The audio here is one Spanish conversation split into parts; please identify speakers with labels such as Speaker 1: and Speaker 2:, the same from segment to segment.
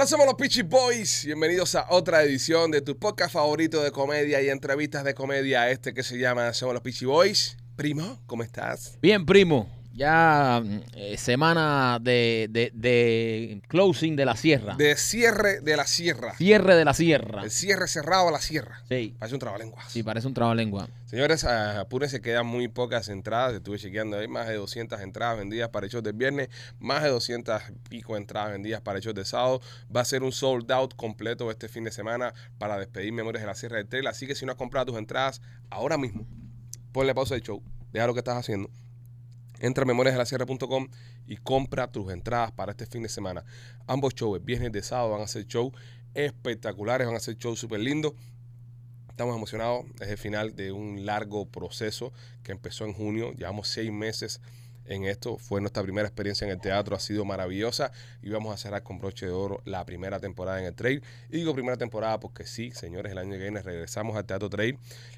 Speaker 1: Hola, somos los Peachy Boys. Bienvenidos a otra edición de tu podcast favorito de comedia y entrevistas de comedia, que se llama Somos los Peachy Boys. Primo, ¿cómo estás?
Speaker 2: Bien, primo. Ya semana de closing de la sierra.
Speaker 1: De cierre de la sierra.
Speaker 2: Cierre de la sierra.
Speaker 1: El cierre cerrado a la sierra.
Speaker 2: Sí.
Speaker 1: Parece un trabalenguas.
Speaker 2: Sí, parece un trabalengua.
Speaker 1: Señores, apúrense, quedan muy pocas entradas. Estuve chequeando, hay más de 200 entradas vendidas para el show del viernes, más de 200 pico entradas vendidas para el show del sábado. Va a ser un sold out completo este fin de semana para despedir Memorias de la Sierra del Trail. Así que si no has comprado tus entradas ahora mismo, ponle pausa al show, deja lo que estás haciendo. Entra a memoriasdelasierra.com y compra tus entradas para este fin de semana. Ambos shows, el viernes de sábado, van a ser shows espectaculares, van a ser shows súper lindos. Estamos emocionados, es el final de un largo proceso que empezó en junio. Llevamos 6 meses en esto. Fue nuestra primera experiencia en el teatro, ha sido maravillosa y vamos a cerrar con broche de oro la primera temporada en el Trail. Y digo primera temporada porque sí, señores, el año que viene regresamos al Teatro Trail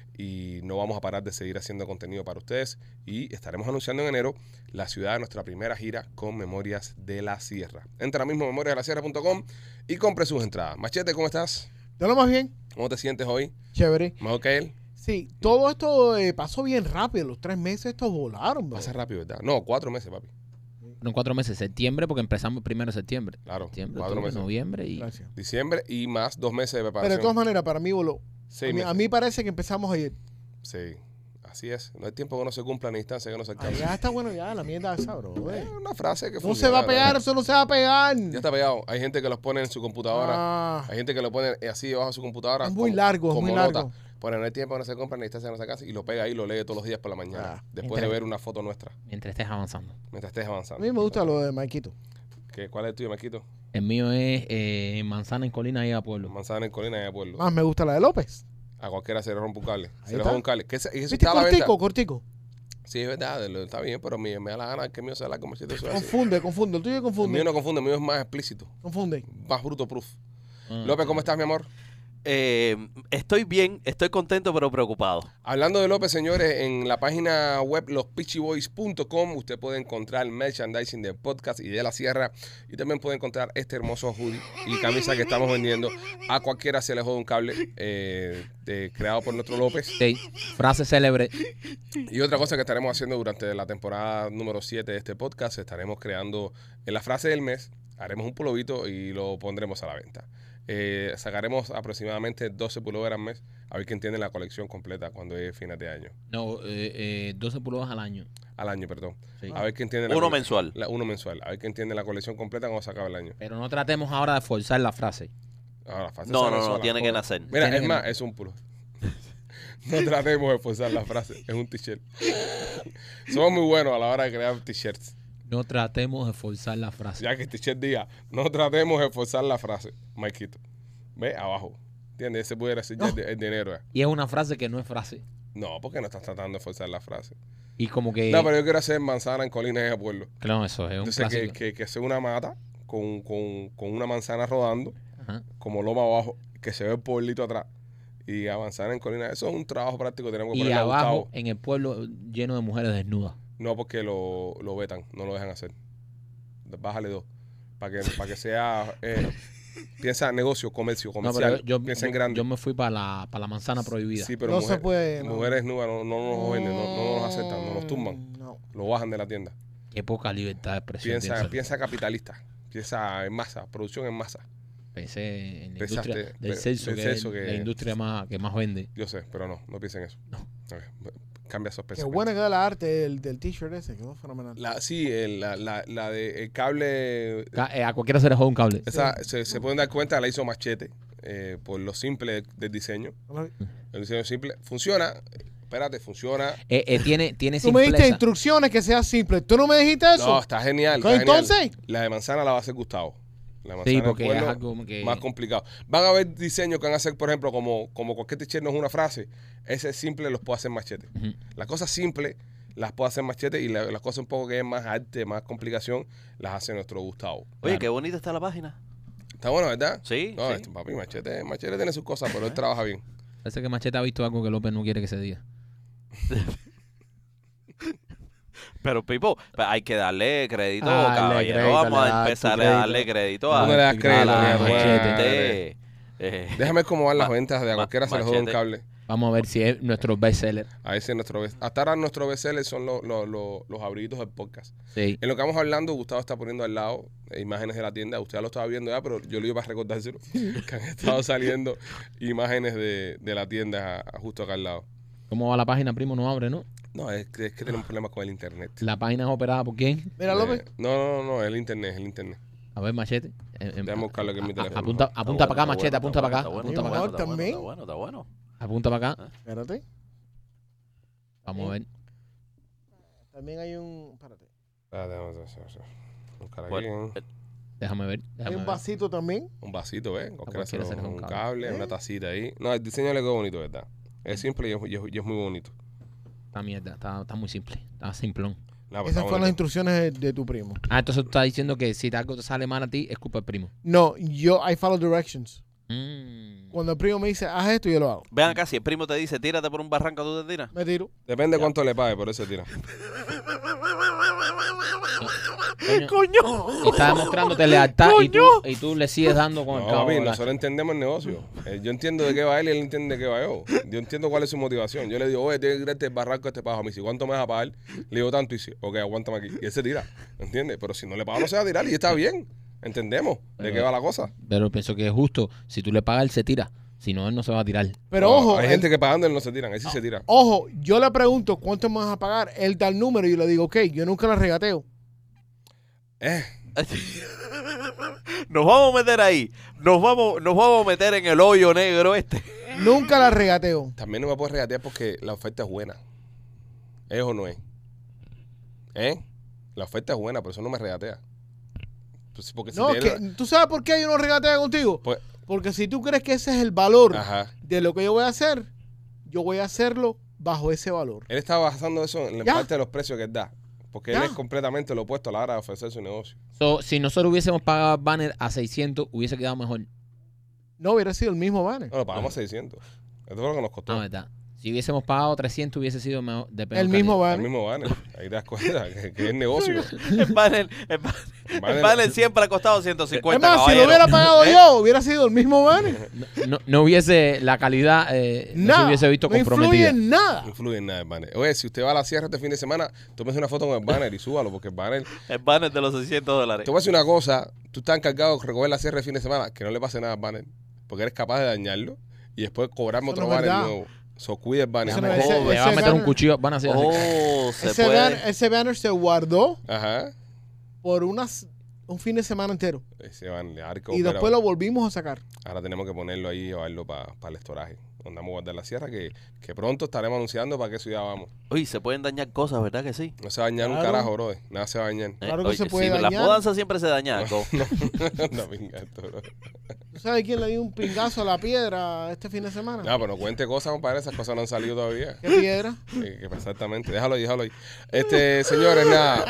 Speaker 1: y no vamos a parar de seguir haciendo contenido para ustedes y estaremos anunciando en enero la ciudad de nuestra primera gira con Memorias de la Sierra. Entra ahora mismo a memoriasdelasierra.com y compre sus entradas. Machete, ¿cómo estás?
Speaker 3: ¿De lo más bien?
Speaker 1: ¿Cómo te sientes hoy?
Speaker 3: Chévere.
Speaker 1: ¿Mejor que él?
Speaker 3: Sí, todo esto pasó bien rápido. Los 3 meses estos volaron, bro.
Speaker 1: Pasa rápido, ¿verdad? No, 4 meses, papi.
Speaker 2: No, 4 meses. Septiembre, porque empezamos el 1 de septiembre.
Speaker 1: Claro,
Speaker 2: Septiembre,
Speaker 1: 4
Speaker 2: octubre,
Speaker 1: meses.
Speaker 2: noviembre y...
Speaker 3: Gracias.
Speaker 1: Diciembre y más 2 meses de
Speaker 3: Pero
Speaker 1: preparación.
Speaker 3: de todas maneras, para mí voló.
Speaker 1: 6
Speaker 3: A
Speaker 1: meses.
Speaker 3: mí parece que empezamos ayer.
Speaker 1: Sí, así es. No hay tiempo que no se cumpla ni instancia que no se alcance.
Speaker 3: Ya está bueno ya, la mierda esa, bro.
Speaker 1: Es una frase que
Speaker 3: No
Speaker 1: funciona,
Speaker 3: se va a
Speaker 1: ¿verdad?
Speaker 3: pegar, eso no se va a pegar.
Speaker 1: Ya está pegado. Hay gente que los pone en su computadora.
Speaker 3: Ah,
Speaker 1: Hay gente que lo pone así debajo de su computadora.
Speaker 3: es muy largo, es
Speaker 1: como
Speaker 3: muy
Speaker 1: nota.
Speaker 3: largo.
Speaker 1: Pone, no hay tiempo que no se compra ni instancia que no se alcance y lo pega ahí y lo lee todos los días por la mañana.
Speaker 3: Ah,
Speaker 1: después de ver una foto nuestra.
Speaker 2: Mientras estés avanzando.
Speaker 1: Mientras estés
Speaker 3: A
Speaker 1: avanzando.
Speaker 3: mí me gusta lo de Maikito.
Speaker 1: ¿Cuál es el tuyo, Marquito?
Speaker 2: El mío es manzana en colina y a pueblo.
Speaker 1: Manzana en colina y de pueblo.
Speaker 3: Más me gusta la de López.
Speaker 1: A cualquiera se le rompe un cable.
Speaker 3: Ahí
Speaker 1: Se le
Speaker 3: está.
Speaker 1: rompe un cable. ¿Eso
Speaker 3: ¿Viste?
Speaker 1: está a la venta?
Speaker 3: Cortico.
Speaker 1: Sí, es verdad, está bien, pero me da la gana que el mío sea la comercial. Eso es así.
Speaker 3: Confunde. El tuyo
Speaker 1: El
Speaker 3: confunde.
Speaker 1: mío no confunde, el mío es más explícito,
Speaker 3: Confunde.
Speaker 1: más bruto proof.
Speaker 2: Ah,
Speaker 1: López, ¿cómo estás, mi amor?
Speaker 4: Estoy bien, estoy contento pero preocupado.
Speaker 1: Hablando de López, señores, en la página web lospeachyboys.com usted puede encontrar merchandising del podcast y de la sierra y también puede encontrar este hermoso hoodie y camisa que estamos vendiendo. A cualquiera se le jode un cable creado por nuestro López.
Speaker 2: Sí, frase célebre.
Speaker 1: Y otra cosa que estaremos haciendo durante la temporada número 7 de este podcast, estaremos creando en la frase del mes, haremos un pulovito y lo pondremos a la venta. Sacaremos aproximadamente 12 pullovers al mes, a ver quién tiene la colección completa cuando es final de año.
Speaker 2: No, 12 pulgadas al año.
Speaker 1: Al año, perdón.
Speaker 2: Sí.
Speaker 1: A ver quién tiene
Speaker 4: Uno mensual.
Speaker 1: uno mensual. A ver quién tiene la colección completa cuando se acabe el año.
Speaker 2: Pero no tratemos ahora de forzar la frase.
Speaker 1: Ahora, frase
Speaker 4: No,
Speaker 1: sale
Speaker 4: no,
Speaker 1: sola.
Speaker 4: tiene que nacer.
Speaker 1: Mira,
Speaker 2: Tiene
Speaker 1: es
Speaker 2: que
Speaker 1: más,
Speaker 2: nacer.
Speaker 1: es un pulo. No tratemos de forzar la frase, es un t-shirt. Somos muy buenos a la hora de crear t-shirts.
Speaker 2: No tratemos de forzar la frase.
Speaker 1: Ya que el t-shirt diga, no tratemos de forzar la frase, Maikito. Ve abajo. ¿Entiendes? Ese pudiera ser ya el dinero.
Speaker 2: Y es una frase que no es frase.
Speaker 1: No, porque no estás tratando de forzar la frase.
Speaker 2: Y como que...
Speaker 1: No, pero yo quiero hacer manzana en colinas y de pueblo.
Speaker 2: Claro, eso es un
Speaker 1: Entonces,
Speaker 2: clásico.
Speaker 1: que sea una mata con una manzana rodando,
Speaker 2: Ajá.
Speaker 1: como loma abajo, que se ve el pueblito atrás. Y avanzar en colinas. Eso es un trabajo práctico que tenemos que
Speaker 2: Y
Speaker 1: ponerle a
Speaker 2: abajo,
Speaker 1: Gustavo.
Speaker 2: en el pueblo, lleno de mujeres desnudas.
Speaker 1: No, porque lo vetan, no lo dejan hacer. Bájale 2. Para que sea... piensa negocio, comercio,
Speaker 2: No,
Speaker 1: comercial.
Speaker 2: pero
Speaker 1: Piensa en grande.
Speaker 2: yo me fui para la manzana prohibida.
Speaker 1: Sí, pero
Speaker 3: No se puede, no.
Speaker 1: mujeres nuevas no nos venden, no nos aceptan, no nos tumban.
Speaker 3: No.
Speaker 1: Lo bajan de la tienda.
Speaker 2: Qué poca libertad de expresión.
Speaker 1: Piensa capitalista. Piensa en masa, producción en masa.
Speaker 2: Pensé en la
Speaker 1: Pensaste
Speaker 2: industria del
Speaker 1: del
Speaker 2: sexo,
Speaker 1: sexo
Speaker 2: que es
Speaker 1: que-
Speaker 2: la industria que más vende.
Speaker 1: Yo sé, pero no piensen eso. Ok, cambia esos
Speaker 3: Qué
Speaker 1: pensamientos.
Speaker 3: buena queda la arte del t-shirt ese, quedó fenomenal.
Speaker 1: Sí, la de el cable,
Speaker 2: A cualquiera se le jode un cable.
Speaker 1: esa se pueden dar cuenta, la hizo Machete por lo simple del diseño. El diseño simple funciona. Espérate, funciona.
Speaker 2: Tiene
Speaker 3: Tú me diste
Speaker 2: simpleza.
Speaker 3: instrucciones que sea simple. ¿Tú no me dijiste eso?
Speaker 1: No, está genial.
Speaker 3: ¿Qué,
Speaker 1: Está genial.
Speaker 3: entonces?
Speaker 1: La de manzana la va a hacer Gustavo. La manzana
Speaker 2: Sí,
Speaker 1: del
Speaker 2: porque es
Speaker 1: pueblo,
Speaker 2: algo que...
Speaker 1: más complicado. Van a haber diseños que van a hacer, por ejemplo, como cualquier t-shirt no es una frase. Ese simple los puede hacer Machete.
Speaker 2: Ujú.
Speaker 1: Las cosas simples las puede hacer Machete y las cosas un poco que es más arte, más complicación, las hace nuestro Gustavo.
Speaker 4: Oye,
Speaker 2: Claro.
Speaker 4: qué bonita está la página.
Speaker 1: Está bueno, ¿verdad?
Speaker 4: Sí,
Speaker 1: No,
Speaker 4: sí.
Speaker 1: este, papi, Machete tiene sus cosas, pero él trabaja bien.
Speaker 2: Parece que Machete ha visto algo que López no quiere que se diga.
Speaker 4: Pero, Pipo, hay que darle crédito,
Speaker 2: Dale
Speaker 4: caballero.
Speaker 2: crédito,
Speaker 4: Vamos
Speaker 2: le
Speaker 4: a
Speaker 2: das
Speaker 4: empezar
Speaker 2: tu
Speaker 4: a darle
Speaker 2: crédito.
Speaker 4: crédito
Speaker 1: Tú
Speaker 4: a
Speaker 1: no le das crédito
Speaker 2: a
Speaker 1: ni a tu
Speaker 2: Machete.
Speaker 1: madre. Déjame ver cómo van las ventas de a cualquiera se les joda un
Speaker 4: Machete.
Speaker 1: cable.
Speaker 2: Vamos a ver si es nuestro bestseller.
Speaker 1: A ver si es nuestro hasta ahora nuestro bestseller son los abritos del podcast.
Speaker 2: Sí.
Speaker 1: En lo que vamos hablando, Gustavo está poniendo al lado imágenes de la tienda. Usted ya lo estaba viendo ya, pero yo lo iba a recordárselo. Que han estado saliendo imágenes de la tienda justo acá al lado.
Speaker 2: ¿Cómo va la página, primo? No abre, ¿no?
Speaker 1: No, es que tenemos problemas con el internet.
Speaker 2: La página es operada por quién.
Speaker 3: Mira, López.
Speaker 1: No, el internet.
Speaker 2: A ver, Machete.
Speaker 1: Déjame buscarlo aquí en mi teléfono.
Speaker 2: Apunta para acá, Machete, apunta para acá. Apunta para acá.
Speaker 3: También.
Speaker 4: Está bueno.
Speaker 2: Apunta para acá.
Speaker 3: Espérate.
Speaker 2: Vamos a ver.
Speaker 3: También hay un... Espérate.
Speaker 1: Vamos a buscar aquí.
Speaker 4: Bueno,
Speaker 2: Déjame ver.
Speaker 3: Hay un vasito también.
Speaker 1: Un vasito, ¿ves? Cualquiera se
Speaker 2: cualquiera
Speaker 1: lo-
Speaker 2: se le
Speaker 1: un
Speaker 2: da un
Speaker 1: cable,
Speaker 3: cable.
Speaker 1: una tacita ahí. No, el diseño le quedó bonito, ¿verdad? Es simple y es muy bonito.
Speaker 2: Esta mierda, está muy simple. Está simplón.
Speaker 1: No, pero
Speaker 3: Esas
Speaker 1: está
Speaker 3: fueron las
Speaker 1: bonito.
Speaker 3: instrucciones de tu primo.
Speaker 2: Ah, entonces tú estás diciendo que si algo te sale mal a ti, es culpa del primo.
Speaker 3: No, I follow directions.
Speaker 2: Mm.
Speaker 3: Cuando el primo me dice, haz esto, yo lo hago.
Speaker 4: Vean acá, si el primo te dice, tírate por un barranco, ¿tú te tiras?
Speaker 3: Me tiro.
Speaker 1: Depende cuánto le pague, por eso se tira.
Speaker 2: Coño. Y está demostrándote lealtad y tú le sigues dando con el
Speaker 1: No,
Speaker 2: cabo.
Speaker 1: papi,
Speaker 2: ¿verdad?
Speaker 1: nosotros entendemos el negocio. Yo entiendo de qué va él y él entiende de qué va yo. Yo entiendo cuál es su motivación. Yo le digo, oye, tienes que tirarte el barranco a este pajo. A mí, si ¿cuánto me vas a pagar? Le digo tanto y dice, ok, aguántame aquí. Y él se tira, ¿entiendes? Pero si no le pago, no se va a tirar y está bien. Entendemos de qué va la cosa.
Speaker 2: Pero pienso que es justo. Si tú le pagas, él se tira. Si no, él no se va a tirar.
Speaker 3: Pero
Speaker 1: No,
Speaker 3: ojo,
Speaker 1: hay gente que pagando él no se tiran, él sí se tira.
Speaker 3: ojo, yo le pregunto cuánto me vas a pagar. Él da el número y yo le digo, ok, yo nunca la regateo.
Speaker 4: Nos vamos a meter ahí. Nos vamos a meter en el hoyo negro este.
Speaker 3: Nunca la regateo.
Speaker 1: También no me puedes regatear porque la oferta es buena. ¿Es o no es? La oferta es buena, pero eso no me regatea. Pues, porque si
Speaker 3: No,
Speaker 1: tiene-
Speaker 3: ¿tú sabes por qué yo no regateo contigo?
Speaker 1: Pues-
Speaker 3: Porque si tú crees que ese es el valor
Speaker 1: Ajá.
Speaker 3: de lo que yo voy a hacer, yo voy a hacerlo bajo ese valor.
Speaker 1: Él está basando eso en la
Speaker 3: Ya.
Speaker 1: parte de los precios que él da. Porque él
Speaker 3: Ya.
Speaker 1: es completamente lo opuesto a la hora de ofrecer su negocio.
Speaker 2: So, si nosotros hubiésemos pagado el banner a 600, hubiese quedado mejor.
Speaker 3: No hubiera sido el mismo banner.
Speaker 1: No, lo pagamos 600. Esto fue lo que nos costó.
Speaker 2: Ah, verdad. Si hubiésemos pagado 300, hubiese sido mejor, de peor
Speaker 3: El mismo
Speaker 2: calidad.
Speaker 1: El
Speaker 3: banner.
Speaker 1: mismo banner. Ahí te das cuenta que es negocio.
Speaker 4: El banner siempre ha costado 150,
Speaker 3: Es más, si
Speaker 4: caballero.
Speaker 3: lo hubiera pagado yo, hubiera sido el mismo banner.
Speaker 2: No hubiese la calidad, no se
Speaker 3: Nada.
Speaker 2: hubiese visto
Speaker 3: no influye
Speaker 2: comprometida.
Speaker 3: en nada.
Speaker 1: No influye en nada el banner. Oye, si usted va a la sierra este fin de semana, tómese una foto con el banner y súbalo, porque el banner...
Speaker 4: El banner de los $600.
Speaker 1: Te voy a decir una cosa. Tú estás encargado de recoger la sierra el fin de semana, que no le pase nada al banner, porque eres capaz de dañarlo y después cobrarme
Speaker 3: Eso
Speaker 1: otro
Speaker 3: no es
Speaker 1: banner
Speaker 3: verdad.
Speaker 1: nuevo. So, cuida el banner.
Speaker 3: Eso no
Speaker 1: por
Speaker 3: es-
Speaker 1: favor.
Speaker 3: ese-
Speaker 2: Le va a meter un
Speaker 3: banner-
Speaker 2: cuchillo, van a hacer así.
Speaker 4: Oh, se puede.
Speaker 3: Ese banner se guardó
Speaker 1: Ajá.
Speaker 3: por un fin de semana entero.
Speaker 1: Ese banner, arco,
Speaker 3: Y
Speaker 1: pero
Speaker 3: después lo volvimos a sacar.
Speaker 1: ahora tenemos que ponerlo ahí y llevarlo para el estoraje. Donde vamos a guardar la sierra, que pronto estaremos anunciando para qué ciudad vamos.
Speaker 4: Uy, se pueden dañar cosas, ¿verdad que sí?
Speaker 1: No se va a dañar un
Speaker 3: Claro.
Speaker 1: carajo, bro. Nada se va a dañar.
Speaker 3: Claro que
Speaker 4: Oye,
Speaker 3: se puede
Speaker 4: sí, las
Speaker 3: dañar.
Speaker 4: mudanzas siempre se dañan.
Speaker 1: No, venga, esto, bro.
Speaker 3: ¿Tú sabes quién le dio un pingazo a la piedra este fin de semana?
Speaker 1: No, pero no cuente cosas, compadre. Esas cosas no han salido todavía.
Speaker 3: ¿Qué piedra?
Speaker 1: Exactamente. Déjalo ahí. Señores, nada.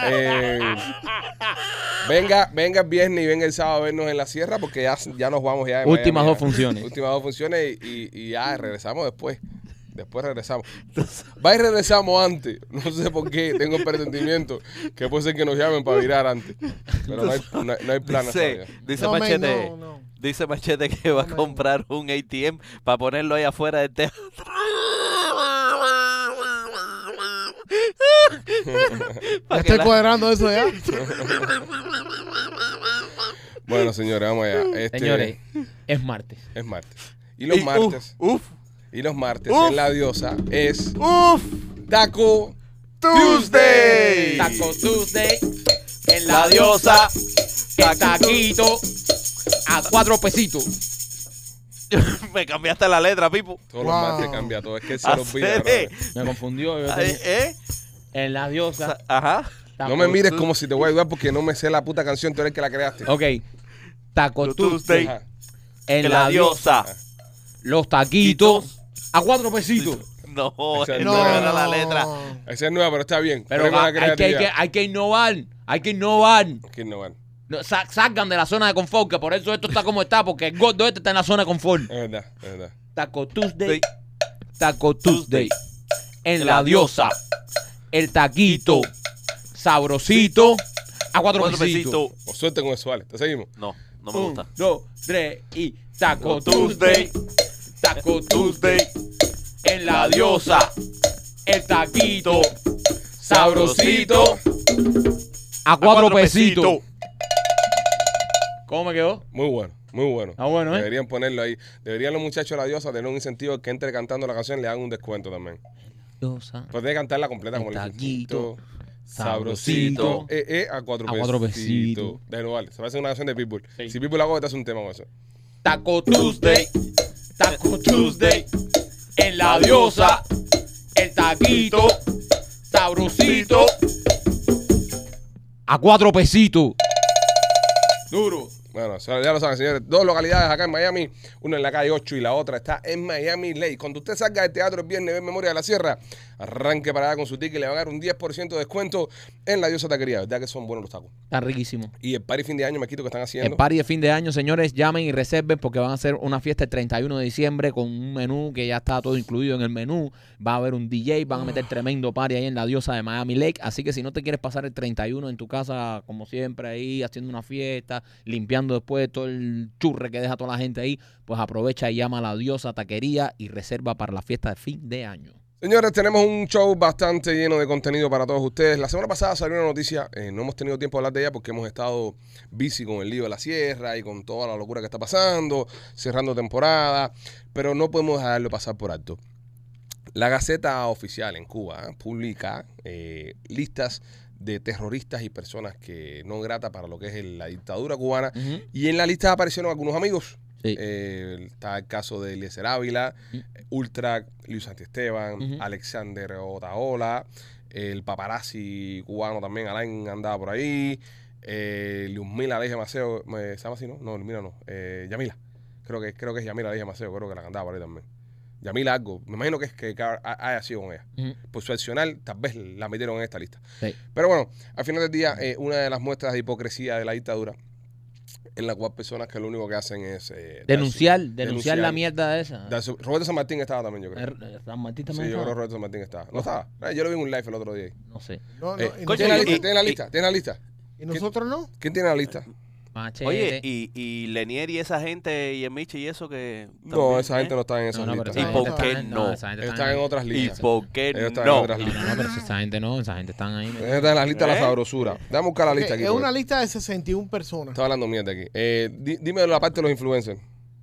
Speaker 1: Venga el viernes y venga el sábado a vernos en la sierra porque ya nos vamos ya. de
Speaker 2: Últimas
Speaker 1: Miami,
Speaker 2: dos
Speaker 1: ya.
Speaker 2: funciones.
Speaker 1: Últimas dos funciones y ya regresamos después. Después regresamos. Va y regresamos antes. No sé por qué. Tengo el presentimiento que puede ser que nos llamen para virar antes. Pero no hay planes todavía.
Speaker 4: Dice
Speaker 3: No, man,
Speaker 4: Machete.
Speaker 3: no.
Speaker 4: Dice Machete que va a
Speaker 3: man.
Speaker 4: comprar un ATM para ponerlo ahí afuera del teatro.
Speaker 3: Ya estoy cuadrando eso ya.
Speaker 1: Bueno, señores, vamos allá.
Speaker 2: Señores, es martes.
Speaker 1: Es martes. Y los martes.
Speaker 4: Uf,
Speaker 1: Y los martes
Speaker 4: Uf.
Speaker 1: en La Diosa es
Speaker 4: uf.
Speaker 1: Taco
Speaker 4: Tuesday.
Speaker 2: Taco Tuesday en
Speaker 4: La diosa.
Speaker 2: el taquito a 4 pesitos.
Speaker 4: Me cambiaste la letra, Pipo.
Speaker 1: Todos los
Speaker 3: Wow.
Speaker 1: martes cambia todo. Es que él se lo olvida.
Speaker 4: Hacer-
Speaker 1: brother.
Speaker 2: Me confundió. Yo
Speaker 4: Ay,
Speaker 2: tenía- En la diosa.
Speaker 4: Ajá.
Speaker 1: No me mires como si te voy a ayudar porque no me sé la puta canción. Tú eres el que la creaste.
Speaker 2: Ok. Taco Tuesday
Speaker 1: Ajá.
Speaker 2: en
Speaker 4: Que
Speaker 2: la
Speaker 4: la
Speaker 2: diosa.
Speaker 4: diosa.
Speaker 2: Los taquitos a 4 pesitos.
Speaker 4: No,
Speaker 1: Esa
Speaker 4: no
Speaker 1: no
Speaker 4: era la letra.
Speaker 1: Esa es nueva, pero está bien.
Speaker 2: Pero
Speaker 1: Premio a la
Speaker 2: hay que
Speaker 1: creatividad.
Speaker 2: innovar. Hay que innovar.
Speaker 1: Que innovar.
Speaker 2: No, salgan de la zona de confort, que por eso esto está como está, porque el gordo este está en la zona de confort.
Speaker 1: Es verdad, es verdad.
Speaker 2: Taco Tuesday.
Speaker 4: Sí.
Speaker 2: Taco Tuesday. En la diosa. El taquito sabrosito, a 4
Speaker 4: 4
Speaker 2: pesitos.
Speaker 4: pesitos.
Speaker 1: Por suerte con eso, vale. ¿Te seguimos?
Speaker 4: No, no me gusta.
Speaker 2: 1, 2, 3 y Taco Tuesday. Taco Tuesday. En la diosa. El taquito. Sabrosito. A 4 pesitos. ¿Cómo me quedó?
Speaker 1: Muy bueno, muy bueno.
Speaker 2: Ah, bueno, ¿eh?
Speaker 1: Deberían ponerlo ahí. Deberían los muchachos de la diosa tener un incentivo que entre cantando la canción le hagan un descuento también.
Speaker 2: Diosa.
Speaker 1: Pues debe cantarla completa como le dicen.
Speaker 2: Taquito,
Speaker 1: Sabrosito.
Speaker 2: sabrosito.
Speaker 1: A 4
Speaker 2: A
Speaker 1: pesitos.
Speaker 2: 4 pesitos.
Speaker 1: Déjalo, vale. Se va a hacer una canción de Pitbull.
Speaker 2: Sí.
Speaker 1: Si Pitbull hago, te hace un tema con eso.
Speaker 2: Taco Tuesday. Taco Tuesday. En la diosa. El taquito. Sabrosito. A 4 pesitos. Duro.
Speaker 1: Bueno, ya lo saben, señores. 2 localidades acá en Miami. Una en la calle 8 y la otra está en Miami Lakes. Cuando usted salga del teatro el viernes, ve Memoria de la Sierra, arranque para allá con su ticket y le van a dar un 10% de descuento en la diosa taquería. ¿Verdad que son buenos los tacos?
Speaker 2: Está riquísimo.
Speaker 1: Y el party fin de año, me quito que están haciendo.
Speaker 2: El party de fin de año, señores, llamen y reserven porque van a hacer una fiesta el 31 de diciembre con un menú que ya está todo incluido en el menú. Va a haber un DJ, van a meter tremendo party ahí en la diosa de Miami Lake. Así que si no te quieres pasar el 31 en tu casa, como siempre, ahí haciendo una fiesta, limpiando después todo el churre que deja toda la gente ahí, pues aprovecha y llama a la diosa taquería y reserva para la fiesta de fin de año.
Speaker 1: Señores, tenemos un show bastante lleno de contenido para todos ustedes. La semana pasada salió una noticia, no hemos tenido tiempo de hablar de ella porque hemos estado busy con el lío de la sierra y con toda la locura que está pasando, cerrando temporada, pero no podemos dejarlo pasar por alto. La Gaceta Oficial en Cuba publica listas de terroristas y personas que no grata para lo que es la dictadura cubana. Y en la lista aparecieron algunos amigos.
Speaker 2: Sí.
Speaker 1: Está el caso de Eliezer Ávila, Ultra, Luis Santiesteban,
Speaker 2: Ujú.
Speaker 1: Alexander Otaola, el paparazzi cubano también, Alain andaba por ahí, Luzmila Leija Maceo, ¿se llama así, no? No, Luzmila no, Yamila, creo que es Yamila Leija Maceo, creo que la andaba por ahí también. Yamila algo, me imagino que es que haya sido con ella. Por su accionar, tal vez la metieron en esta lista.
Speaker 2: Sí.
Speaker 1: Pero bueno, al final del día, una de las muestras de hipocresía de la dictadura, en la cual personas que lo único que hacen es
Speaker 2: Denunciar la mierda de esa.
Speaker 1: Roberto San Martín estaba también, yo creo.
Speaker 2: San Martín
Speaker 1: Sí,
Speaker 2: también
Speaker 1: yo creo que
Speaker 2: estaba.
Speaker 1: Roberto San Martín estaba. ¿No estaba? Yo lo vi en un live el otro día.
Speaker 2: No sé.
Speaker 3: No,
Speaker 4: Coño,
Speaker 1: ¿Tiene la
Speaker 4: y-
Speaker 1: lista? ¿Tiene la lista? ¿Tiene la lista?
Speaker 3: ¿Y nosotros no?
Speaker 1: ¿Quién tiene la lista?
Speaker 2: Machete.
Speaker 4: Oye, y Lenier y esa gente y el Michi y eso que...
Speaker 1: No,
Speaker 4: también,
Speaker 1: esa gente no está en esas
Speaker 2: pero
Speaker 1: listas.
Speaker 4: ¿Y
Speaker 2: esa
Speaker 4: por
Speaker 2: gente
Speaker 4: qué
Speaker 2: está
Speaker 4: no?
Speaker 2: esa gente
Speaker 1: Ellos
Speaker 2: está
Speaker 1: están en otras
Speaker 4: ¿Y
Speaker 1: listas.
Speaker 4: por qué
Speaker 1: Ellos están en
Speaker 4: no?
Speaker 1: otras
Speaker 2: No,
Speaker 1: listas.
Speaker 2: pero esa gente no, esa gente están ahí.
Speaker 1: Ellos están en la lista de la
Speaker 4: ¿Eh?
Speaker 1: sabrosura. Déjame buscar la lista aquí.
Speaker 3: Es
Speaker 1: porque
Speaker 3: una lista de 61 personas.
Speaker 1: Estaba hablando mierda aquí. Dime la parte de los influencers.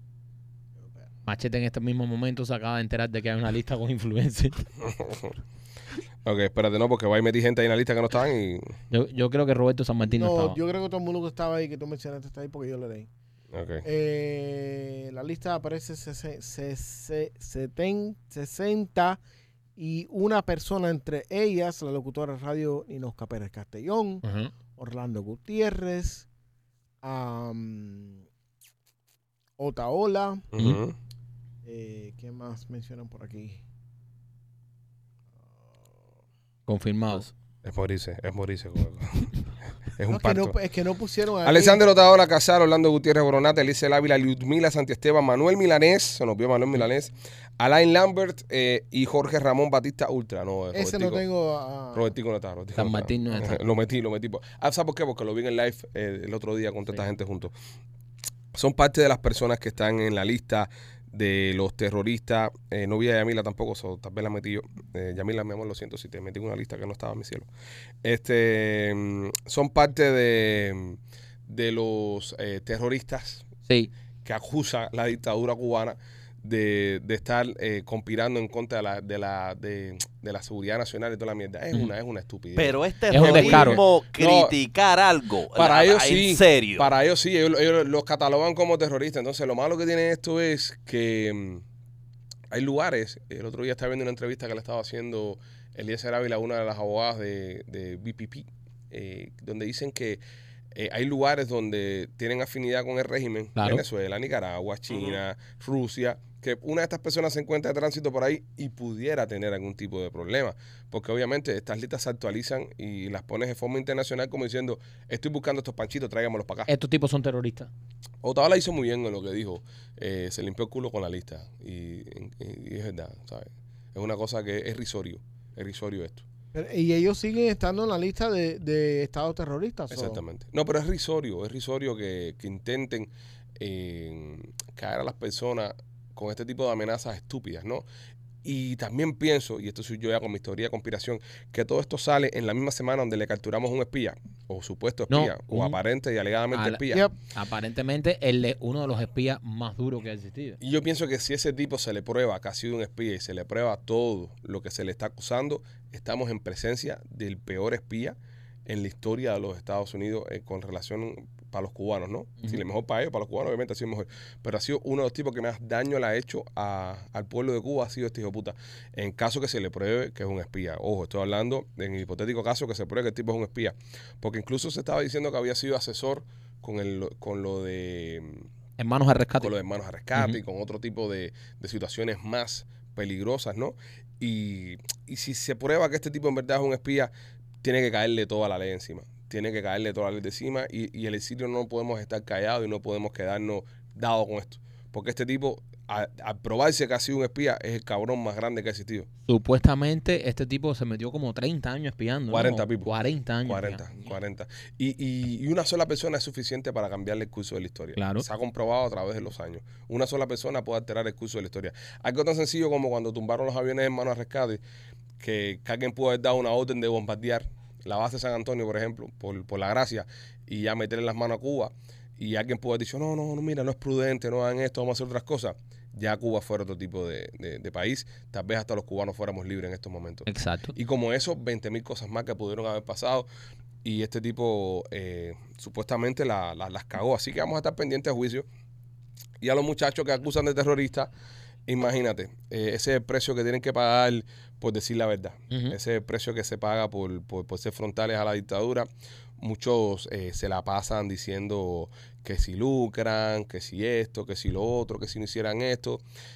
Speaker 2: Machete en este mismo momento se acaba de enterar de que hay una lista con influencers.
Speaker 1: Ok, espérate, no, porque va y metí gente ahí en la lista que no estaban y...
Speaker 2: Yo creo que Roberto San Martín no
Speaker 3: No,
Speaker 2: estaba.
Speaker 3: yo creo que todo el mundo que estaba ahí, que tú mencionaste, está ahí porque yo le leí.
Speaker 1: Ok.
Speaker 3: La lista aparece 60 y una persona, entre ellas la locutora de radio Ninosca Pérez Castellón,
Speaker 2: Ajá.
Speaker 3: Orlando Gutiérrez, Otaola,
Speaker 1: Ujú.
Speaker 3: ¿qué más mencionan por aquí?
Speaker 2: Confirmado.
Speaker 1: Es morirse. Es un
Speaker 3: No,
Speaker 1: parto.
Speaker 3: es que no pusieron ahí.
Speaker 1: Alexander Otaola, Casar, Orlando Gutiérrez Boronate, Eliezer Ávila, Luzmila Santiesteban, Manuel Milanés, se nos vio Manuel Milanés, Alain Lambert y Jorge Ramón Batista Ultra. No,
Speaker 3: Ese no tengo.
Speaker 1: Robertico no está. Robertico
Speaker 2: San
Speaker 1: no
Speaker 2: Martín no está.
Speaker 1: Lo metí. ¿Sabes por qué? Porque lo vi en el live el otro día con toda esta gente juntos. Son parte de las personas que están en la lista de los terroristas. No vi a Yamila tampoco, tal vez la metí yo. Yamila, mi amor, lo siento si te metí en una lista que no estaba en mi cielo. Son parte de los terroristas
Speaker 2: Sí.
Speaker 1: que acusa la dictadura cubana de estar conspirando en contra de la seguridad nacional y toda la mierda. Es una estupidez.
Speaker 4: Pero es
Speaker 2: un descaro.
Speaker 4: terrorismo criticar algo.
Speaker 1: Para ellos
Speaker 4: en
Speaker 1: sí.
Speaker 4: serio.
Speaker 1: Para ellos sí, ellos los catalogan como terroristas. Entonces, lo malo que tiene esto es que hay lugares. El otro día estaba viendo una entrevista que le estaba haciendo Eliezer Ávila, una de las abogadas de BPP, donde dicen que hay lugares donde tienen afinidad con el régimen.
Speaker 2: Claro.
Speaker 1: Venezuela, Nicaragua, China, Rusia, que una de estas personas se encuentra de tránsito por ahí y pudiera tener algún tipo de problema. Porque obviamente estas listas se actualizan y las pones de forma internacional como diciendo, estoy buscando estos panchitos, tráigamelos para acá.
Speaker 2: Estos tipos son terroristas.
Speaker 1: Otaola hizo muy bien en lo que dijo. Se limpió el culo con la lista. Y es verdad, ¿sabes? Es una cosa que es risorio. Es risorio esto.
Speaker 3: Y ellos siguen estando en la lista de estados terroristas.
Speaker 1: Exactamente. No, pero es risorio que intenten caer a las personas con este tipo de amenazas estúpidas, ¿no? Y también pienso, y esto soy yo ya con mi teoría de conspiración, que todo esto sale en la misma semana donde le capturamos un espía, o supuesto
Speaker 2: No,
Speaker 1: espía, o aparente y alegadamente espía.
Speaker 3: Yep.
Speaker 2: Aparentemente, uno de los espías más duros que ha existido.
Speaker 1: Y yo pienso que si ese tipo se le prueba que ha sido un espía y se le prueba todo lo que se le está acusando, estamos en presencia del peor espía en la historia de los Estados Unidos con relación para los cubanos, ¿no? Si le mejor para ellos, para los cubanos obviamente ha sido mejor. Pero ha sido uno de los tipos que más daño le ha hecho al pueblo de Cuba, ha sido este hijo de puta. En caso que se le pruebe que es un espía. Ojo, estoy hablando en el hipotético caso que se pruebe que el tipo es un espía. Porque incluso se estaba diciendo que había sido asesor con lo de...
Speaker 2: Hermanos al rescate.
Speaker 1: Con los hermanos a rescate y con otro tipo de situaciones más peligrosas, ¿no? Y si se prueba que este tipo en verdad es un espía, tiene que caerle toda la ley encima. Tiene que caerle toda la ley de encima y el exilio no podemos estar callados y no podemos quedarnos dados con esto. Porque este tipo, al probarse que ha sido un espía, es el cabrón más grande que ha existido.
Speaker 2: Supuestamente este tipo se metió como 30 años espiando.
Speaker 1: 40
Speaker 2: ¿no?
Speaker 1: people.
Speaker 2: 40 años.
Speaker 1: 40,
Speaker 2: espiando.
Speaker 1: 40. Y una sola persona es suficiente para cambiarle el curso de la historia.
Speaker 2: Claro.
Speaker 1: Se ha comprobado a través de los años. Una sola persona puede alterar el curso de la historia. Algo tan sencillo como cuando tumbaron los aviones en Hermanos a Rescate, que alguien pudo haber dado una orden de bombardear la base de San Antonio, por ejemplo, por la gracia, y ya meterle las manos a Cuba, y alguien pudo haber dicho, no, mira, no es prudente, no hagan esto, vamos a hacer otras cosas. Ya Cuba fuera otro tipo de país, tal vez hasta los cubanos fuéramos libres en estos momentos.
Speaker 2: Exacto.
Speaker 1: Y como eso, 20.000 cosas más que pudieron haber pasado, y este tipo supuestamente las cagó. Así que vamos a estar pendientes de juicio. Y a los muchachos que acusan de terroristas, imagínate, ese es el precio que tienen que pagar por decir la verdad. Ese es el precio que se paga por ser frontales a la dictadura. Muchos se la pasan diciendo que si lucran, que si esto, que si lo otro, que si no hicieran esto.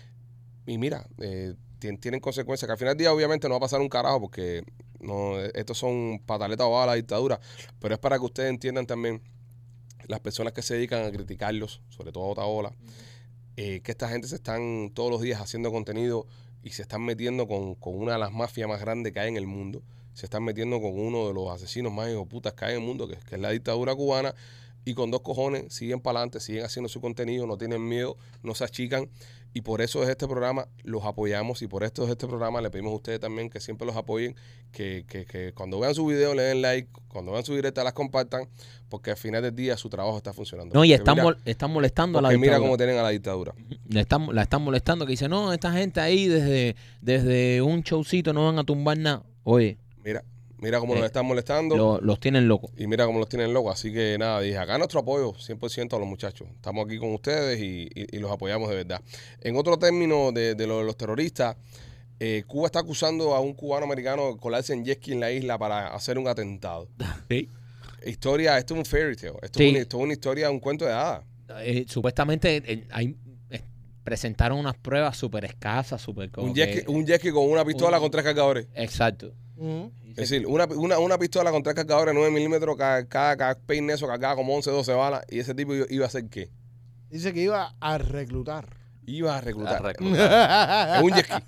Speaker 1: Y mira, tienen consecuencias que al final del día obviamente no va a pasar un carajo porque no, estos son pataletas o a la dictadura. Pero es para que ustedes entiendan también las personas que se dedican a criticarlos, sobre todo a Otaola, que esta gente se están todos los días haciendo contenido y se están metiendo con una de las mafias más grandes que hay en el mundo. Se están metiendo con uno de los asesinos más hijoputas que hay en el mundo, que es la dictadura cubana, y con dos cojones siguen para adelante, siguen haciendo su contenido, no tienen miedo, no se achican, y por eso es este programa, los apoyamos, y por esto es este programa, le pedimos a ustedes también que siempre los apoyen, que cuando vean su video le den like, cuando vean su directa las compartan, porque al final del día su trabajo está funcionando.
Speaker 2: No, y
Speaker 1: Porque
Speaker 2: están molestando a la
Speaker 1: porque mira
Speaker 2: dictadura.
Speaker 1: cómo tienen a la dictadura.
Speaker 2: La están molestando, que dice, no, esta gente ahí desde un showcito no van a tumbar nada. Oye,
Speaker 1: Mira cómo nos están molestando.
Speaker 2: los tienen locos.
Speaker 1: Y mira cómo los tienen locos. Así que nada, dije, acá nuestro apoyo 100% a los muchachos. Estamos aquí con ustedes y los apoyamos de verdad. En otro término de los terroristas, Cuba está acusando a un cubano americano de colarse en jet ski en la isla para hacer un atentado.
Speaker 2: Sí.
Speaker 1: Historia, esto es un fairy tale. Esto
Speaker 2: Sí.
Speaker 1: es una historia, un cuento de hadas.
Speaker 2: Supuestamente presentaron unas pruebas súper escasas, súper como
Speaker 1: Un jet ski con una pistola con 3 cargadores.
Speaker 2: Exacto.
Speaker 1: Es decir, una pistola con 3 cargadores 9 milímetros, cada peine eso cargaba como 11, 12 balas. ¿Y ese tipo iba a hacer qué?
Speaker 3: Dice que iba a reclutar.
Speaker 1: Iba a reclutar.
Speaker 4: A reclutar.
Speaker 1: En un jet ski.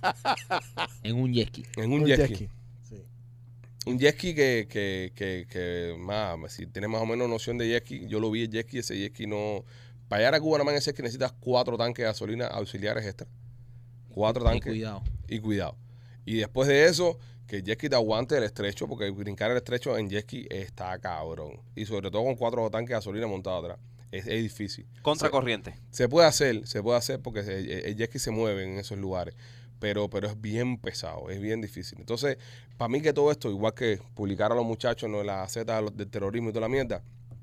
Speaker 2: En un jet ski.
Speaker 1: En un jet ski.
Speaker 3: Sí.
Speaker 1: Un jet ski que más, si tienes más o menos noción de jet ski, yo lo vi el jet ski, ese jet ski no... Para llegar a Cuba, nada más en ese jet ski necesitas 4 tanques de gasolina auxiliares extra. 4 tanques. Y cuidado. Y después de eso, que el jet ski te aguante el estrecho, porque brincar el estrecho en jet ski está cabrón. Y sobre todo con 4 tanques de gasolina montados atrás. Es difícil.
Speaker 4: Contracorriente.
Speaker 1: Se puede hacer porque el jet ski se mueve en esos lugares. Pero es bien pesado, es bien difícil. Entonces, para mí que todo esto, igual que publicar a los muchachos, ¿no?, la Z del terrorismo y toda la mierda,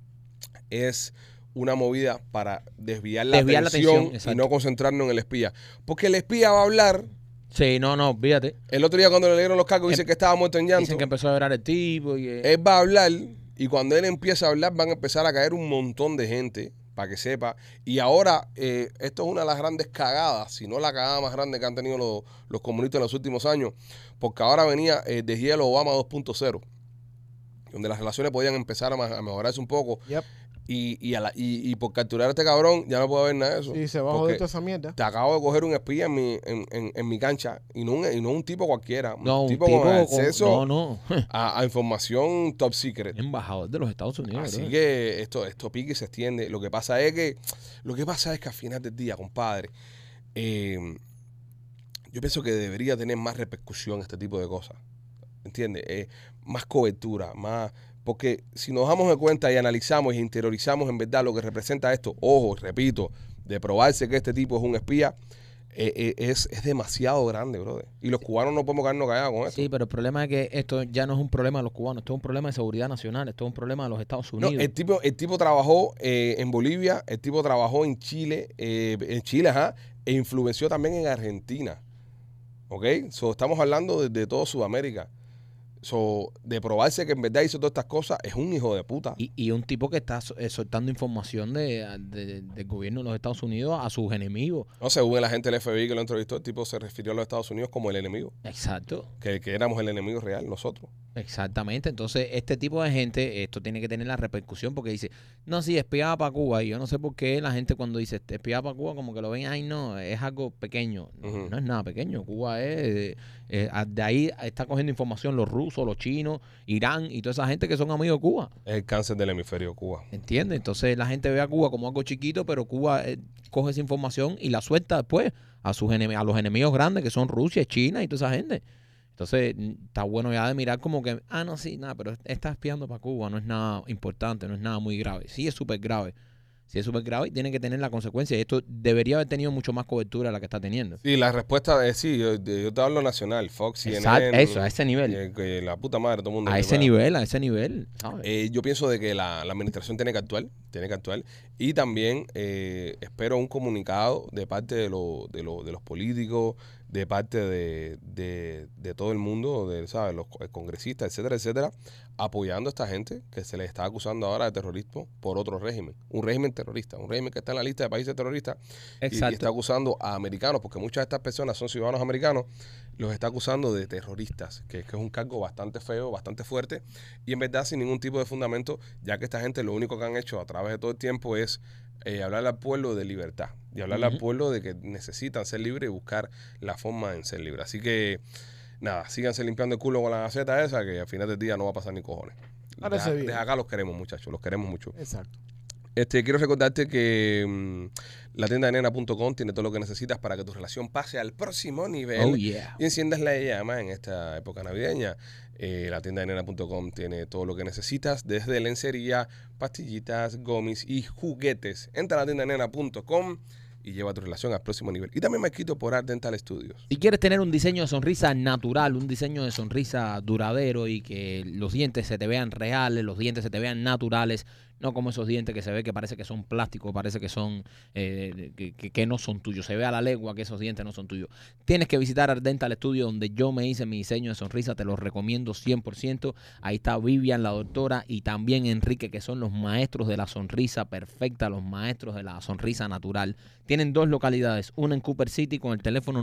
Speaker 1: es una movida para desviar la atención y
Speaker 2: exacto.
Speaker 1: no concentrarnos en el espía. Porque el espía va a hablar.
Speaker 2: Sí, no, olvídate.
Speaker 1: El otro día cuando le leyeron los cargos dicen que estaba muerto en llanto.
Speaker 2: Dicen que empezó a llorar el tipo. Y
Speaker 1: Él va a hablar y cuando él empieza a hablar van a empezar a caer un montón de gente, para que sepa. Y ahora esto es una de las grandes cagadas, si no la cagada más grande que han tenido los comunistas en los últimos años, porque ahora venía de hielo Obama 2.0, donde las relaciones podían empezar a mejorarse un poco.
Speaker 3: Yep.
Speaker 1: Y por capturar a este cabrón ya no puedo ver nada de eso.
Speaker 3: Sí, se bajó
Speaker 1: Porque
Speaker 3: de toda esa mierda.
Speaker 1: te acabo de coger un espía en mi cancha y no un tipo cualquiera.
Speaker 2: No,
Speaker 1: un tipo con acceso
Speaker 2: no.
Speaker 1: a información top secret.
Speaker 2: Embajador de los Estados Unidos.
Speaker 1: Así
Speaker 2: bro.
Speaker 1: que esto pique y se extiende. Lo que pasa es que al final del día, compadre, yo pienso que debería tener más repercusión este tipo de cosas. ¿Entiendes? Más cobertura, más... Porque si nos damos de cuenta y analizamos y interiorizamos en verdad lo que representa esto, ojo, repito, de probarse que este tipo es un espía, es demasiado grande, brother. Y los cubanos no podemos quedarnos callados con esto.
Speaker 2: Sí, pero el problema es que esto ya no es un problema de los cubanos, esto es un problema de seguridad nacional, esto es un problema de los Estados
Speaker 1: No,
Speaker 2: Unidos.
Speaker 1: el tipo trabajó en Bolivia, el tipo trabajó en Chile, e influenció también en Argentina. ¿Ok? So, estamos hablando de todo Sudamérica. So, de probarse que en verdad hizo todas estas cosas, es un hijo de puta.
Speaker 2: Y un tipo que está soltando información del gobierno de los Estados Unidos a sus enemigos.
Speaker 1: No, según el agente del FBI que lo entrevistó, el tipo se refirió a los Estados Unidos como el enemigo.
Speaker 2: Exacto.
Speaker 1: Que éramos el enemigo real, nosotros.
Speaker 2: Exactamente, entonces este tipo de gente, esto tiene que tener la repercusión porque dice, no, sí, espiaba para Cuba, y yo no sé por qué la gente cuando dice espiaba para Cuba como que lo ven, ay no, es algo pequeño, no,
Speaker 1: Ujú.
Speaker 2: no es nada pequeño, Cuba es, de ahí está cogiendo información los rusos, los chinos, Irán y toda esa gente que son amigos de Cuba,
Speaker 1: Es el cáncer del hemisferio Cuba.
Speaker 2: ¿entiendes? Entonces la gente ve a Cuba como algo chiquito, pero Cuba coge esa información y la suelta después a los enemigos grandes que son Rusia, China y toda esa gente. Entonces, está bueno ya de mirar como que, no, sí, nada, pero está espiando para Cuba, no es nada importante, no es nada muy grave. Sí es súper grave, y tiene que tener la consecuencia. Y esto debería haber tenido mucho más cobertura de la que está teniendo.
Speaker 1: Sí, la respuesta es sí, yo te hablo nacional, Fox, CNN.
Speaker 2: Exacto, eso, a ese nivel.
Speaker 1: Que la puta madre, todo el mundo.
Speaker 2: A ese nivel, ¿sabes?
Speaker 1: Yo pienso de que la administración tiene que actuar, y también espero un comunicado de parte de los políticos, de parte de todo el mundo, ¿sabes? Los congresistas, etcétera, etcétera, apoyando a esta gente que se les está acusando ahora de terrorismo por otro régimen, un régimen terrorista, un régimen que está en la lista de países terroristas y está acusando a americanos, porque muchas de estas personas son ciudadanos americanos, los está acusando de terroristas, que es un cargo bastante feo, bastante fuerte, y en verdad sin ningún tipo de fundamento, ya que esta gente lo único que han hecho a través de todo el tiempo es hablarle al pueblo de libertad y hablarle al pueblo de que necesitan ser libres y buscar la forma en ser libres. Así que, nada, síganse limpiando el culo con la gaceta esa, que al final del día no va a pasar ni cojones. Desde acá los queremos, muchachos, los queremos mucho.
Speaker 3: Exacto.
Speaker 1: Quiero recordarte que la tienda de nena.com tiene todo lo que necesitas para que tu relación pase al próximo nivel
Speaker 2: Oh, yeah.
Speaker 1: y enciendas la llama en esta época navideña. La tienda de nena.com tiene todo lo que necesitas, desde lencería, pastillitas, gomis y juguetes. Entra a la tienda de nena.com y lleva tu relación al próximo nivel. Y también me quito por Art Dental Studios.
Speaker 2: Si quieres tener un diseño de sonrisa natural, un diseño de sonrisa duradero y que los dientes se te vean reales, los dientes se te vean naturales, no como esos dientes que se ve que parece que son plásticos, parece que son que no son tuyos. Se ve a la legua que esos dientes no son tuyos. Tienes que visitar Art Dental Studio, donde yo me hice mi diseño de sonrisa. Te lo recomiendo 100%. Ahí está Vivian, la doctora, y también Enrique, que son los maestros de la sonrisa perfecta, los maestros de la sonrisa natural. Tienen 2 localidades, una en Cooper City con el teléfono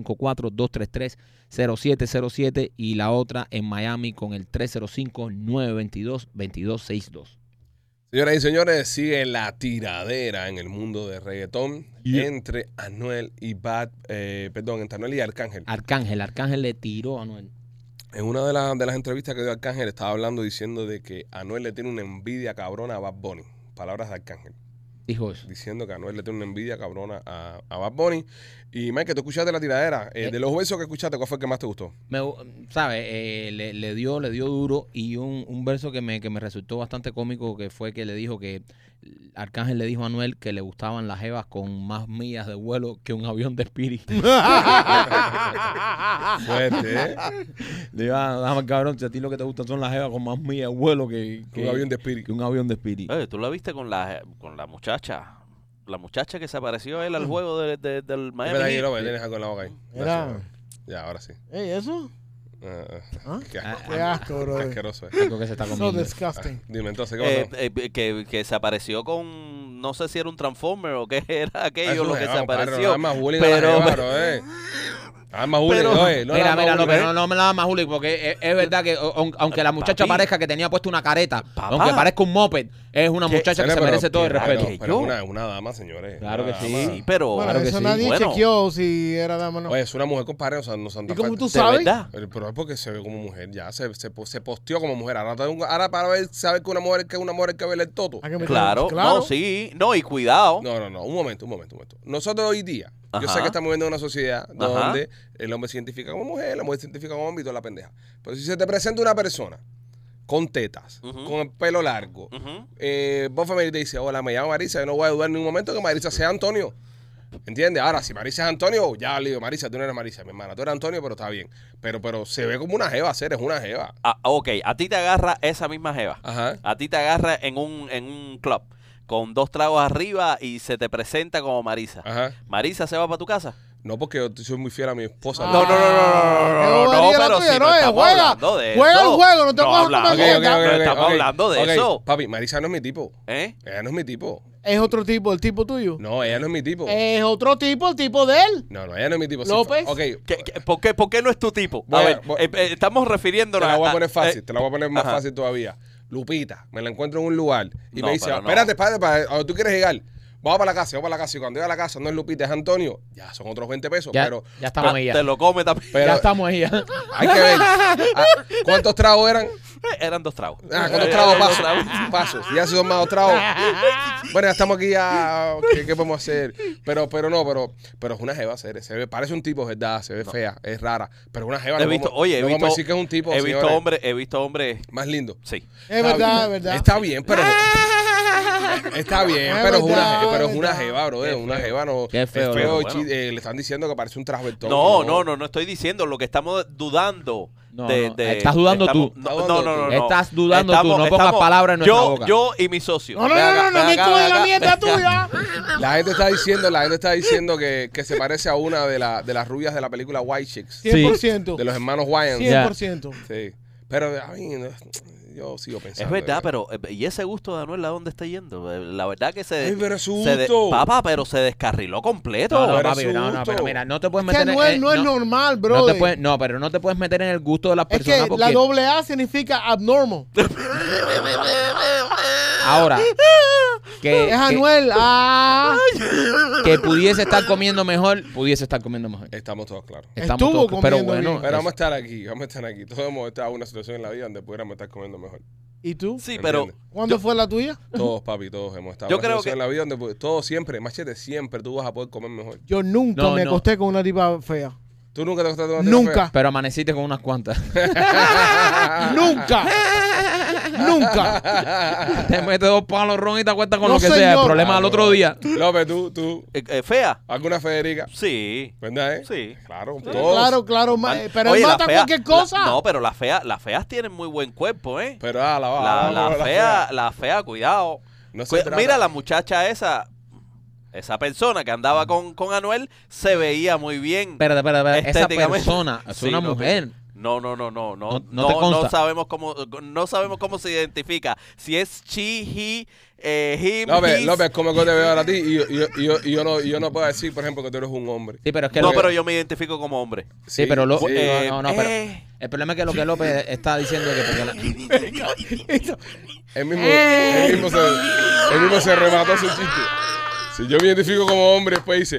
Speaker 2: 954-233-0707 y la otra en Miami con el 305-922-2262.
Speaker 1: Señoras y señores, sigue la tiradera en el mundo de reggaetón entre Anuel y entre Anuel y Arcángel.
Speaker 2: Arcángel le tiró a Anuel.
Speaker 1: En una de las entrevistas que dio Arcángel estaba hablando diciendo de que Anuel le tiene una envidia cabrona a Bad Bunny. Palabras de Arcángel.
Speaker 2: Dijo eso.
Speaker 1: Diciendo que Anuel le tiene una envidia cabrona a Bad Bunny. Y Mike, tú escuchaste la tiradera. De los versos que escuchaste, ¿cuál fue el que más te gustó?
Speaker 2: ¿Sabes? Le dio duro, y un verso que me resultó bastante cómico, que fue que le dijo que Arcángel le dijo a Anuel que le gustaban las jevas con más millas de vuelo que un avión de Spirit.
Speaker 1: Fuerte, ¿eh?
Speaker 2: Le digo, dame cabrón, si a ti lo que te gustan son las jevas con más millas de vuelo que
Speaker 1: un avión de Spirit.
Speaker 2: Que un avión de Spirit.
Speaker 4: ¿Tú la viste con la muchacha? La muchacha que se apareció a él al juego del Miami
Speaker 1: Ahí,
Speaker 4: Heat.
Speaker 1: tienes algo en la boca ahí.
Speaker 3: Era.
Speaker 1: Ya, ahora sí.
Speaker 3: Ey, ¿eso? ¿Ah?
Speaker 1: Qué asco.
Speaker 3: Qué asco, bro.
Speaker 1: Qué asqueroso es.
Speaker 2: Algo que se está
Speaker 3: So
Speaker 2: comiendo.
Speaker 3: disgusting.
Speaker 1: Dime entonces, ¿qué pasó?
Speaker 4: Que se apareció con, no sé si era un Transformer o qué era aquello
Speaker 1: Eso
Speaker 4: lo
Speaker 1: no
Speaker 4: que
Speaker 1: es,
Speaker 4: se
Speaker 1: compadre,
Speaker 4: apareció.
Speaker 1: nada más bullying a
Speaker 4: pero-
Speaker 1: la jeva, bro, Ah, más Juli,
Speaker 4: Pero-
Speaker 1: oye, no
Speaker 2: Mira,
Speaker 1: la
Speaker 2: mira,
Speaker 1: Juli,
Speaker 2: López,
Speaker 1: ¿eh?
Speaker 2: no me la da más Juli, porque es verdad que aunque la muchacha
Speaker 4: Papi.
Speaker 2: parezca que tenía puesto una careta,
Speaker 4: Papá.
Speaker 2: aunque parezca un moped, es una
Speaker 4: ¿Qué?
Speaker 2: muchacha que
Speaker 1: Señores,
Speaker 2: se merece todo el
Speaker 4: pero-
Speaker 2: respeto.
Speaker 4: que
Speaker 1: Pero
Speaker 4: yo-
Speaker 1: es una dama, señores.
Speaker 2: Claro
Speaker 1: una
Speaker 2: que sí.
Speaker 1: dama.
Speaker 4: Sí, pero...
Speaker 3: Bueno,
Speaker 2: Claro que
Speaker 3: eso
Speaker 2: sí.
Speaker 3: nadie
Speaker 4: Bueno.
Speaker 3: chequeó si era dama o no.
Speaker 1: Oye, es una mujer con pareja, o sea, no son
Speaker 3: ¿Y
Speaker 1: tan
Speaker 3: cómo tú
Speaker 4: ¿De
Speaker 3: sabes?
Speaker 4: verdad?
Speaker 1: Pero es porque se ve como mujer, ya se posteó como mujer. Ahora para ver, saber que una mujer hay que verle el toto.
Speaker 3: ¿A qué me
Speaker 4: Claro,
Speaker 3: claro.
Speaker 4: no, sí. No, y cuidado.
Speaker 1: No, un momento. Nosotros hoy día, yo sé
Speaker 4: Ajá.
Speaker 1: que estamos viviendo en una sociedad
Speaker 4: Ajá.
Speaker 1: donde el hombre se identifica como mujer, la mujer se identifica como hombre y toda la pendeja. Pero si se te presenta una persona con tetas,
Speaker 4: Ujú.
Speaker 1: con el pelo largo,
Speaker 4: Ujú.
Speaker 1: vos familia te dice, hola, me llamo Marisa, yo no voy a dudar en ningún momento que Marisa sea Antonio. ¿Entiendes? Ahora, si Marisa es Antonio, ya le digo, Marisa, tú no eres Marisa, mi hermana, tú eres Antonio, pero está bien. Pero se ve como una jeva, es una jeva.
Speaker 4: Ah, ok, a ti te agarra esa misma jeva.
Speaker 1: Ajá.
Speaker 4: A ti te agarra en un club con 2 tragos arriba y se te presenta como Marisa.
Speaker 1: Ajá.
Speaker 4: ¿Marisa se va para tu casa?
Speaker 1: No, porque yo soy muy fiel a mi esposa.
Speaker 4: No,
Speaker 3: bobería la
Speaker 4: pero
Speaker 3: tuya,
Speaker 4: si
Speaker 3: no,
Speaker 4: no estamos
Speaker 3: juega.
Speaker 4: hablando de
Speaker 3: Juega
Speaker 4: eso.
Speaker 3: el juego, no te cojas
Speaker 4: hablamos-
Speaker 3: como
Speaker 4: ok,
Speaker 3: mierda.
Speaker 4: ok, no estamos hablando de
Speaker 1: ok.
Speaker 4: eso.
Speaker 1: Papi, Marisa no es mi tipo.
Speaker 4: ¿Eh?
Speaker 1: Ella no es mi tipo.
Speaker 3: Es otro tipo, el tipo tuyo.
Speaker 1: No, ella no es mi tipo.
Speaker 3: Es otro tipo, el tipo de él.
Speaker 1: No, ella no es mi tipo.
Speaker 3: López.
Speaker 1: Ok,
Speaker 4: ¿Por qué no es tu tipo?
Speaker 1: Voy
Speaker 4: A
Speaker 1: a-
Speaker 4: ver,
Speaker 1: voy-
Speaker 4: estamos
Speaker 1: te
Speaker 4: refiriéndonos
Speaker 1: la voy a
Speaker 4: a-
Speaker 1: poner fácil, te la voy a poner más
Speaker 4: ajá.
Speaker 1: fácil todavía. Lupita, me la encuentro en un lugar y
Speaker 4: No,
Speaker 1: me dice,
Speaker 4: pero no.
Speaker 1: espérate, a donde tú quieres llegar. Vamos para la casa. Y cuando llega a la casa no es Lupita, es Antonio. Ya son otros 20 pesos,
Speaker 2: Ya,
Speaker 1: pero
Speaker 2: ya estamos ahí.
Speaker 4: Te lo come también.
Speaker 1: pero
Speaker 2: Ya estamos ahí. Ya.
Speaker 1: hay que ver. ¿Cuántos tragos eran?
Speaker 4: Eran 2 tragos.
Speaker 1: ¿Cuántos tragos pasos? Ya se son más 2 tragos. Bueno, ya estamos aquí ya. ¿Qué podemos hacer? Pero es una jeva, se ve, parece un tipo, ¿verdad? Se ve fea, es rara. Pero una jeva,
Speaker 4: He visto,
Speaker 1: no vamos a decir que es un tipo,
Speaker 4: he visto
Speaker 1: señores,
Speaker 4: hombres,
Speaker 1: más lindo.
Speaker 4: sí.
Speaker 3: Es verdad, es verdad.
Speaker 1: Está bien, pero está bien,
Speaker 3: Es
Speaker 1: pero es
Speaker 3: verdad,
Speaker 1: una,
Speaker 3: es
Speaker 1: una
Speaker 3: verdad.
Speaker 1: jeva, bro.
Speaker 4: Qué
Speaker 1: Una
Speaker 4: feo.
Speaker 1: jeva no.
Speaker 2: Qué feo,
Speaker 1: es feo,
Speaker 4: bro.
Speaker 1: le están diciendo que parece un transvestón.
Speaker 4: No estoy diciendo lo que estamos dudando.
Speaker 2: No, no, estás dudando
Speaker 4: estamos-
Speaker 2: tú.
Speaker 4: No.
Speaker 2: Estás dudando tú, no pongas palabras en nuestra boca.
Speaker 4: Yo y mi socio.
Speaker 3: No, no,
Speaker 1: Ven
Speaker 3: no,
Speaker 1: acá,
Speaker 3: no, no
Speaker 1: ven
Speaker 3: me
Speaker 1: acá,
Speaker 3: incluye
Speaker 1: ven
Speaker 3: la
Speaker 1: acá.
Speaker 3: mierda tuya.
Speaker 1: La gente está diciendo que se parece a una de las rubias de la película White Chicks.
Speaker 3: 100%.
Speaker 1: De los hermanos Wayans.
Speaker 3: 100%.
Speaker 1: Sí. Pero a mí, yo sigo pensando.
Speaker 4: Es verdad,
Speaker 1: que-
Speaker 4: pero ¿y ese gusto de Anuel a dónde está yendo? La verdad que
Speaker 1: Ay, pero es su
Speaker 4: se
Speaker 1: gusto.
Speaker 4: papá, pero se descarriló completo.
Speaker 2: No, no,
Speaker 1: Pero
Speaker 2: papi,
Speaker 1: es
Speaker 2: no,
Speaker 1: justo.
Speaker 2: pero mira, no te puedes
Speaker 3: Es que
Speaker 2: meter
Speaker 3: Anuel no es normal, bro.
Speaker 2: pero no te puedes meter en el gusto de las
Speaker 3: Es
Speaker 2: personas
Speaker 3: que
Speaker 2: porque
Speaker 3: la doble A significa abnormal.
Speaker 2: ahora que,
Speaker 3: Es Anuel. Ah.
Speaker 2: que pudiese estar comiendo mejor.
Speaker 1: Estamos todos claros.
Speaker 2: Estamos
Speaker 3: Estuvo
Speaker 2: todos, pero
Speaker 3: comiendo
Speaker 2: bueno,
Speaker 3: bien.
Speaker 1: Pero vamos a estar aquí. Todos hemos estado en una situación en la vida donde pudiéramos estar comiendo mejor.
Speaker 3: ¿Y tú?
Speaker 4: Sí, pero
Speaker 1: ¿Entiendes?
Speaker 3: ¿Cuándo fue la tuya?
Speaker 1: Todos, papi, todos hemos estado
Speaker 4: Yo
Speaker 1: en una
Speaker 4: creo
Speaker 1: situación
Speaker 4: que-
Speaker 1: en la vida donde todos siempre, machete, siempre tú vas a poder comer mejor.
Speaker 3: Yo nunca
Speaker 2: No,
Speaker 3: me
Speaker 2: no.
Speaker 3: acosté con una tipa fea.
Speaker 1: ¿Tú nunca te acostaste con una tía
Speaker 3: Nunca.
Speaker 2: pero amaneciste con unas cuantas.
Speaker 3: Nunca. Nunca.
Speaker 2: Te metes 2 palos ron y te acuestas con
Speaker 3: No,
Speaker 2: lo que sea. El
Speaker 3: señor.
Speaker 2: problema al otro día.
Speaker 1: fea? López, tú,
Speaker 4: fea.
Speaker 1: ¿alguna Federica?
Speaker 4: Sí.
Speaker 1: ¿Verdad,
Speaker 4: Sí.
Speaker 1: Claro, todos.
Speaker 3: Claro, pero
Speaker 4: Oye,
Speaker 3: él
Speaker 4: la
Speaker 3: mata
Speaker 4: fea-
Speaker 3: cualquier cosa.
Speaker 4: no, pero las feas tienen muy buen cuerpo, ¿eh?
Speaker 1: Pero
Speaker 4: La fea, cuidado.
Speaker 1: No se trata-
Speaker 4: Mira, la muchacha esa persona que andaba con Anuel se veía muy bien.
Speaker 2: Espérate. Esa
Speaker 4: Estéticamente.
Speaker 2: persona es
Speaker 4: Sí,
Speaker 2: una
Speaker 4: no,
Speaker 2: mujer.
Speaker 4: No
Speaker 2: te consta.
Speaker 4: no sabemos cómo se identifica. Si es she, he, him,
Speaker 1: López,
Speaker 4: his.
Speaker 1: López, como que te veo a ti y yo no puedo decir, por ejemplo, que tú eres un hombre.
Speaker 2: Sí, pero es que
Speaker 4: No,
Speaker 2: lo-
Speaker 4: pero yo me identifico como hombre.
Speaker 2: Sí, pero lo-
Speaker 1: sí.
Speaker 2: no, pero el problema es que lo que López está diciendo es que porque
Speaker 1: Él mismo se remató su chiste. Si yo me identifico como hombre, después dice,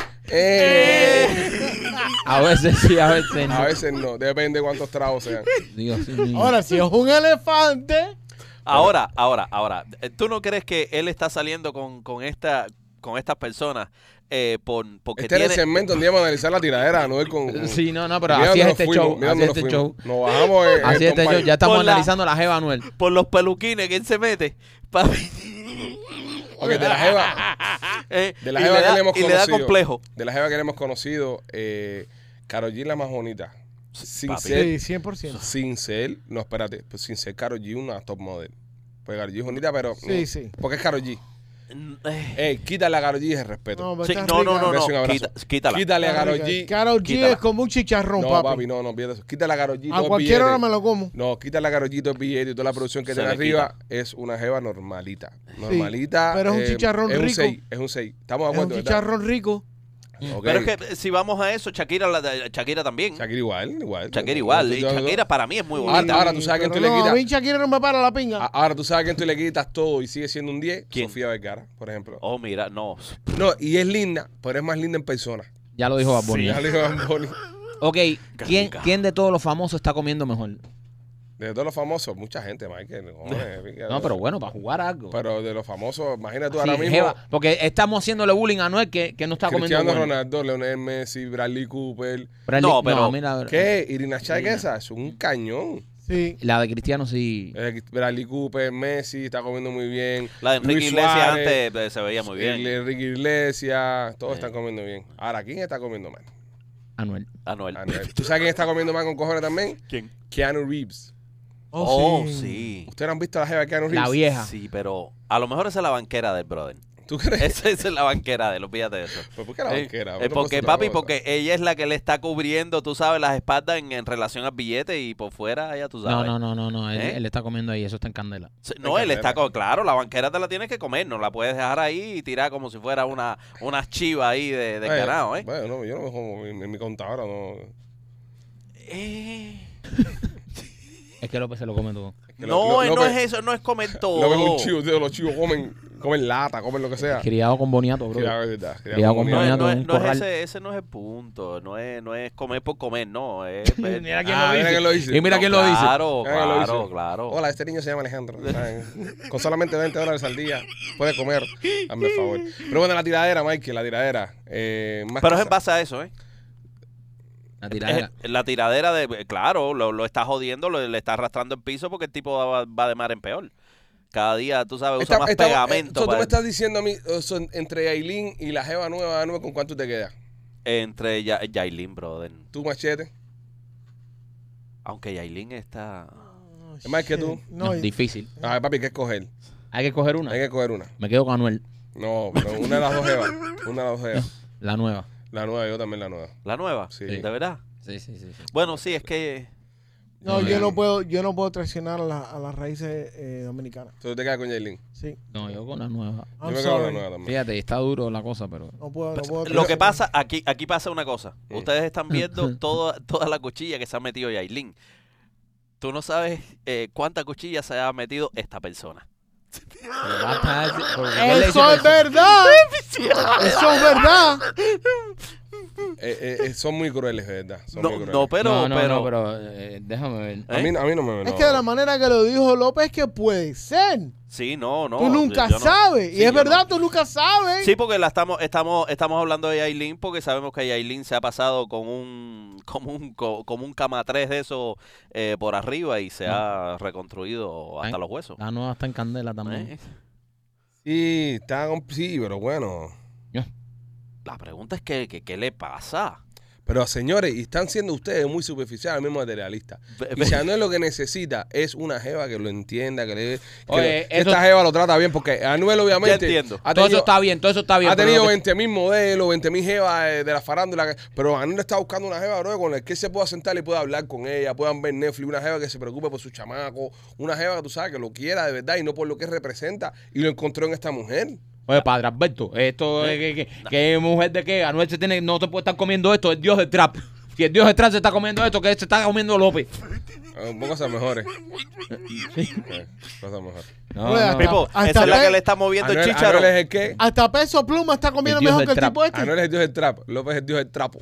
Speaker 2: a veces sí, a veces no.
Speaker 1: a veces no, depende de cuántos tragos sean.
Speaker 2: Dios mío.
Speaker 3: Ahora, si es un elefante.
Speaker 4: Ahora, ¿tú no crees que él está saliendo con estas personas porque
Speaker 1: Este era el
Speaker 4: tiene...
Speaker 1: segmento donde íbamos a analizar la tiradera, ¿no?
Speaker 2: Sí, no, pero
Speaker 1: Mira
Speaker 2: así es
Speaker 1: dónde
Speaker 2: este
Speaker 1: nos
Speaker 2: show.
Speaker 1: fuimos, mira
Speaker 2: Así es
Speaker 1: dónde
Speaker 2: este
Speaker 1: nos
Speaker 2: show.
Speaker 1: fuimos. Nos bajamos en
Speaker 2: Así es este show. Ya estamos
Speaker 4: Por la-
Speaker 2: analizando la jeva Anuel.
Speaker 4: por los peluquines que él se mete.
Speaker 1: Ok, de la jeva. De la
Speaker 4: y
Speaker 1: jeva
Speaker 4: le
Speaker 1: que
Speaker 4: da-
Speaker 1: le hemos
Speaker 4: y
Speaker 1: conocido.
Speaker 4: le da complejo.
Speaker 1: De la jeva que le hemos conocido, Karol G la más bonita. Sin
Speaker 4: Papi.
Speaker 1: ser,
Speaker 3: Sí, 100%.
Speaker 1: sin ser, no, espérate, pues sin ser Karol G una top model. Pues Karol G es bonita, pero
Speaker 3: Sí, sí.
Speaker 1: porque es Karol G. Quítale a Karol G el respeto.
Speaker 3: No, pero
Speaker 4: Sí,
Speaker 3: está
Speaker 4: no,
Speaker 3: rica.
Speaker 4: no,
Speaker 1: Beso y un abrazo.
Speaker 4: quítala.
Speaker 1: Quítale a
Speaker 3: Está
Speaker 1: Karol
Speaker 3: rica.
Speaker 1: G.
Speaker 3: Karol G
Speaker 4: Quítala.
Speaker 3: es como un chicharrón,
Speaker 1: No,
Speaker 3: papi.
Speaker 1: papi, no pierdas eso. Quítale a Karol G
Speaker 3: A
Speaker 1: dos
Speaker 3: cualquier hora
Speaker 1: billetes.
Speaker 3: me lo como.
Speaker 1: No, quítale a Karol G dos billetes y toda la producción que
Speaker 4: Se
Speaker 1: tiene
Speaker 4: le
Speaker 1: arriba es una jeva normalita. Normalita.
Speaker 3: pero es un chicharrón
Speaker 1: es
Speaker 3: rico.
Speaker 1: Es un 6. Estamos de
Speaker 3: Es un
Speaker 1: acuerdo, ¿verdad?
Speaker 3: chicharrón rico.
Speaker 1: Ok.
Speaker 4: Pero es que si vamos a eso, Shakira también.
Speaker 1: Shakira igual.
Speaker 4: Shakira igual. Y Shakira para mí es muy bonita.
Speaker 1: Ahora tú sabes quién tú
Speaker 3: Pero
Speaker 1: le
Speaker 3: no,
Speaker 1: quitas.
Speaker 3: a mí Shakira no me para la pinga.
Speaker 1: Ahora tú sabes quién tú le quitas todo y sigue siendo un 10.
Speaker 4: ¿Quién?
Speaker 1: Sofía Vergara, por ejemplo.
Speaker 4: Oh, mira, no.
Speaker 1: No, y es linda, pero es más linda en persona.
Speaker 2: Ya lo dijo Bad Bunny.
Speaker 1: Ya le digo a Bad Bunny.
Speaker 2: Ok,
Speaker 4: rica.
Speaker 2: ¿quién de todos los famosos está comiendo mejor?
Speaker 1: De todos los famosos, mucha gente, Michael. Cojones,
Speaker 2: No, pero bueno, para jugar algo.
Speaker 1: Pero de los famosos, imagínate tú
Speaker 2: Sí,
Speaker 1: ahora mismo.
Speaker 2: jeva, porque estamos haciéndole bullying a Noel que no está comiendo
Speaker 1: Cristiano
Speaker 2: bueno.
Speaker 1: Ronaldo, Leonel Messi, Bradley Cooper.
Speaker 2: Bradley-
Speaker 4: pero-
Speaker 2: mira,
Speaker 1: ¿Qué? Irina Shayk
Speaker 2: Irina.
Speaker 1: esa, es un cañón.
Speaker 3: Sí.
Speaker 2: la de Cristiano sí.
Speaker 1: Bradley Cooper, Messi, está comiendo muy bien.
Speaker 4: La de Enrique
Speaker 1: Luis
Speaker 4: Iglesias
Speaker 1: Suárez,
Speaker 4: antes se veía muy bien.
Speaker 1: Enrique Iglesias, todos están comiendo bien. Ahora, ¿quién está comiendo mal?
Speaker 2: Anuel.
Speaker 4: Anuel.
Speaker 1: ¿Tú sabes quién está comiendo mal con cojones también?
Speaker 4: ¿Quién?
Speaker 1: Keanu Reeves.
Speaker 4: Oh, sí.
Speaker 1: ¿Ustedes han visto la jeva de Keanu Reeves?
Speaker 2: La vieja.
Speaker 4: Sí, pero a lo mejor esa es la banquera del brother.
Speaker 1: ¿Tú crees?
Speaker 4: Esa es la banquera de él, olvídate de eso.
Speaker 1: ¿Pero por qué la banquera? Otro
Speaker 4: Porque,
Speaker 1: otra
Speaker 4: papi,
Speaker 1: cosa.
Speaker 4: porque ella es la que le está cubriendo, tú sabes, las espaldas en relación al billete y por fuera, ella tú sabes.
Speaker 2: No.
Speaker 4: ¿Eh?
Speaker 2: Él está comiendo ahí, eso está en candela.
Speaker 4: No, él está
Speaker 1: candela.
Speaker 4: claro, la banquera te la tienes que comer, no la puedes dejar ahí y tirar como si fuera una chiva ahí de ganado, ¿eh?
Speaker 1: Bueno, no, yo no me como en mi contadora, no.
Speaker 2: Es que López se lo come todo.
Speaker 1: Que
Speaker 4: No, no
Speaker 1: López-
Speaker 4: es eso, no es comer todo.
Speaker 1: López es un chivo, tío, los chivos comen lata, comen lo que sea.
Speaker 2: Criado con boniato, bro.
Speaker 1: Criado, es verdad,
Speaker 2: Criado con
Speaker 1: boniato.
Speaker 2: boniato.
Speaker 4: No,
Speaker 2: en un
Speaker 4: no es
Speaker 2: corral.
Speaker 4: ese no es el punto, no es comer por comer, no. Es,
Speaker 2: Mira quién
Speaker 1: Ah, mira quién lo dice.
Speaker 2: Y mira quién lo dice.
Speaker 4: Claro,
Speaker 1: Mira quién lo dice.
Speaker 4: claro.
Speaker 1: Hola, este niño se llama Alejandro. Con solamente $20 al día puede comer. Hazme el favor. Pero bueno, la tiradera, Michael, la tiradera. Más
Speaker 4: Pero es
Speaker 1: que
Speaker 4: en base a eso, ¿eh?
Speaker 2: La tiradera.
Speaker 4: La tiradera de, claro, lo está jodiendo, le está arrastrando el piso porque el tipo va de mar en peor. Cada día, tú sabes, usa más pegamento.
Speaker 1: Tú me estás diciendo a mí, entre Yailin y la jeva nueva, ¿con cuánto te queda?
Speaker 4: Entre Yailin, brother.
Speaker 1: ¿Tú, Machete?
Speaker 4: Aunque Yailin está...
Speaker 1: Es más que tú.
Speaker 2: No, difícil.
Speaker 1: A ver, papi, hay que escoger.
Speaker 2: Hay que coger una.
Speaker 1: Hay que coger una.
Speaker 2: Me quedo con Anuel,
Speaker 1: No, pero una de las dos jevas. Una de las dos jevas.
Speaker 2: la nueva.
Speaker 1: La nueva, yo también la nueva.
Speaker 4: ¿La nueva?
Speaker 1: Sí.
Speaker 4: ¿De verdad?
Speaker 2: Sí.
Speaker 4: Bueno, sí, es que...
Speaker 3: No,
Speaker 1: No,
Speaker 3: yo no puedo traicionar a las raíces dominicanas.
Speaker 1: Entonces te quedas con Yailin.
Speaker 3: Sí.
Speaker 2: No, yo con la nueva.
Speaker 1: Yo
Speaker 3: I'm
Speaker 1: me quedo con la
Speaker 3: sorry.
Speaker 1: nueva también.
Speaker 2: Fíjate, está duro la cosa, pero...
Speaker 3: No puedo
Speaker 4: Lo que
Speaker 3: traicionar.
Speaker 4: pasa, aquí pasa una cosa.
Speaker 1: Mm.
Speaker 4: Ustedes están viendo toda la cuchilla que se ha metido Yailin. Tú no sabes cuánta cuchilla se ha metido esta persona.
Speaker 2: pero basta de- porque él le dice
Speaker 3: ¡Eso es verdad! ¡Eso es verdad!
Speaker 1: Son muy crueles, de verdad. Son
Speaker 4: No,
Speaker 1: muy crueles.
Speaker 4: no, pero...
Speaker 2: pero déjame ver.
Speaker 1: A mí no me...
Speaker 3: Es que de la manera que lo dijo López, que puede ser.
Speaker 4: Sí, no.
Speaker 3: Tú nunca
Speaker 4: yo no-
Speaker 3: sabes.
Speaker 4: sí,
Speaker 3: Y es
Speaker 4: yo
Speaker 3: verdad,
Speaker 4: no.
Speaker 3: tú nunca sabes.
Speaker 4: Sí, porque estamos hablando de Yailin porque sabemos que Yailin se ha pasado con un cama 3 de eso por arriba y se ha reconstruido hasta
Speaker 2: Ay.
Speaker 4: los huesos.
Speaker 2: La nueva está en candela también.
Speaker 4: ¿Eh?
Speaker 1: Sí, sí, pero bueno.
Speaker 4: La pregunta es que ¿qué le pasa?
Speaker 1: Pero señores, y están siendo ustedes muy superficiales, muy materialistas. Y si Anuel lo que necesita es una jeva que lo entienda, que
Speaker 2: Oye,
Speaker 1: que
Speaker 2: eso-
Speaker 1: esta jeva lo trata bien, porque Anuel obviamente
Speaker 4: Ya entiendo.
Speaker 1: ha
Speaker 2: Todo eso
Speaker 1: tenido,
Speaker 2: está bien, todo eso está bien.
Speaker 1: ha
Speaker 2: pero
Speaker 1: tenido
Speaker 2: lo que-
Speaker 1: 20,000 modelos, 20,000 jevas de la farándula, pero Anuel está buscando una jeva, bro, con la que él se pueda sentar y pueda hablar con ella, puedan ver Netflix, una jeva que se preocupe por su chamaco, una jeva que tú sabes que lo quiera de verdad y no por lo que representa, y lo encontró en esta mujer.
Speaker 2: Oye, padre Alberto, esto es que mujer de qué, Anuel no se puede estar comiendo esto, el dios del trap. Si el dios del trap se está comiendo esto, que se está comiendo López.
Speaker 1: Un poco cosas mejores. Cosas mejores.
Speaker 2: No,
Speaker 3: Oye,
Speaker 2: no.
Speaker 4: Pipo,
Speaker 3: hasta
Speaker 4: esa es la
Speaker 3: pe-
Speaker 4: que le está moviendo el
Speaker 1: Anuel
Speaker 4: chícharo.
Speaker 1: es el qué?
Speaker 3: Hasta Peso Pluma está comiendo
Speaker 2: El dios
Speaker 3: mejor que
Speaker 2: del
Speaker 3: el
Speaker 2: trap.
Speaker 3: tipo este.
Speaker 1: Anuel es el dios del trap, López es el dios del trapo.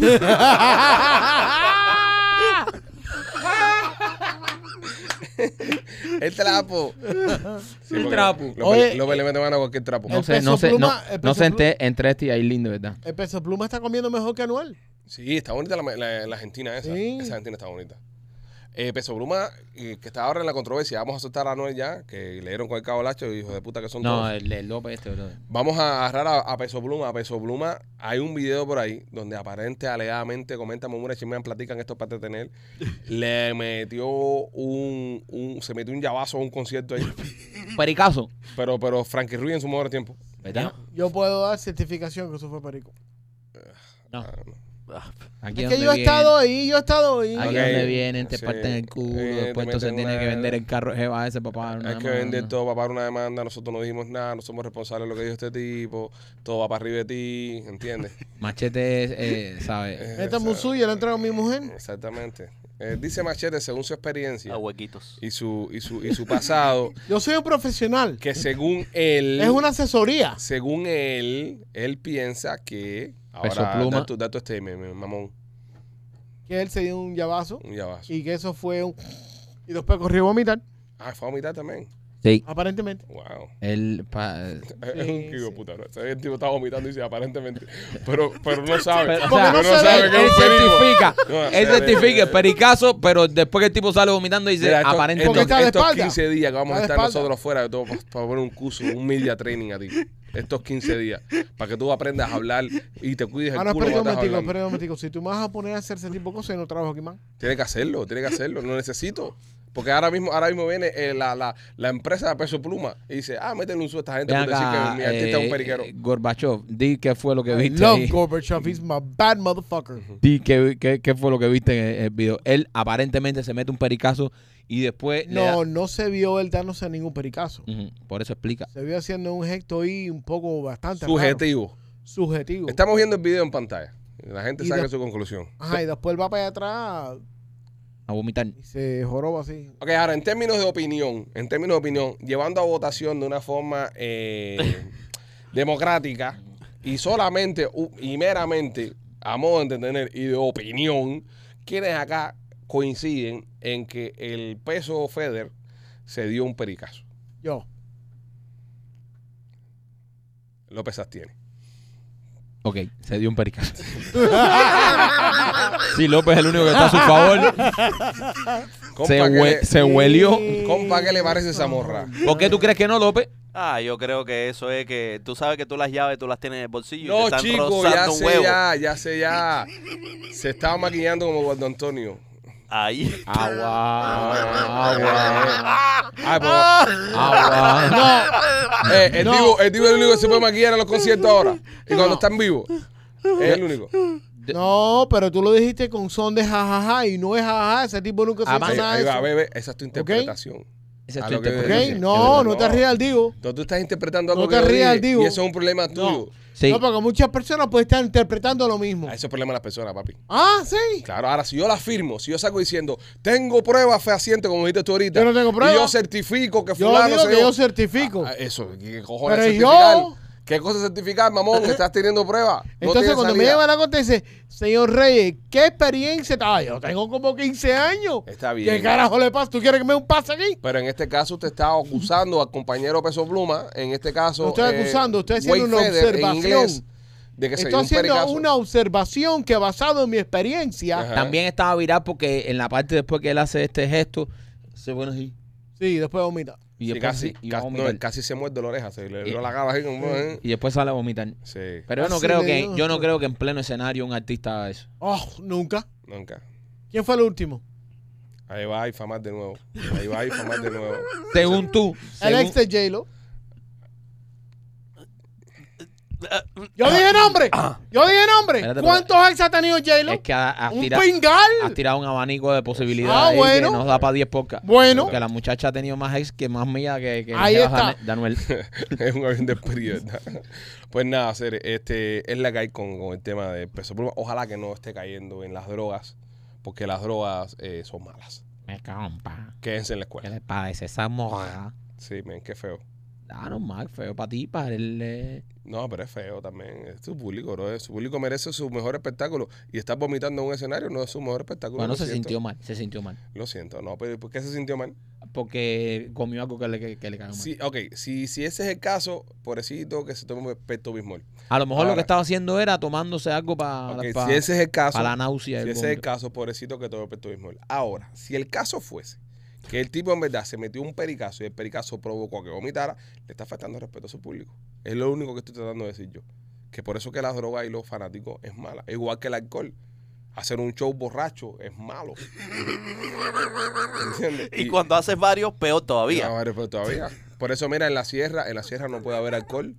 Speaker 1: El trapo. Sí,
Speaker 2: El
Speaker 1: porque
Speaker 2: trapo.
Speaker 3: Oye,
Speaker 1: López le mete mano a cualquier trapo.
Speaker 2: No
Speaker 3: El
Speaker 2: sé,
Speaker 3: Peso
Speaker 2: no sé, no,
Speaker 3: Pluma- el
Speaker 2: no
Speaker 3: Peso
Speaker 2: sé entre este y Aileen, de verdad.
Speaker 3: El Peso Pluma está comiendo mejor que Anuel.
Speaker 1: Sí, está bonita la Argentina esa.
Speaker 3: Sí.
Speaker 1: Esa Argentina está bonita. Peso Pluma, que está ahora en la controversia. Vamos a soltar a Anuel ya, que le dieron con el cabo lacho y hijos de puta que son
Speaker 2: No,
Speaker 1: todos.
Speaker 2: el López este, bro.
Speaker 1: Vamos a agarrar a Peso Pluma. A Peso Pluma hay un video por ahí donde aparente, alegadamente, comenta, murmura, chismean, platican esto para entretener. Le metió se metió un llavazo a un concierto ahí.
Speaker 2: Pericazo,
Speaker 1: Pero Frankie Ruiz en su mejor tiempo.
Speaker 2: ¿verdad?
Speaker 3: Yo puedo dar certificación que eso fue perico.
Speaker 2: No. Aquí
Speaker 3: Es
Speaker 2: donde
Speaker 3: que yo he
Speaker 2: vienen,
Speaker 3: estado ahí,
Speaker 2: Aquí
Speaker 1: Ok.
Speaker 2: donde vienen, te
Speaker 1: Sí.
Speaker 2: parten el culo, después
Speaker 1: te
Speaker 2: entonces
Speaker 1: meten
Speaker 2: tiene
Speaker 1: una-
Speaker 2: que vender el carro jeva ese papá.
Speaker 1: Hay que vender todo para pagar una demanda. Nosotros no dijimos nada, no somos responsables de lo que dijo este tipo. Todo va para arriba de ti, ¿entiendes?
Speaker 2: Machete, ¿sabes?
Speaker 3: Esta es muy suya, le entrego a mi mujer.
Speaker 1: Exactamente. Dice Machete, según su experiencia
Speaker 4: A huequitos.
Speaker 1: y su pasado,
Speaker 3: Yo soy un profesional.
Speaker 1: que según él,
Speaker 3: Es una asesoría.
Speaker 1: según él piensa que
Speaker 2: Peso
Speaker 1: ahora
Speaker 2: Pluma.
Speaker 1: da tu statement, mamón,
Speaker 3: Que él se dio un llavazo
Speaker 1: un llavazo.
Speaker 3: y que eso fue un... Y después corrió a vomitar,
Speaker 1: Ah, fue a mitad también.
Speaker 2: Sí.
Speaker 3: aparentemente.
Speaker 1: Wow.
Speaker 2: Él,
Speaker 1: Es un hijo de
Speaker 3: sí.
Speaker 1: puta, ¿no? O sea, el tipo estaba vomitando y dice aparentemente, pero no sabe.
Speaker 2: Pero, o
Speaker 3: Porque
Speaker 2: sea,
Speaker 3: no
Speaker 1: no
Speaker 3: se
Speaker 1: sabe
Speaker 3: ve.
Speaker 1: que es
Speaker 2: él
Speaker 1: un perico.
Speaker 2: certifica,
Speaker 1: No,
Speaker 2: él certifica el pericazo, pero después que el tipo sale vomitando dice,
Speaker 1: Mira,
Speaker 2: aparentemente.
Speaker 3: Porque está de
Speaker 1: estos
Speaker 3: espalda.
Speaker 1: 15 días que vamos a
Speaker 3: Está de
Speaker 1: estar
Speaker 3: espalda.
Speaker 1: nosotros fuera de todo para poner un curso, un media training a ti. Estos 15 días, para que tú aprendas a hablar y te cuides el
Speaker 3: Ah, no,
Speaker 1: culo
Speaker 3: espera un
Speaker 1: cuando estás
Speaker 3: momentico,
Speaker 1: hablando.
Speaker 3: espera un momentico. Si tú me vas a poner a hacer ese tipo de cosas, yo no trabajo aquí más.
Speaker 1: Tienes que hacerlo, lo necesito. Porque ahora mismo viene la empresa de Peso Pluma y dice, métele un sueldo a esta gente
Speaker 2: Ven
Speaker 1: por decir
Speaker 2: acá,
Speaker 1: que mi artista es un periquero.
Speaker 2: Gorbachev, di qué fue lo que
Speaker 3: I
Speaker 2: viste
Speaker 3: love
Speaker 2: ahí.
Speaker 3: Gorbachev, he's my bad motherfucker.
Speaker 2: Di qué fue lo que viste en el video. Él aparentemente se mete un pericazo y después le da-
Speaker 3: No se vio él dándose ningún pericazo.
Speaker 2: Ujú, por eso explica.
Speaker 3: Se vio haciendo un gesto ahí un poco bastante
Speaker 1: Subjetivo.
Speaker 3: raro. Subjetivo.
Speaker 1: Estamos viendo el video en pantalla. La gente
Speaker 3: Y
Speaker 1: saca
Speaker 3: de-
Speaker 1: su conclusión.
Speaker 3: Ajá, y después él va para allá atrás
Speaker 2: A vomitar.
Speaker 3: y se joroba así.
Speaker 1: Ok, ahora en términos de opinión, llevando a votación de una forma democrática y solamente y meramente a modo de entender y de opinión, quienes acá coinciden en que el peso Feder se dio un pericazo.
Speaker 3: Yo.
Speaker 1: López Sastiene.
Speaker 2: Ok, se dio un pericazo. Sí, López es el único que está a su favor. Se huelió.
Speaker 1: Compa, ¿qué le parece esa morra?
Speaker 2: ¿Por qué tú crees que no, López?
Speaker 4: Yo creo que eso es que tú sabes que tú las llaves tú las tienes en el bolsillo y te
Speaker 1: No,
Speaker 4: están
Speaker 1: chico, ya
Speaker 4: rozando un
Speaker 1: sé
Speaker 4: huevo.
Speaker 1: ya sé ya. Se estaba maquillando como Guardo Antonio.
Speaker 4: Ahí.
Speaker 2: Agua.
Speaker 1: Ay, pues,
Speaker 2: Agua.
Speaker 1: el tipo es el único que se puede maquillar en los conciertos ahora. Y cuando están vivos. Es el único.
Speaker 3: No, pero tú lo dijiste con son de jajaja y no es jajaja. Ese tipo nunca se
Speaker 2: Ah,
Speaker 3: hizo
Speaker 1: Ahí,
Speaker 3: nada
Speaker 1: ahí
Speaker 3: de
Speaker 1: va,
Speaker 3: eso.
Speaker 1: bebé. Esa es tu interpretación.
Speaker 2: Esa es
Speaker 1: A
Speaker 2: tu
Speaker 1: lo que-
Speaker 3: ¿Ok?
Speaker 2: interpretación.
Speaker 3: No,
Speaker 1: No.
Speaker 3: no te rías al digo.
Speaker 1: Entonces tú estás interpretando algo
Speaker 3: No
Speaker 1: que
Speaker 3: te
Speaker 1: yo
Speaker 3: rías,
Speaker 1: dije,
Speaker 3: digo.
Speaker 1: y eso es un problema tuyo.
Speaker 2: Sí.
Speaker 3: No, porque muchas personas pueden estar interpretando lo mismo.
Speaker 1: Eso es el problema de las personas, papi.
Speaker 3: Ah, sí.
Speaker 1: Claro, ahora si yo la afirmo, si yo salgo diciendo, tengo pruebas fehacientes, como dijiste tú ahorita.
Speaker 3: Yo no tengo
Speaker 1: Y
Speaker 3: pruebas.
Speaker 1: yo certifico que
Speaker 3: Yo
Speaker 1: fulano
Speaker 3: digo
Speaker 1: se
Speaker 3: que
Speaker 1: dio-
Speaker 3: yo certifico.
Speaker 1: Eso, ¿qué cojones
Speaker 3: Pero
Speaker 1: certificar?
Speaker 3: yo-
Speaker 1: ¿Qué cosa es certificar, mamón? Que estás teniendo pruebas. No
Speaker 3: Entonces,
Speaker 1: tienes
Speaker 3: cuando me
Speaker 1: salida.
Speaker 3: llevan a la corte, dice, señor Reyes, ¿qué experiencia? Yo tengo como 15 años.
Speaker 1: Está bien.
Speaker 3: ¿Qué carajo le pasa? ¿Tú quieres que me dé un pase aquí?
Speaker 1: Pero en este caso usted está acusando al compañero Peso Pluma, en este caso...
Speaker 3: No estoy acusando, estoy haciendo
Speaker 1: Wade
Speaker 3: una
Speaker 1: Feder, en
Speaker 3: observación.
Speaker 1: inglés, de que se dio
Speaker 3: Estoy
Speaker 1: un
Speaker 3: haciendo
Speaker 1: pericazo.
Speaker 3: una observación que basado en mi experiencia,
Speaker 1: Ajá.
Speaker 2: También estaba viral porque en la parte después que él hace este gesto, se pone así.
Speaker 3: sí, después vomita.
Speaker 2: Y
Speaker 1: Sí,
Speaker 2: después,
Speaker 1: casi,
Speaker 2: y va a
Speaker 1: no,
Speaker 2: vomitar.
Speaker 1: él casi se muerde la oreja, se le
Speaker 2: Y-
Speaker 1: dio la cara así como...
Speaker 2: Y después sale a vomitar.
Speaker 1: Sí,
Speaker 2: Pero yo no
Speaker 3: Así
Speaker 2: creo
Speaker 3: le
Speaker 2: que,
Speaker 3: dio.
Speaker 2: yo no creo que en pleno escenario un artista haga eso.
Speaker 3: Oh, nunca.
Speaker 1: nunca.
Speaker 3: ¿Quién fue el último?
Speaker 1: Ahí va a infamar de nuevo.
Speaker 2: Según tú.
Speaker 3: El
Speaker 2: según-
Speaker 3: ex de J-Lo. Yo dije nombre. Yo dije nombre.
Speaker 2: Espérate,
Speaker 3: ¿Cuántos ex ha tenido J-Lo?
Speaker 2: es que has
Speaker 3: Un
Speaker 2: tirado,
Speaker 3: pingal.
Speaker 2: has tirado un abanico de posibilidades
Speaker 3: Ah,
Speaker 2: ahí
Speaker 3: bueno.
Speaker 2: que nos da para 10 podcasts.
Speaker 3: Bueno.
Speaker 2: Porque la muchacha ha tenido más ex que más mía que
Speaker 3: Ahí
Speaker 2: Jeva
Speaker 3: está.
Speaker 2: Danuel.
Speaker 1: Es un avión de ¿verdad? Pues nada, hacer es la que hay con el tema de Peso Pluma. Ojalá que no esté cayendo en las drogas, porque las drogas son malas.
Speaker 2: Me compa.
Speaker 1: Quédense en la
Speaker 2: ¿Qué
Speaker 1: escuela.
Speaker 2: le parece esa morra?
Speaker 1: Sí, men, qué feo.
Speaker 2: Ah, normal, feo para ti, para él.
Speaker 1: No, pero es feo también. Es su público, bro. Su público merece su mejor espectáculo. Y estar vomitando en un escenario no es su mejor espectáculo.
Speaker 2: Bueno,
Speaker 1: lo
Speaker 2: se
Speaker 1: siento.
Speaker 2: sintió mal.
Speaker 1: Lo siento, no, pero ¿por qué se sintió mal?
Speaker 2: Porque comió algo que le cagó mal.
Speaker 1: Sí, ok, si ese es el caso, pobrecito que se tome Pepto Bismol.
Speaker 2: A lo mejor lo
Speaker 1: Ahora-
Speaker 2: que estaba haciendo era tomándose algo para
Speaker 1: Ok, si ese es el caso,
Speaker 2: la náusea. y
Speaker 1: si
Speaker 2: el
Speaker 1: ese es el
Speaker 2: vómito.
Speaker 1: caso, pobrecito que tome Pepto Bismol. Ahora, si el caso fuese que el tipo en verdad se metió un pericazo y el pericazo provocó que vomitara, le está faltando respeto a su público. Es lo único que estoy tratando de decir yo. Que por eso que las drogas y los fanáticos es mala. Igual que el alcohol. Hacer un show borracho es malo. ¿Entiendes?
Speaker 4: Y cuando haces varios, peor todavía.
Speaker 1: No, pero todavía. Por eso, mira, en la sierra no puede haber alcohol.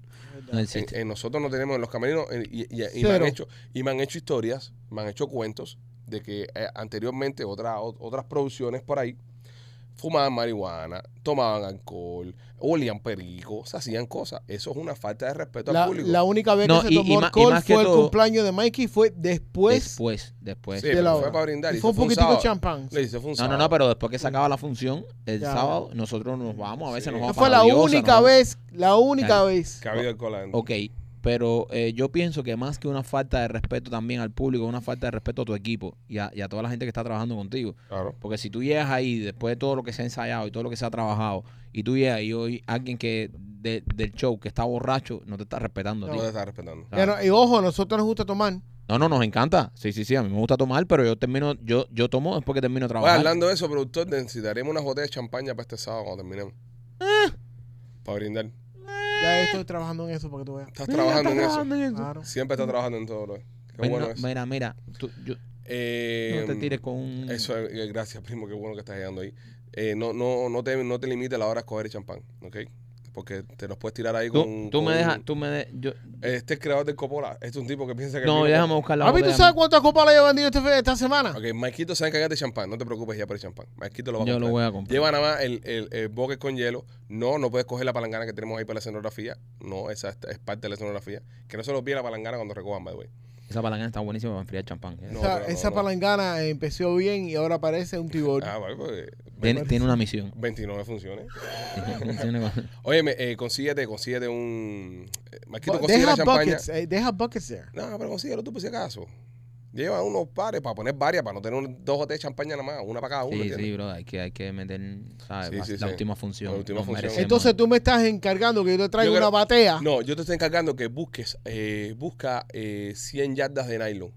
Speaker 2: No existe.
Speaker 1: Nosotros no tenemos en los camerinos y
Speaker 3: Cero.
Speaker 1: me han hecho historias, me han hecho cuentos de que anteriormente otras producciones por ahí fumaban marihuana, tomaban alcohol, olían perico, se hacían cosas. Eso es una falta de respeto al público.
Speaker 3: La única vez
Speaker 2: No,
Speaker 3: que se
Speaker 2: y
Speaker 3: tomó
Speaker 2: más
Speaker 3: alcohol
Speaker 2: que
Speaker 3: fue el
Speaker 2: todo-
Speaker 3: cumpleaños de Mikey, fue después
Speaker 2: Después.
Speaker 1: Sí,
Speaker 3: de
Speaker 1: pero
Speaker 3: la
Speaker 1: fue
Speaker 3: hora.
Speaker 1: para brindar.
Speaker 3: Y
Speaker 1: Y
Speaker 3: fue un
Speaker 1: eso
Speaker 3: poquitico de
Speaker 1: sábado.
Speaker 3: champán.
Speaker 1: Le hice, fue un
Speaker 2: No,
Speaker 1: sábado.
Speaker 2: pero después que se acaba la función, el
Speaker 3: Ya.
Speaker 2: sábado, nosotros nos vamos, a veces
Speaker 1: Sí.
Speaker 2: nos vamos
Speaker 3: Fue
Speaker 2: para
Speaker 3: la
Speaker 2: Diosa,
Speaker 3: única
Speaker 2: nos vamos-
Speaker 3: vez, la única
Speaker 2: Ya.
Speaker 3: vez.
Speaker 1: Que ha habido alcohol adentro.
Speaker 2: Ok, pero yo pienso que más que una falta de respeto también al público, una falta de respeto a tu equipo y a toda la gente que está trabajando contigo.
Speaker 1: Claro.
Speaker 2: Porque si tú llegas ahí, después de todo lo que se ha ensayado y todo lo que se ha trabajado, y tú llegas y hoy alguien que del show que está borracho no te está respetando a
Speaker 1: No
Speaker 2: ti.
Speaker 1: te está respetando.
Speaker 2: Claro.
Speaker 3: Y ojo, a nosotros nos gusta tomar.
Speaker 2: No, nos encanta. Sí, a mí me gusta tomar, pero yo tomo después que termino de
Speaker 1: Oye,
Speaker 2: trabajar.
Speaker 1: hablando de eso, productor, necesitaremos una botella de champaña para este sábado cuando terminemos. Para brindar.
Speaker 3: Ya estoy trabajando en eso para que tú veas.
Speaker 1: Estás trabajando en eso.
Speaker 3: Claro.
Speaker 1: Siempre estás trabajando en todo lo. Qué bueno es.
Speaker 2: Mira, no te tires con un...
Speaker 1: Eso es, gracias, primo, qué bueno que estás llegando ahí. No te limites a la hora de escoger el champán, ¿ok? Porque te nos puedes tirar ahí con...
Speaker 2: Tú me
Speaker 1: con-
Speaker 2: dejas,
Speaker 1: Este es creador del Coppola. Este es un tipo que piensa que...
Speaker 2: no,
Speaker 1: el vino-
Speaker 2: déjame buscar la
Speaker 3: ¿Papi, tú
Speaker 2: botella.
Speaker 3: sabes cuántas copas le he vendido esta semana?
Speaker 1: Ok, Marquito se va a encargar de champán. No te preocupes ya por el champán. Marquito lo va a
Speaker 2: Yo
Speaker 1: comprar.
Speaker 2: lo voy a comprar.
Speaker 1: Lleva nada más el bucket con hielo. No puedes coger la palangana que tenemos ahí para la escenografía. No, esa es parte de la escenografía. Que no se lo olvide la palangana cuando recojan, by the way.
Speaker 2: Esa palangana está buenísima para enfriar champán.
Speaker 1: No,
Speaker 3: esa
Speaker 1: pero
Speaker 3: esa
Speaker 1: no.
Speaker 3: palangana empezó bien y ahora parece un tibor.
Speaker 1: Ah, vale, pues...
Speaker 2: Tiene una misión.
Speaker 1: 29 funciones.
Speaker 2: Tiene una-
Speaker 1: Óyeme, consíguete un... Marquito, consigue
Speaker 3: Deja
Speaker 1: la champaña.
Speaker 3: buckets, deja buckets there.
Speaker 1: No, pero consíguelo tú por si acaso. Lleva unos pares para poner varias, para no tener dos botellas de champaña nada más, una para cada uno.
Speaker 2: Sí,
Speaker 1: ¿entiendes?
Speaker 2: bro, hay que meter, ¿sabes?
Speaker 1: Sí, sí,
Speaker 2: la
Speaker 1: sí.
Speaker 2: última función.
Speaker 1: La última
Speaker 2: Nos
Speaker 1: función.
Speaker 2: merecemos.
Speaker 3: Entonces tú me estás encargando que yo te traiga
Speaker 1: Yo creo-
Speaker 3: una batea.
Speaker 1: No, yo te estoy encargando que busca 100 yardas de nylon,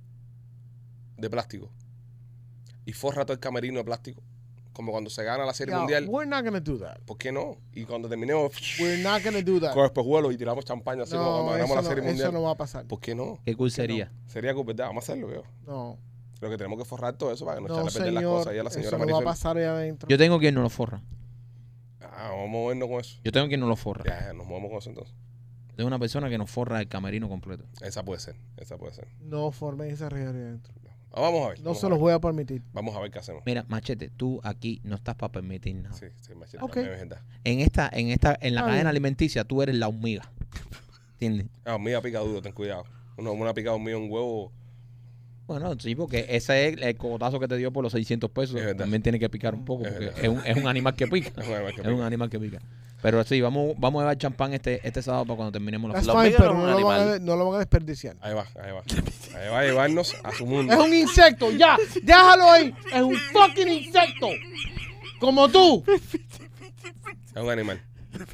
Speaker 1: de plástico, y forra todo el camerino de plástico, como cuando se gana la Serie
Speaker 3: Yeah,
Speaker 1: Mundial.
Speaker 3: we're not gonna do that.
Speaker 1: ¿Por qué no? Y cuando terminemos
Speaker 3: We're not gonna do that.
Speaker 1: con espejuelos y tiramos champaña así como
Speaker 3: No,
Speaker 1: cuando ganamos la Serie
Speaker 3: eso
Speaker 1: Mundial.
Speaker 3: no va a pasar.
Speaker 1: ¿Por qué no?
Speaker 2: Qué cool sería.
Speaker 1: Sería que verdad, vamos a hacerlo, veo.
Speaker 3: No,
Speaker 1: Pero que tenemos que forrar todo eso para que no,
Speaker 3: no,
Speaker 1: echar a perder las
Speaker 3: señor.
Speaker 1: cosas. Y a la
Speaker 3: Eso
Speaker 1: señora
Speaker 3: no va a
Speaker 1: Marisol.
Speaker 3: pasar ahí adentro.
Speaker 2: Yo tengo quien no lo forra.
Speaker 1: Vamos a movernos con eso.
Speaker 2: Yo tengo quien no lo forra.
Speaker 1: Ya, nos movemos con eso entonces.
Speaker 2: Tengo una persona que nos forra el camerino completo.
Speaker 1: Esa puede ser.
Speaker 3: No formen esa realidad ahí adentro.
Speaker 1: Vamos a ver.
Speaker 3: No
Speaker 1: vamos
Speaker 3: se
Speaker 1: a
Speaker 3: los
Speaker 1: ver.
Speaker 3: voy a permitir.
Speaker 1: Vamos a ver qué hacemos.
Speaker 2: Mira, Machete, tú aquí no estás para permitir nada.
Speaker 1: Sí, machete,
Speaker 3: Ok.
Speaker 1: también es verdad.
Speaker 2: En la
Speaker 3: Está
Speaker 2: cadena
Speaker 3: bien.
Speaker 2: alimenticia, tú eres la hormiga. ¿Entiendes?
Speaker 1: Ah, hormiga pica duro, ten cuidado. Una pica hormiga, un huevo.
Speaker 2: Bueno, sí, porque ese es el cogotazo que te dio por los 600 pesos.
Speaker 1: Es verdad.
Speaker 2: También tiene que picar un poco,
Speaker 1: Es
Speaker 2: porque
Speaker 1: verdad.
Speaker 2: es un animal que pica.
Speaker 1: Es un animal que
Speaker 2: Es un
Speaker 1: pica.
Speaker 2: animal que pica. Pero sí, vamos a llevar champán este sábado para cuando terminemos la
Speaker 3: That's
Speaker 4: La
Speaker 2: fiesta.
Speaker 3: fine,
Speaker 4: hormiga
Speaker 3: pero
Speaker 4: no es un
Speaker 3: no
Speaker 4: animal.
Speaker 3: lo van a desperdiciar.
Speaker 1: Ahí va. Ahí va a llevarnos a su mundo.
Speaker 3: Es un insecto, ya. Déjalo ahí. Es un fucking insecto. Como tú.
Speaker 1: Es un animal.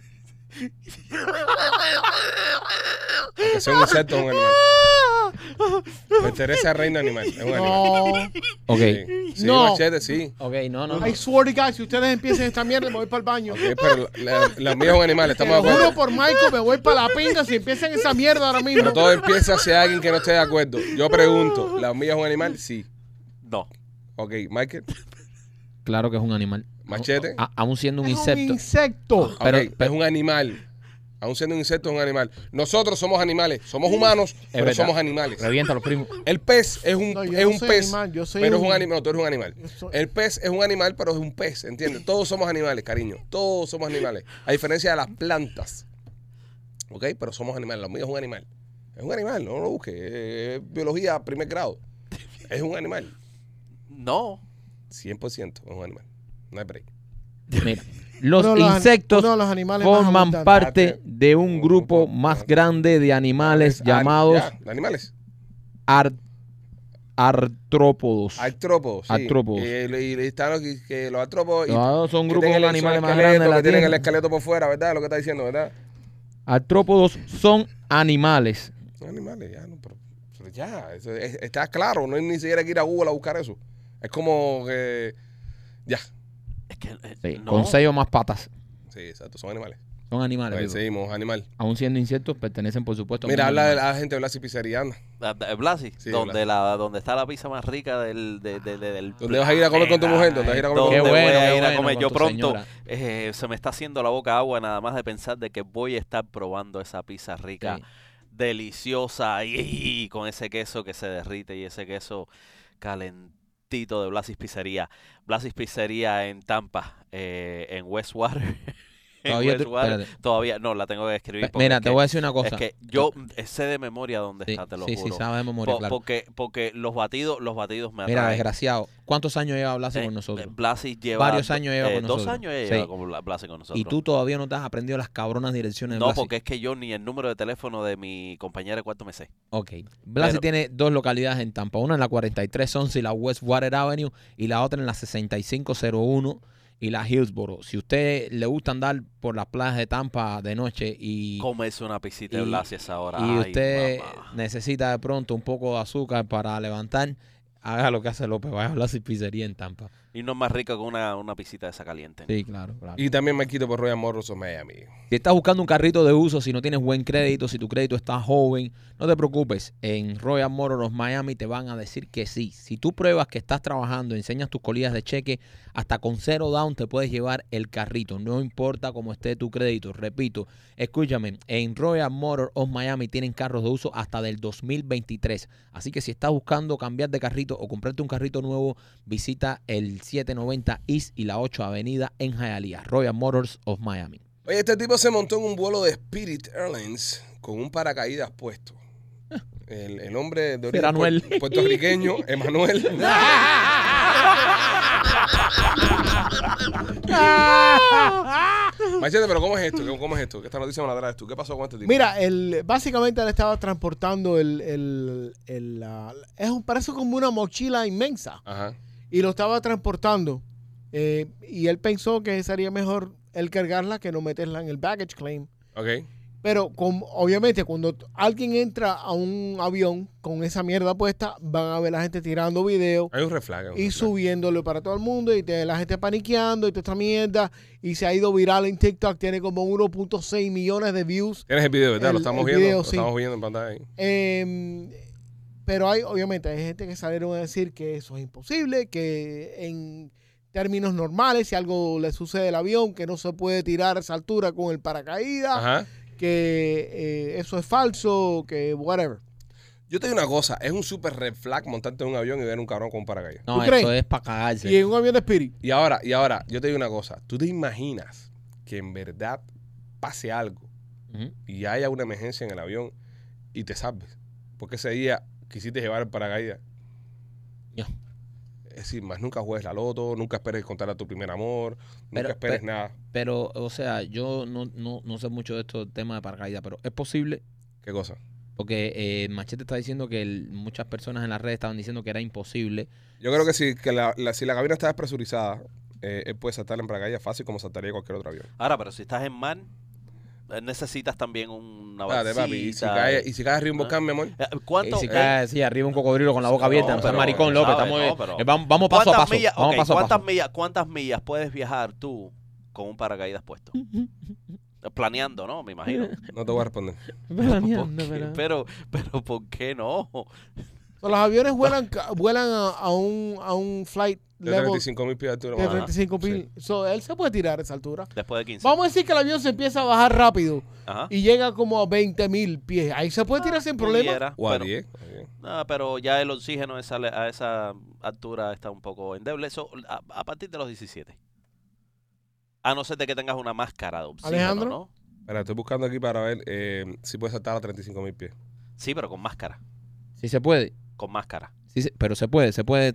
Speaker 1: Aunque sea un insecto, es un animal. Me interesa el reino animal. Es un animal.
Speaker 3: No.
Speaker 2: Ok.
Speaker 1: Sí, sí,
Speaker 3: No.
Speaker 1: machete, sí.
Speaker 2: Ok, no.
Speaker 3: I swear to God, si ustedes empiezan esta mierda, me voy para el baño.
Speaker 1: Ok, pero la mía es un animal,
Speaker 3: Te
Speaker 1: estamos
Speaker 3: lo
Speaker 1: de acuerdo.
Speaker 3: juro por Michael, me voy para la pinga si empiezan esa mierda ahora mismo.
Speaker 1: Pero todo empieza hacia alguien que no esté de acuerdo. Yo pregunto, ¿la hormiga es un animal? Sí.
Speaker 4: No.
Speaker 1: Ok, Michael,
Speaker 2: Claro que es un animal.
Speaker 1: machete.
Speaker 2: Aún siendo un
Speaker 3: Es
Speaker 2: insecto.
Speaker 3: un insecto.
Speaker 2: Pero-
Speaker 1: Ok, es un animal. Aún siendo un insecto, es un animal. Nosotros somos animales. Somos humanos, pero
Speaker 2: verdad.
Speaker 1: somos animales.
Speaker 2: Revienta los primos.
Speaker 1: El pez es un,
Speaker 3: No, yo
Speaker 1: es
Speaker 3: no
Speaker 1: un
Speaker 3: soy
Speaker 1: pez,
Speaker 3: animal, yo soy
Speaker 1: pero es
Speaker 3: un-
Speaker 1: un animal. No, tú eres un animal.
Speaker 3: Yo soy-
Speaker 1: El pez es un animal, pero es un pez, ¿entiendes? Todos somos animales, cariño. Todos somos animales. A diferencia de las plantas. ¿Ok? Pero somos animales. La hormiga es un animal. Es un animal, no lo busques. Es biología primer grado. Es un animal.
Speaker 4: No.
Speaker 1: 100% es un animal. No hay break.
Speaker 2: Mira, los
Speaker 3: Uno de los
Speaker 2: insectos
Speaker 3: uno de los animales más
Speaker 2: forman
Speaker 3: abundantes.
Speaker 2: parte de un grupo más grande de animales llamados
Speaker 1: Ya, de animales.
Speaker 2: artrópodos.
Speaker 1: Artrópodos. Sí.
Speaker 2: Artrópodos.
Speaker 1: Y están que los artrópodos.
Speaker 2: Son
Speaker 1: que
Speaker 2: grupos de
Speaker 1: tienen
Speaker 2: animales
Speaker 1: el
Speaker 2: más
Speaker 1: esqueleto,
Speaker 2: grandes de la
Speaker 1: que tienen el
Speaker 2: Tierra.
Speaker 1: esqueleto por fuera, ¿verdad? Lo que está diciendo, ¿verdad?
Speaker 2: Artrópodos son animales.
Speaker 1: Animales, ya, no, pero ya, está claro, no hay ni siquiera que ir a Google a buscar eso. Es como que, ya,
Speaker 4: Es que
Speaker 2: Sí,
Speaker 4: no.
Speaker 2: con 6 o más patas.
Speaker 1: sí, exacto, son animales.
Speaker 2: Son animales.
Speaker 1: Pues
Speaker 2: Pipo.
Speaker 1: seguimos, animal.
Speaker 2: Aún siendo insectos, pertenecen, por supuesto, a
Speaker 1: Mira,
Speaker 2: un
Speaker 1: habla
Speaker 2: animal.
Speaker 1: a la gente de Blasi Pizzería, anda.
Speaker 4: Blasi,
Speaker 1: Sí,
Speaker 4: donde
Speaker 1: Blasi.
Speaker 4: donde está la pizza más rica del
Speaker 1: ¿Dónde vas a ir a comer con tu mujer? ¿Dónde vas a ir a comer con
Speaker 2: Qué
Speaker 1: tu
Speaker 4: ¿Dónde
Speaker 1: mujer?
Speaker 2: bueno,
Speaker 4: voy a
Speaker 2: qué
Speaker 4: ir a
Speaker 2: bueno
Speaker 4: comer?
Speaker 2: con
Speaker 4: Yo
Speaker 2: tu
Speaker 4: pronto
Speaker 2: señora.
Speaker 4: se me está haciendo la boca agua nada más de pensar de que voy a estar probando esa pizza rica,
Speaker 2: Sí.
Speaker 4: deliciosa y con ese queso que se derrite y ese queso calentito de Blasis Pizzería. Blasis Pizzería en Tampa, en Westwater. En
Speaker 2: Todavía
Speaker 4: Westwater.
Speaker 2: espérate.
Speaker 4: Todavía no la tengo que escribir porque
Speaker 2: Mira,
Speaker 4: es
Speaker 2: te voy a decir una cosa.
Speaker 4: es que yo sé de memoria dónde
Speaker 2: Sí,
Speaker 4: está, te lo
Speaker 2: sí,
Speaker 4: juro.
Speaker 2: sabes de memoria, claro.
Speaker 4: Porque los batidos me
Speaker 2: Mira,
Speaker 4: atraen.
Speaker 2: desgraciado, ¿cuántos años lleva Blasi con nosotros?
Speaker 4: Blasi lleva
Speaker 2: Varios años lleva con
Speaker 4: 2
Speaker 2: nosotros.
Speaker 4: años ya
Speaker 2: Sí.
Speaker 4: lleva con Blasi con nosotros.
Speaker 2: Y tú todavía no te has aprendido las cabronas direcciones de
Speaker 4: No,
Speaker 2: Blasi.
Speaker 4: porque es que yo ni el número de teléfono de mi compañera de cuarto me sé.
Speaker 2: Ok. Blasi
Speaker 4: Pero-
Speaker 2: tiene dos localidades en Tampa. Una en la 4311 y la Westwater Avenue. Y la otra en la 6501 y la Hillsboro. Si usted le gusta andar por las playas de Tampa de noche y
Speaker 4: Comerse una pisita de
Speaker 2: y-
Speaker 4: Blasi a esa hora.
Speaker 2: y
Speaker 4: Ay,
Speaker 2: usted
Speaker 4: mamá.
Speaker 2: necesita de pronto un poco de azúcar para levantar, haga lo que hace López, vaya a Blasi Pizzería en Tampa.
Speaker 4: Y no es más rico que una pisita de esa caliente.
Speaker 2: Sí, claro, claro.
Speaker 1: Y también me quito por Royal Motors of Miami.
Speaker 2: Si estás buscando un carrito de uso, si no tienes buen crédito, si tu crédito está joven, no te preocupes. En Royal Motors of Miami te van a decir que sí. Si tú pruebas que estás trabajando, enseñas tus colillas de cheque, hasta con 0 down te puedes llevar el carrito. No importa cómo esté tu crédito. Repito, escúchame, en Royal Motors of Miami tienen carros de uso hasta del 2023. Así que si estás buscando cambiar de carrito o comprarte un carrito nuevo, visita el 790 East y la 8 Avenida en Hialeah. Royal Motors of Miami.
Speaker 1: Oye, este tipo se montó en un vuelo de Spirit Airlines con un paracaídas puesto. El hombre de
Speaker 2: Era Anuel.
Speaker 1: puertorriqueño, Emanuel. Machete, pero ¿cómo es esto? ¿Cómo es esto? Que esta noticia me la traes tú. ¿Qué pasó con este tipo?
Speaker 3: Mira, básicamente él estaba transportando parece como una mochila inmensa.
Speaker 1: Ajá.
Speaker 3: Y lo estaba transportando. Y él pensó que sería mejor él cargarla que no meterla en el baggage claim.
Speaker 1: Ok.
Speaker 3: Pero obviamente cuando alguien entra a un avión con esa mierda puesta, van a ver la gente tirando videos
Speaker 1: Hay un reflag.
Speaker 3: y subiéndolo para todo el mundo y la gente paniqueando y toda esta mierda. Y se ha ido viral en TikTok, tiene como 1.6 millones de views.
Speaker 1: Tienes el video, ¿verdad? Lo
Speaker 3: El
Speaker 1: estamos
Speaker 3: video,
Speaker 1: viendo. Lo
Speaker 3: sí.
Speaker 1: estamos viendo en pantalla ahí.
Speaker 3: Pero obviamente hay gente que salieron a decir que eso es imposible, que en términos normales, si algo le sucede al avión, que no se puede tirar a esa altura con el paracaídas,
Speaker 1: Ajá.
Speaker 3: que eso es falso, que whatever.
Speaker 1: Yo te digo una cosa. Es un super red flag montarte en un avión y ver un cabrón con un paracaídas.
Speaker 2: No,
Speaker 3: ¿Tú
Speaker 2: eso
Speaker 3: crees?
Speaker 2: es para cagarse.
Speaker 3: Y en un avión de Spirit.
Speaker 1: Y ahora, yo te digo una cosa. ¿Tú te imaginas que en verdad pase algo
Speaker 2: Ujú.
Speaker 1: y haya una emergencia en el avión y te salves? Porque ese día quisiste llevar el paracaídas.
Speaker 2: Ya.
Speaker 1: Es decir, más nunca juegues la loto, nunca esperes contar a tu primer amor, nunca
Speaker 2: Pero-
Speaker 1: esperes
Speaker 2: pero-
Speaker 1: nada.
Speaker 2: Pero, o sea, yo no sé mucho de estos temas de paracaídas, pero es posible,
Speaker 1: ¿Qué cosa?
Speaker 2: porque Machete está diciendo que muchas personas en las redes estaban diciendo que era imposible.
Speaker 1: Yo creo que si la cabina está despresurizada, él puede saltar en paracaídas fácil como saltaría cualquier otro avión.
Speaker 4: Ahora, pero si estás en mar, necesitas también una
Speaker 1: Espérate, papi. Y si cae arriba un volcán, mi amor.
Speaker 4: ¿Cuánto?
Speaker 2: Y si cae así arriba un cocodrilo con la boca abierta, no seas
Speaker 1: pero-
Speaker 2: maricón, López.
Speaker 4: ¿sabes?
Speaker 2: Estamos,
Speaker 4: No, pero-
Speaker 2: vamos paso a
Speaker 4: ¿Cuántas
Speaker 2: paso.
Speaker 4: millas,
Speaker 2: Vamos
Speaker 4: ok,
Speaker 2: paso a paso.
Speaker 4: cuántas millas puedes viajar tú con un paracaídas puesto? Planeando, ¿no? Me imagino.
Speaker 1: No te voy a responder.
Speaker 4: ¿Por qué? Pero ¿por qué no?
Speaker 3: Los aviones vuelan a un flight
Speaker 1: De
Speaker 3: level
Speaker 1: 35,000 pies de altura.
Speaker 3: de
Speaker 1: más.
Speaker 3: 35
Speaker 1: Sí.
Speaker 3: mil. So, él se puede tirar a esa altura.
Speaker 4: Después de 15.
Speaker 3: Vamos a decir que el avión se empieza a bajar rápido
Speaker 4: Ajá.
Speaker 3: y llega como a 20.000 pies. Ahí se puede tirar sin problema.
Speaker 4: Pudiera,
Speaker 1: O a
Speaker 4: pero-
Speaker 1: 10.
Speaker 4: pero ya el oxígeno a esa altura está un poco endeble. Eso a partir de los 17. A no ser de que tengas una máscara de oxígeno,
Speaker 3: Alejandro.
Speaker 4: ¿no?
Speaker 1: Espera, estoy buscando aquí para ver si puede saltar a 35,000 pies.
Speaker 4: Sí, pero con máscara.
Speaker 2: Sí se puede.
Speaker 4: Con máscara.
Speaker 2: Sí, pero se puede.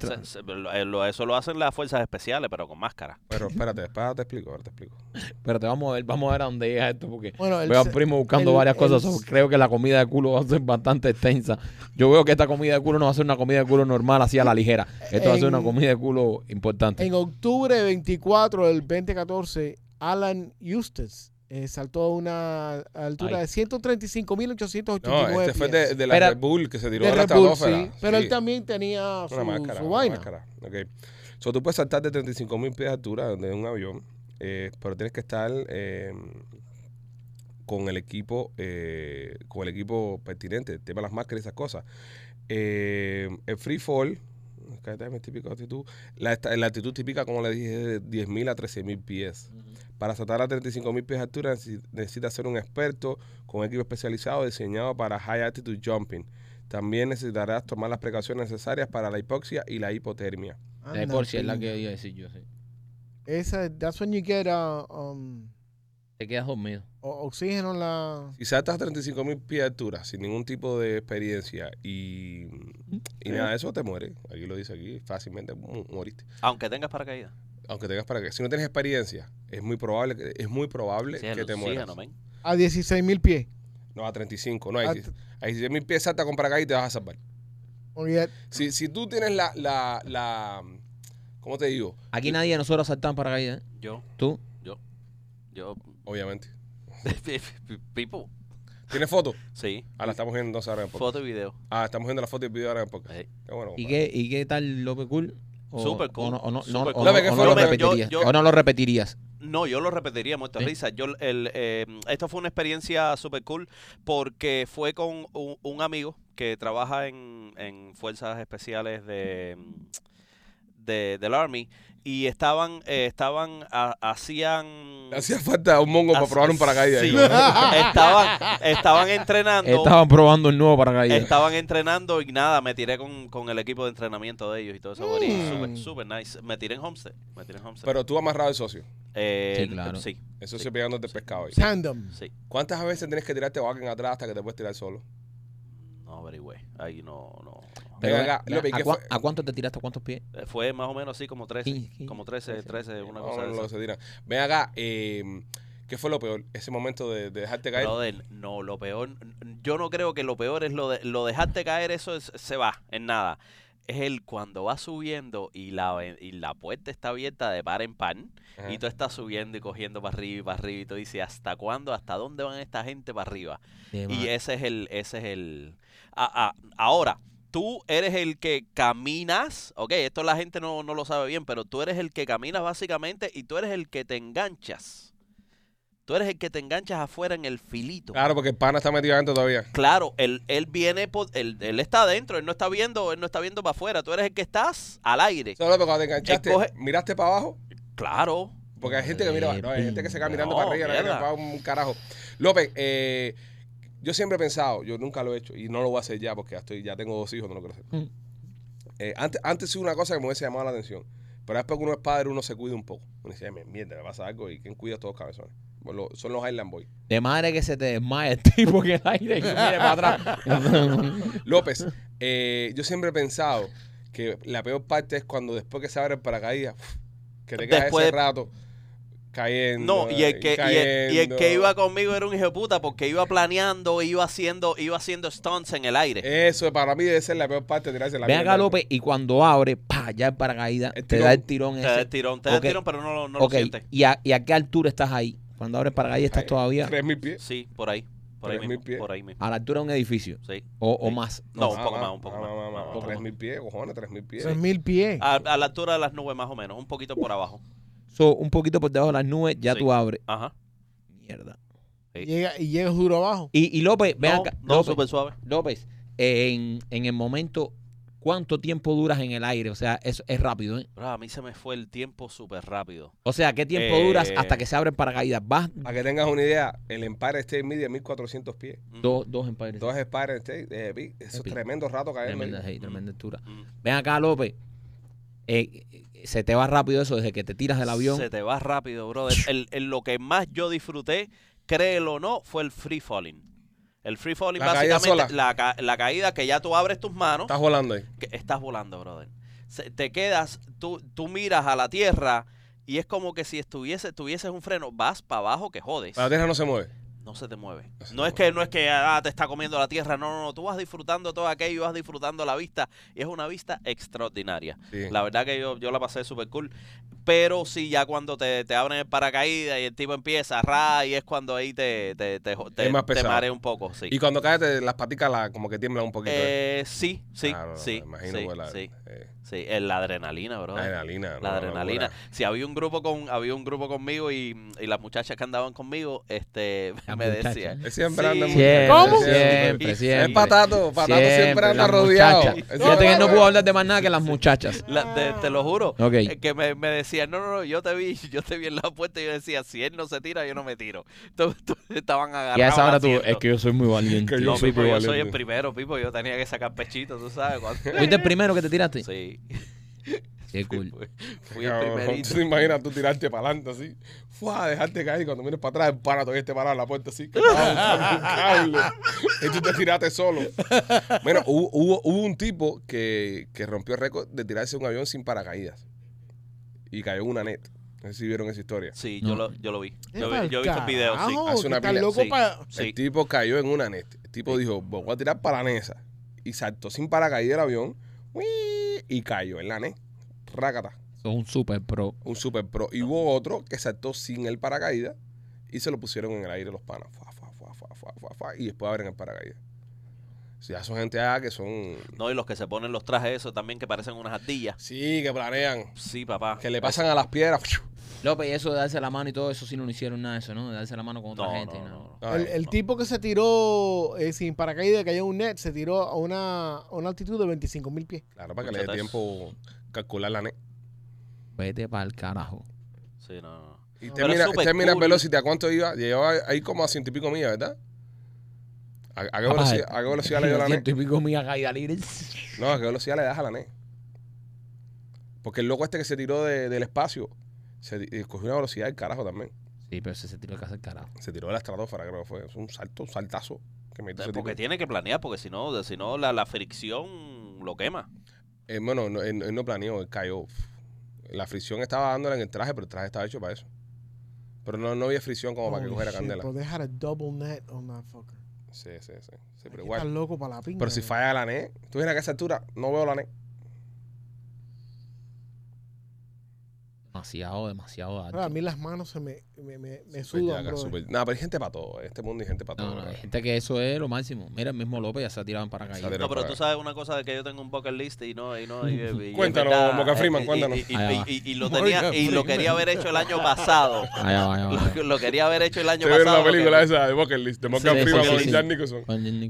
Speaker 4: Eso lo hacen las fuerzas especiales, pero con máscara.
Speaker 1: Pero espérate, ahora te explico.
Speaker 2: Espérate, vamos a ver a dónde llega esto, porque
Speaker 3: Bueno,
Speaker 2: veo a Primo buscando varias cosas. Creo que la comida de culo va a ser bastante extensa. Yo veo que esta comida de culo no va a ser una comida de culo normal, así a la ligera. Esto va a ser una comida de culo importante.
Speaker 3: En octubre 24 del 2014, Alan Eustace saltó a una altura
Speaker 2: Ay.
Speaker 3: de 135.889
Speaker 1: No, este fue
Speaker 3: pies.
Speaker 1: de la
Speaker 2: Espera.
Speaker 1: Red Bull que se tiró
Speaker 3: De
Speaker 1: de la
Speaker 3: Red Bull,
Speaker 1: estratosfera.
Speaker 3: sí. Pero
Speaker 1: Sí.
Speaker 3: él también tenía
Speaker 1: Una máscara.
Speaker 3: su
Speaker 1: una
Speaker 3: vaina.
Speaker 1: máscara. Ok. So, tú puedes saltar de 35,000 pies de altura de un avión, pero tienes que estar con el equipo pertinente, el tema de las máscaras y esas cosas. El free fall, típico altitud, la altitud típica, como le dije, es de 10.000 a 13.000 pies. Para saltar a 35.000 pies de altura necesita ser un experto con un equipo especializado diseñado para high altitude jumping. También necesitarás tomar las precauciones necesarias para la hipoxia y la hipotermia.
Speaker 2: La hipoxia es la que iba a decir yo, sí.
Speaker 3: That's when you get
Speaker 2: Te quedas dormido.
Speaker 3: oxígeno en la...
Speaker 1: Si saltas a 35.000 pies de altura sin ningún tipo de experiencia y nada de eso, te mueres. Aquí lo dice aquí, fácilmente moriste.
Speaker 4: Aunque tengas paracaídas.
Speaker 1: Aunque tengas paracaídas. Si no tienes experiencia, es muy probable
Speaker 4: Sí,
Speaker 1: que
Speaker 4: el
Speaker 1: te mueras.
Speaker 4: oxígeno, men.
Speaker 3: A 16.000 pies.
Speaker 1: No, a 35. No, a
Speaker 3: Ah,
Speaker 1: 16.000 pies salta con paracaídas y te vas a salvar.
Speaker 3: Olvídate.
Speaker 1: Si tú tienes ¿cómo te digo?
Speaker 2: Aquí nadie de nosotros saltaba en paracaídas, ¿eh?
Speaker 4: Yo,
Speaker 2: ¿Tú?
Speaker 1: Obviamente.
Speaker 4: Pipo,
Speaker 1: ¿Tienes foto?
Speaker 4: sí.
Speaker 1: Ah, la estamos viendo entonces ahora en podcast.
Speaker 4: Foto y video.
Speaker 1: Ah, estamos viendo la foto y el video ahora en podcast.
Speaker 4: Sí.
Speaker 1: Qué bueno.
Speaker 2: ¿Y
Speaker 1: compadre.
Speaker 2: qué tal López Cool?
Speaker 4: Súper cool.
Speaker 2: O no,
Speaker 4: Súper
Speaker 2: o
Speaker 4: cool.
Speaker 2: no-
Speaker 1: López, ¿qué
Speaker 2: o
Speaker 1: fue
Speaker 2: no
Speaker 1: lo
Speaker 2: lo
Speaker 1: peor?
Speaker 2: repetirías.
Speaker 4: Yo-
Speaker 2: O no lo repetirías.
Speaker 4: No, yo lo repetiría muerto de
Speaker 2: ¿Sí?
Speaker 4: risa. Esto fue una experiencia super cool porque fue con un amigo que trabaja en fuerzas especiales del Army y hacían...
Speaker 1: Hacía falta un mongo para probar un paracaídas.
Speaker 4: Sí.
Speaker 1: ahí.
Speaker 4: estaban entrenando.
Speaker 2: Estaban probando un nuevo paracaídas.
Speaker 4: Estaban entrenando y nada, me tiré con el equipo de entrenamiento de ellos y todo eso. Súper, súper nice. Me tiré en Homestead.
Speaker 1: Pero tú amarrado el socio.
Speaker 2: Sí, claro.
Speaker 4: Sí,
Speaker 1: El socio pegándote pescado ahí.
Speaker 3: Tandem.
Speaker 4: sí.
Speaker 1: ¿Cuántas veces tienes que tirarte o alguien atrás hasta que te puedes tirar solo?
Speaker 4: No averigüé. Ahí no.
Speaker 2: Pero,
Speaker 1: Ven acá, López, ¿qué fue?
Speaker 2: ¿a cuánto te tiraste? ¿A cuántos pies?
Speaker 4: Fue más o menos así como 13.
Speaker 2: 15,
Speaker 4: Como 13, una
Speaker 1: No,
Speaker 4: cosa
Speaker 1: no,
Speaker 4: de
Speaker 1: lo que
Speaker 4: esa.
Speaker 1: se tiran. Ven acá, ¿qué fue lo peor? Ese momento de dejarte caer.
Speaker 4: Brother, no, lo peor, yo no creo que lo peor es lo dejarte caer, eso se va, en nada. Es el cuando va subiendo y la puerta está abierta de par en par
Speaker 1: Ajá.
Speaker 4: y tú estás subiendo y cogiendo para arriba y tú dices, ¿hasta cuándo? ¿Hasta dónde van esta gente para arriba? Y ese es el... Ahora, tú eres el que caminas, ok, esto la gente no lo sabe bien, pero tú eres el que caminas básicamente y tú eres el que te enganchas. Tú eres el que te enganchas afuera en el filito.
Speaker 1: Claro, porque el pana está metido adentro todavía.
Speaker 4: Claro, él viene, él está adentro, él no está viendo para afuera. Tú eres el que estás al aire.
Speaker 1: Solo cuando te enganchaste,
Speaker 4: Coge-
Speaker 1: miraste para abajo.
Speaker 4: Claro.
Speaker 1: Porque hay gente que mira, no, hay gente que se queda mirando
Speaker 4: No,
Speaker 1: para arriba, no
Speaker 4: mierda.
Speaker 1: para un carajo. López, yo siempre he pensado, yo nunca lo he hecho y no lo voy a hacer ya porque ya tengo 2 hijos, no lo quiero hacer. Antes sí una cosa que me hubiese llamado la atención, pero después que uno es padre, uno se cuida un poco. Uno dice, mierda, me pasa algo y ¿quién cuida a todos los cabezones? Bueno, son los Island Boys.
Speaker 2: De madre que se te desmaya el tipo en el aire y que viene para atrás.
Speaker 1: López, yo siempre he pensado que la peor parte es cuando después que se abre el paracaídas, que te quedas
Speaker 4: Después
Speaker 1: ese rato cayendo.
Speaker 4: No, y el que
Speaker 1: cayendo.
Speaker 4: iba conmigo era un hijo de puta porque iba planeando, iba haciendo stunts en el aire.
Speaker 1: Eso para mí debe ser la peor parte de tirarse la
Speaker 2: Ven
Speaker 1: mierda.
Speaker 2: acá, López, y cuando abre, pa, ya el paracaídas,
Speaker 1: El
Speaker 2: te
Speaker 1: tirón.
Speaker 2: da el tirón
Speaker 4: Te da
Speaker 2: ese.
Speaker 4: el tirón,
Speaker 2: Ok.
Speaker 4: pero no
Speaker 2: Ok,
Speaker 4: lo sientes.
Speaker 2: ¿y a qué altura estás ahí? Cuando abres paracaídas estás todavía
Speaker 1: 3.000 pies.
Speaker 4: Sí, por ahí
Speaker 1: 3.000
Speaker 4: mismo,
Speaker 1: pies.
Speaker 4: por ahí mismo.
Speaker 2: a la altura de un edificio.
Speaker 4: Sí.
Speaker 2: O
Speaker 4: Sí.
Speaker 2: más.
Speaker 4: No,
Speaker 2: más.
Speaker 4: un poco más, un poco más.
Speaker 1: más.
Speaker 4: Un poco
Speaker 1: 3.000 pies, cojones, 3.000 pies.
Speaker 3: 3.000 pies.
Speaker 4: A la altura de las nubes más o menos, un poquito por abajo.
Speaker 2: So, un poquito por debajo de las nubes, ya
Speaker 4: Sí.
Speaker 2: tú abres.
Speaker 4: Ajá.
Speaker 2: Mierda.
Speaker 4: Sí.
Speaker 3: Llegas duro abajo.
Speaker 2: Y López, ven
Speaker 4: No,
Speaker 2: acá.
Speaker 4: no,
Speaker 2: López,
Speaker 4: súper suave.
Speaker 2: López, en el momento, ¿cuánto tiempo duras en el aire? O sea, es rápido, ¿eh?
Speaker 4: Bro, a mí se me fue el tiempo súper rápido.
Speaker 2: O sea, ¿qué tiempo duras hasta que se abre el paracaídas? Vas
Speaker 1: Para que tengas una idea, el Empire State mide 1.400 pies.
Speaker 2: dos Empires.
Speaker 1: 2 Empire State, eso es
Speaker 2: Epi.
Speaker 1: tremendo rato cayendo.
Speaker 2: Tremenda,
Speaker 1: ahí.
Speaker 2: hey, tremenda altura.
Speaker 4: Mm.
Speaker 2: Ven acá, López. Se te va rápido eso desde que te tiras del avión.
Speaker 4: Se te va rápido, brother. Lo que más yo disfruté, créelo o no, fue el free falling. El free falling,
Speaker 1: La caída
Speaker 4: básicamente,
Speaker 1: sola.
Speaker 4: la caída que ya tú abres tus manos,
Speaker 1: Estás volando ahí.
Speaker 4: que estás volando, brother. Te quedas, tú miras a la tierra y es como que si tuvieses un freno, vas para abajo que jodes.
Speaker 1: La tierra no se mueve.
Speaker 4: No se te mueve.
Speaker 1: No se
Speaker 4: No
Speaker 1: te
Speaker 4: es que te está comiendo la tierra, no, tú vas disfrutando todo aquello, vas disfrutando la vista y es una vista extraordinaria.
Speaker 1: Sí.
Speaker 4: La verdad que yo la pasé súper cool. Pero sí, ya cuando te abren el paracaídas y el tipo empieza y es cuando ahí te
Speaker 1: más pesado.
Speaker 4: marea un poco, sí.
Speaker 1: Y cuando caes, las paticas como que tiemblan un poquito.
Speaker 4: Sí,
Speaker 1: Claro,
Speaker 4: sí,
Speaker 1: imagino,
Speaker 4: sí,
Speaker 1: pues,
Speaker 4: sí. Sí, la adrenalina, bro.
Speaker 1: la adrenalina.
Speaker 4: La
Speaker 1: no,
Speaker 4: adrenalina.
Speaker 1: locura.
Speaker 4: Si había un grupo conmigo y las muchachas que andaban conmigo,
Speaker 2: Las
Speaker 4: me
Speaker 2: muchachas.
Speaker 4: decían.
Speaker 1: Siempre andan
Speaker 4: Sí,
Speaker 1: muchachos.
Speaker 3: ¿Cómo?
Speaker 2: Siempre.
Speaker 1: Es Patato siempre anda
Speaker 2: las
Speaker 1: rodeado.
Speaker 2: muchachas.
Speaker 1: Eso
Speaker 2: Fíjate que
Speaker 1: es-
Speaker 2: no puedo hablar de más nada que las muchachas.
Speaker 4: Te lo juro.
Speaker 2: Ok.
Speaker 4: Que me decían, no, yo te vi en la puerta y yo decía, si él no se tira, yo no me tiro. Estaban agarrados.
Speaker 2: Y a esa hora
Speaker 4: al
Speaker 2: tú,
Speaker 4: asiento.
Speaker 2: es que yo soy muy valiente.
Speaker 1: Que
Speaker 4: No,
Speaker 1: soy
Speaker 4: Pipo,
Speaker 1: muy
Speaker 4: yo soy
Speaker 1: valiente.
Speaker 4: el primero, Pipo. Yo tenía que sacar pechito, tú sabes.
Speaker 2: ¿Fuiste el primero que te tiraste?
Speaker 4: Sí.
Speaker 2: Qué cool.
Speaker 4: Fui el
Speaker 1: Cabrón,
Speaker 4: primerito.
Speaker 1: ¿tú te imaginas tú tirarte para adelante así? Fua, dejarte caer y cuando vienes para atrás el pana todavía esté parado en la puerta así. Que estaba buscando un cable. Y tú te tiraste solo. Bueno, hubo un tipo que rompió el récord de tirarse de un avión sin paracaídas. Y cayó en una net. No sé si vieron esa historia.
Speaker 4: Sí,
Speaker 2: No.
Speaker 4: yo lo vi.
Speaker 3: Es
Speaker 4: Yo
Speaker 3: pa'l
Speaker 4: he visto el video, sí.
Speaker 3: carajo,
Speaker 1: Hace
Speaker 3: que
Speaker 1: una
Speaker 3: estás
Speaker 1: pila.
Speaker 3: loco
Speaker 4: Sí.
Speaker 3: para...
Speaker 4: Sí.
Speaker 1: El tipo cayó en una net. El tipo dijo, voy a tirar para la nesa. Y saltó sin paracaídas el avión. ¡Uii! Y cayó en la net. Rácata.
Speaker 2: Sos un super pro.
Speaker 1: Un super pro. Y hubo otro que saltó sin el paracaídas y se lo pusieron en el aire los panas. Y después abren el paracaídas. O sea, son gente que son...
Speaker 4: No, y los que se ponen los trajes esos también que parecen unas ardillas.
Speaker 1: Sí, que planean.
Speaker 4: Sí, papá.
Speaker 1: Que le pasan a las piedras.
Speaker 2: López, y eso de darse la mano y todo eso sí no hicieron nada de eso, ¿no? De darse la mano con otra gente. No.
Speaker 1: Ay,
Speaker 3: El tipo que se tiró sin paracaídas, cayó en un net, se tiró a una altitud de 25,000 pies.
Speaker 1: Claro, para que le dé tiempo calcular la net.
Speaker 2: Vete para el carajo.
Speaker 4: Sí, no.
Speaker 1: Y
Speaker 4: Pero es súper
Speaker 1: termina el
Speaker 4: cool.
Speaker 1: Velocity. ¿A cuánto iba? Llevaba ahí como a 100 y pico millas, ¿verdad? ¿A qué velocidad le dio la net?
Speaker 2: 100 y pico millas caída libre.
Speaker 1: No, ¿a qué velocidad le das a la net? Porque el loco este que se tiró del espacio cogió una velocidad del carajo también.
Speaker 2: Sí, pero ese se tiró de casa al carajo.
Speaker 1: Se tiró de la estratosfera, creo que fue. Es un saltazo que metió ese tipo.
Speaker 4: Porque tiene que planear, porque si no la fricción lo quema.
Speaker 1: Bueno, él no planeó, él cayó. La fricción estaba dándole en el traje, pero el traje estaba hecho para eso. Pero no había fricción como para que
Speaker 3: Holy
Speaker 1: cogiera
Speaker 3: shit,
Speaker 1: candela.
Speaker 3: But they had a double net on that fucker.
Speaker 1: Sí, pero
Speaker 3: Estás
Speaker 1: igual.
Speaker 3: loco para la pinga.
Speaker 1: Pero si falla la net, tú vienes a esa altura, no veo la net.
Speaker 2: Demasiado alto.
Speaker 3: A mí las manos se me
Speaker 1: Súper
Speaker 3: sudan,
Speaker 1: yaca,
Speaker 3: bro.
Speaker 1: súper- No, pero hay gente para todo. En este mundo hay gente para todo.
Speaker 2: No, hay
Speaker 1: ¿verdad?
Speaker 2: gente que eso es lo máximo. Mira, el mismo López ya se ha tirado en paracaídas.
Speaker 1: Se ha
Speaker 4: No, pero
Speaker 1: para-
Speaker 4: tú sabes una cosa de que yo tengo un bucket list y
Speaker 1: Cuéntanos,
Speaker 4: es verdad,
Speaker 1: Morgan Freeman, cuéntanos.
Speaker 4: Y lo tenía y lo quería haber hecho el año pasado.
Speaker 2: Allá va.
Speaker 4: Lo quería haber hecho el año
Speaker 1: Se ve
Speaker 4: pasado.
Speaker 1: la película
Speaker 4: porque-
Speaker 1: esa de Bucket List, de Morgan
Speaker 2: Sí, sí,
Speaker 1: Freeman
Speaker 2: sí,
Speaker 1: con
Speaker 2: sí.
Speaker 1: Jack Nicholson.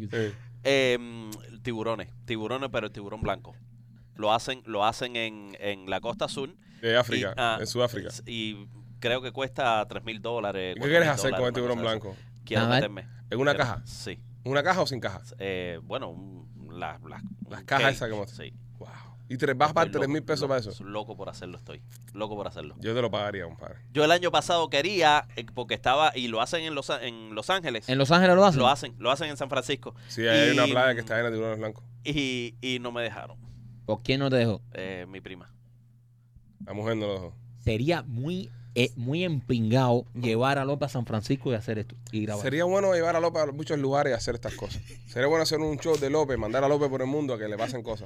Speaker 4: Tiburones, pero el tiburón blanco. Lo hacen en la costa sur.
Speaker 1: De África,
Speaker 4: Y,
Speaker 1: en Sudáfrica.
Speaker 4: Y creo que cuesta $3,000.
Speaker 1: ¿Y qué quieres hacer
Speaker 4: $4,000,
Speaker 1: con el
Speaker 4: una
Speaker 1: tiburón
Speaker 4: cosa de
Speaker 1: blanco?
Speaker 4: eso. Quiero
Speaker 2: Nadar.
Speaker 4: meterme.
Speaker 1: ¿En una
Speaker 4: Quiero-
Speaker 1: caja?
Speaker 4: Sí.
Speaker 1: ¿Una caja o sin caja?
Speaker 4: Bueno,
Speaker 1: Las
Speaker 4: un
Speaker 1: cajas
Speaker 4: cake,
Speaker 1: esas que
Speaker 4: sí.
Speaker 1: Wow. ¿Y te vas a pagar
Speaker 4: Estoy
Speaker 1: 3,000 pesos para eso?
Speaker 4: Loco por hacerlo estoy. Loco por hacerlo.
Speaker 1: Yo te lo pagaría, compadre.
Speaker 4: Yo el año pasado quería, porque estaba, y lo hacen en Los Ángeles.
Speaker 2: ¿En Los Ángeles lo hacen?
Speaker 4: Lo hacen en San Francisco.
Speaker 1: Sí, hay una
Speaker 4: Y-
Speaker 1: playa que está llena de tiburones blancos.
Speaker 4: Y no me dejaron.
Speaker 2: ¿Por quién no te dejó?
Speaker 4: Mi prima.
Speaker 1: La mujer no lo dejó.
Speaker 2: Sería muy empingado llevar a López a San Francisco y hacer esto. Y grabar.
Speaker 1: Sería bueno llevar a López a muchos lugares y hacer estas cosas. Sería bueno hacer un show de López, mandar a López por el mundo a que le pasen cosas.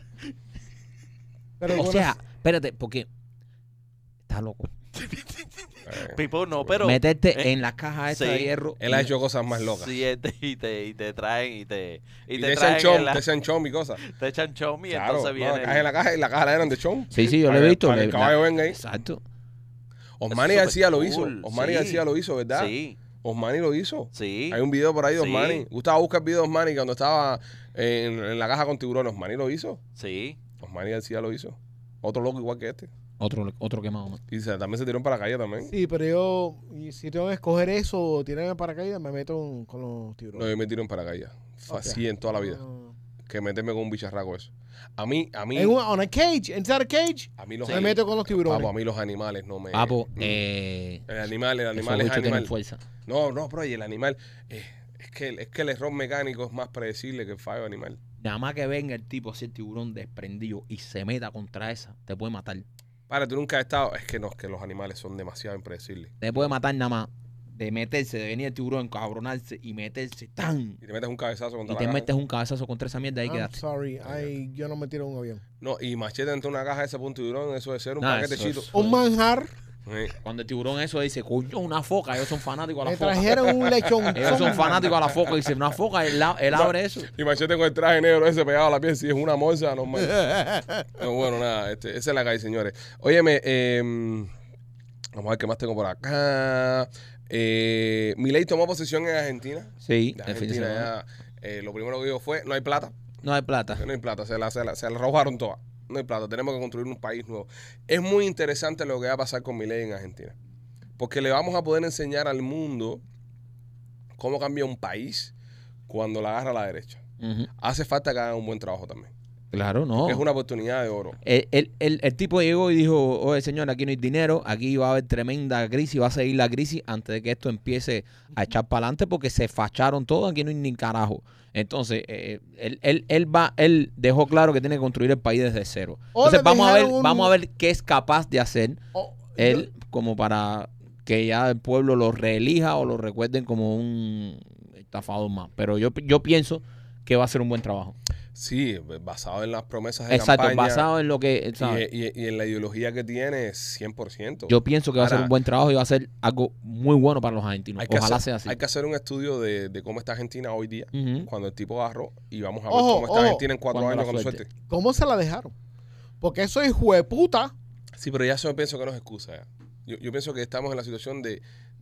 Speaker 3: Pero
Speaker 2: O
Speaker 3: bueno,
Speaker 2: sea, espérate, porque está loco.
Speaker 4: Pipo, no, pero.
Speaker 2: Meterte en la caja esta
Speaker 4: sí.
Speaker 2: de hierro.
Speaker 1: Él ha hecho cosas más locas.
Speaker 4: Sí, y te traen y te
Speaker 1: Y
Speaker 4: te
Speaker 1: te echan
Speaker 4: traen
Speaker 1: chom,
Speaker 4: en la-
Speaker 1: te echan chom y cosas.
Speaker 4: te echan chomi y
Speaker 1: Claro,
Speaker 4: entonces
Speaker 1: no,
Speaker 4: viene.
Speaker 1: cajas en la caja y la caja la eran de chom.
Speaker 2: Sí, yo lo
Speaker 1: Para
Speaker 2: he
Speaker 1: que-
Speaker 2: visto.
Speaker 1: para que el caballo venga ahí.
Speaker 2: Exacto.
Speaker 1: Osmani
Speaker 4: Eso es
Speaker 1: García lo
Speaker 4: súper
Speaker 1: hizo.
Speaker 4: cool,
Speaker 1: Osmani
Speaker 4: sí.
Speaker 1: García lo hizo, ¿verdad?
Speaker 4: Sí,
Speaker 1: Osmani lo hizo.
Speaker 4: sí.
Speaker 1: Hay un video por ahí de
Speaker 4: Sí.
Speaker 1: Osmani. Gustavo, busca el video de Osmani cuando estaba en la caja con tiburones. Osmani lo hizo.
Speaker 4: Sí.
Speaker 1: Osmani García lo hizo. Otro loco igual que este.
Speaker 2: Otro quemado más.
Speaker 1: Y también se tiró para la calle también.
Speaker 3: sí, pero yo, y si tengo que escoger eso o tirarme en paracaídas, me meto con los
Speaker 1: No,
Speaker 3: tiburones.
Speaker 1: yo me tiro en paracaídas.
Speaker 3: Ok.
Speaker 1: Así en toda la vida.
Speaker 3: No.
Speaker 1: Que meterme con un bicharraco eso. A mí
Speaker 3: On a cage, inside a cage,
Speaker 1: a mí los
Speaker 3: me meto con los tiburones.
Speaker 1: Papo, a mí los animales no me...
Speaker 2: Papo,
Speaker 1: El animal
Speaker 2: esos
Speaker 1: es
Speaker 2: bichos tienen
Speaker 1: animal.
Speaker 2: fuerza.
Speaker 1: No, bro, y el animal... es que el error mecánico es más predecible que el fallo animal.
Speaker 2: Nada más que venga el tipo así, el tiburón desprendido y se meta contra esa, te puede matar.
Speaker 1: Para, tú nunca has estado... Es que no, es que los animales son demasiado impredecibles.
Speaker 2: Te puede matar nada más. de meterse, de venir el tiburón, encabronarse y meterse tan.
Speaker 1: Y te metes un cabezazo contra
Speaker 2: Y
Speaker 1: la
Speaker 2: te
Speaker 1: caja.
Speaker 2: metes un cabezazo contra esa mierda y ahí
Speaker 3: I'm
Speaker 2: quedaste.
Speaker 3: sorry, yo no me tiro en un avión.
Speaker 1: No, y machete dentro de una caja de ese punto tiburón, eso de ser un
Speaker 2: Nah,
Speaker 1: paquete
Speaker 2: eso
Speaker 1: chito.
Speaker 2: es-
Speaker 3: Un manjar,
Speaker 1: Sí.
Speaker 2: Cuando el tiburón eso dice, coño, una foca. Ellos son fanáticos a la
Speaker 3: me
Speaker 2: foca.
Speaker 3: trajeron un lechón.
Speaker 2: Ellos son fanáticos a la foca. Dice, una foca, él abre eso.
Speaker 1: Y machete con el traje negro ese pegado a la piel, si es una morsa, normal. Pero bueno, nada, esa es la calle, señores. Óyeme, vamos a ver qué más tengo por acá. Milei tomó posesión en Argentina.
Speaker 2: Sí,
Speaker 1: De
Speaker 2: el fin de semana.
Speaker 1: Argentina ya, lo primero que dijo fue, no hay plata.
Speaker 2: No hay plata.
Speaker 1: No hay plata, se la robaron todas. No hay plata, tenemos que construir un país nuevo. Es muy interesante lo que va a pasar con Milei en Argentina. Porque le vamos a poder enseñar al mundo cómo cambia un país cuando la agarra a la derecha.
Speaker 2: Ujú.
Speaker 1: Hace falta que hagan un buen trabajo también.
Speaker 2: Claro, no.
Speaker 1: Es una oportunidad de oro.
Speaker 2: El tipo llegó y dijo, oye señor, aquí no hay dinero, aquí va a haber tremenda crisis, va a seguir la crisis antes de que esto empiece a echar para adelante porque se facharon todo, aquí no hay ni carajo. Entonces, él dejó claro que tiene que construir el país desde cero.
Speaker 3: O
Speaker 2: Entonces
Speaker 3: le
Speaker 2: vamos
Speaker 3: dejaron
Speaker 2: a ver qué es capaz de hacer él como para que ya el pueblo lo reelija o lo recuerden como un estafador más. Pero yo pienso que va a ser un buen trabajo.
Speaker 1: Sí, basado en las promesas de
Speaker 2: Exacto,
Speaker 1: campaña
Speaker 2: basado en lo que, ¿sabes?
Speaker 1: y en la ideología que tiene, 100%.
Speaker 2: Yo pienso que va a ser
Speaker 1: Ahora,
Speaker 2: un buen trabajo y va a ser algo muy bueno para los argentinos.
Speaker 1: hay que
Speaker 2: Ojalá
Speaker 1: hacer,
Speaker 2: sea así.
Speaker 1: hay que hacer un estudio de cómo está Argentina hoy día,
Speaker 2: Ujú.
Speaker 1: cuando el tipo agarró, y vamos a ver
Speaker 3: Ojo,
Speaker 1: cómo está
Speaker 3: ojo,
Speaker 1: Argentina en 4
Speaker 2: cuando
Speaker 1: años
Speaker 2: la
Speaker 1: con
Speaker 2: suelte.
Speaker 1: suerte.
Speaker 3: ¿Cómo se la dejaron? Porque eso es jueputa.
Speaker 1: Sí, pero ya eso pienso que no es excusa. Ya. Yo pienso que estamos en la situación de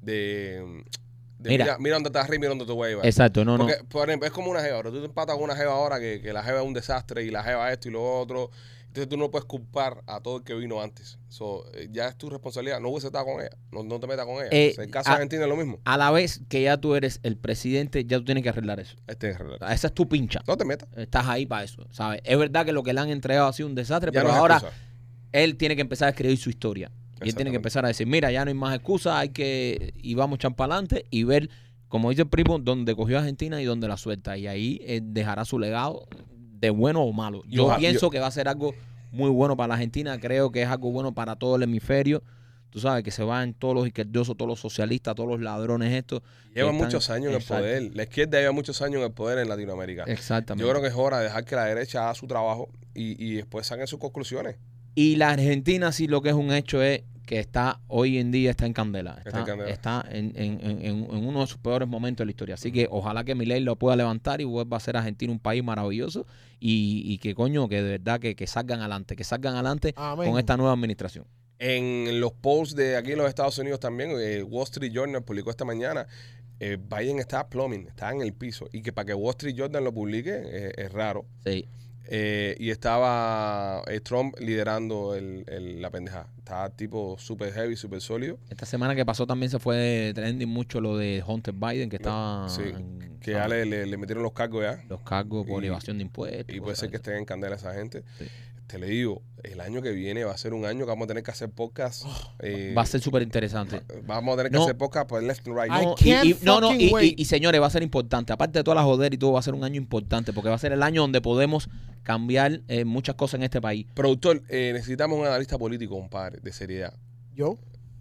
Speaker 2: Mira.
Speaker 1: mira dónde estás, mira dónde te voy a llevar.
Speaker 2: Exacto, no,
Speaker 1: Porque, por ejemplo, es como una jeva. Ahora tú te empatas con una jeva ahora que la jeva es un desastre y la jeva esto y lo otro. Entonces tú no puedes culpar a todo el que vino antes. Ya es tu responsabilidad. No hubiese estado con ella. No te metas con ella. O sea, el caso de Argentina es lo mismo.
Speaker 2: A la vez que ya tú eres el presidente, ya tú tienes que arreglar eso. Esa es tu pincha.
Speaker 1: No te metas.
Speaker 2: Estás ahí para eso, ¿sabes? Es verdad que lo que le han entregado ha sido un desastre,
Speaker 1: Ya
Speaker 2: pero
Speaker 1: no es
Speaker 2: ahora
Speaker 1: excusa.
Speaker 2: él tiene que empezar a escribir su historia. Y él tiene que
Speaker 1: Exactamente.
Speaker 2: empezar a decir, mira, ya no hay más excusas, y vamos a echar para adelante y ver, como dice el primo, dónde cogió a Argentina y dónde la suelta. Y ahí él dejará su legado de bueno o malo. Yo pienso que va a ser algo muy bueno para la Argentina, creo que es algo bueno para todo el hemisferio. Tú sabes que se van todos los izquierdosos, todos los socialistas, todos los ladrones estos.
Speaker 1: Lleva
Speaker 2: que están-
Speaker 1: muchos años en el
Speaker 2: Exacto.
Speaker 1: poder. La izquierda lleva muchos años en el poder en Latinoamérica.
Speaker 2: Exactamente.
Speaker 1: Yo creo que es hora de dejar que la derecha haga su trabajo y después saquen sus conclusiones.
Speaker 2: Y la Argentina sí lo que es un hecho es que hoy en día está en candela.
Speaker 1: Está en candela.
Speaker 2: Está en uno de sus peores momentos de la historia. Así que ojalá que Milei lo pueda levantar y vuelva a ser Argentina un país maravilloso y que coño, que de verdad que salgan adelante,
Speaker 3: Amén.
Speaker 2: con esta nueva administración.
Speaker 1: En los polls de aquí en los Estados Unidos también, Wall Street Journal publicó esta mañana, Biden está plumbing, está en el piso. Y que para que Wall Street Journal lo publique es raro.
Speaker 2: Sí.
Speaker 1: Y estaba Trump liderando la pendejada. Estaba tipo super heavy, super sólido.
Speaker 2: Esta semana que pasó también se fue trending mucho lo de Hunter Biden, que estaba
Speaker 1: Sí,
Speaker 2: en,
Speaker 1: que ya le metieron los cargos ya.
Speaker 2: los cargos por
Speaker 1: y-
Speaker 2: evasión de impuestos.
Speaker 1: Y puede
Speaker 2: cosas
Speaker 1: ser que
Speaker 2: así.
Speaker 1: estén en candela esa gente.
Speaker 2: Sí.
Speaker 1: Te le digo, el año que viene va a ser un año que vamos a tener que hacer podcast.
Speaker 2: Va a ser súper interesante.
Speaker 1: Vamos a tener que
Speaker 2: No.
Speaker 1: hacer podcast por left and right.
Speaker 3: I
Speaker 2: No,
Speaker 3: can't fucking wait.
Speaker 2: y señores, va a ser importante. Aparte de todas las joder y todo, va a ser un año importante porque va a ser el año donde podemos cambiar muchas cosas en este país.
Speaker 1: Productor, necesitamos un analista político, compadre, de seriedad.
Speaker 3: Yo.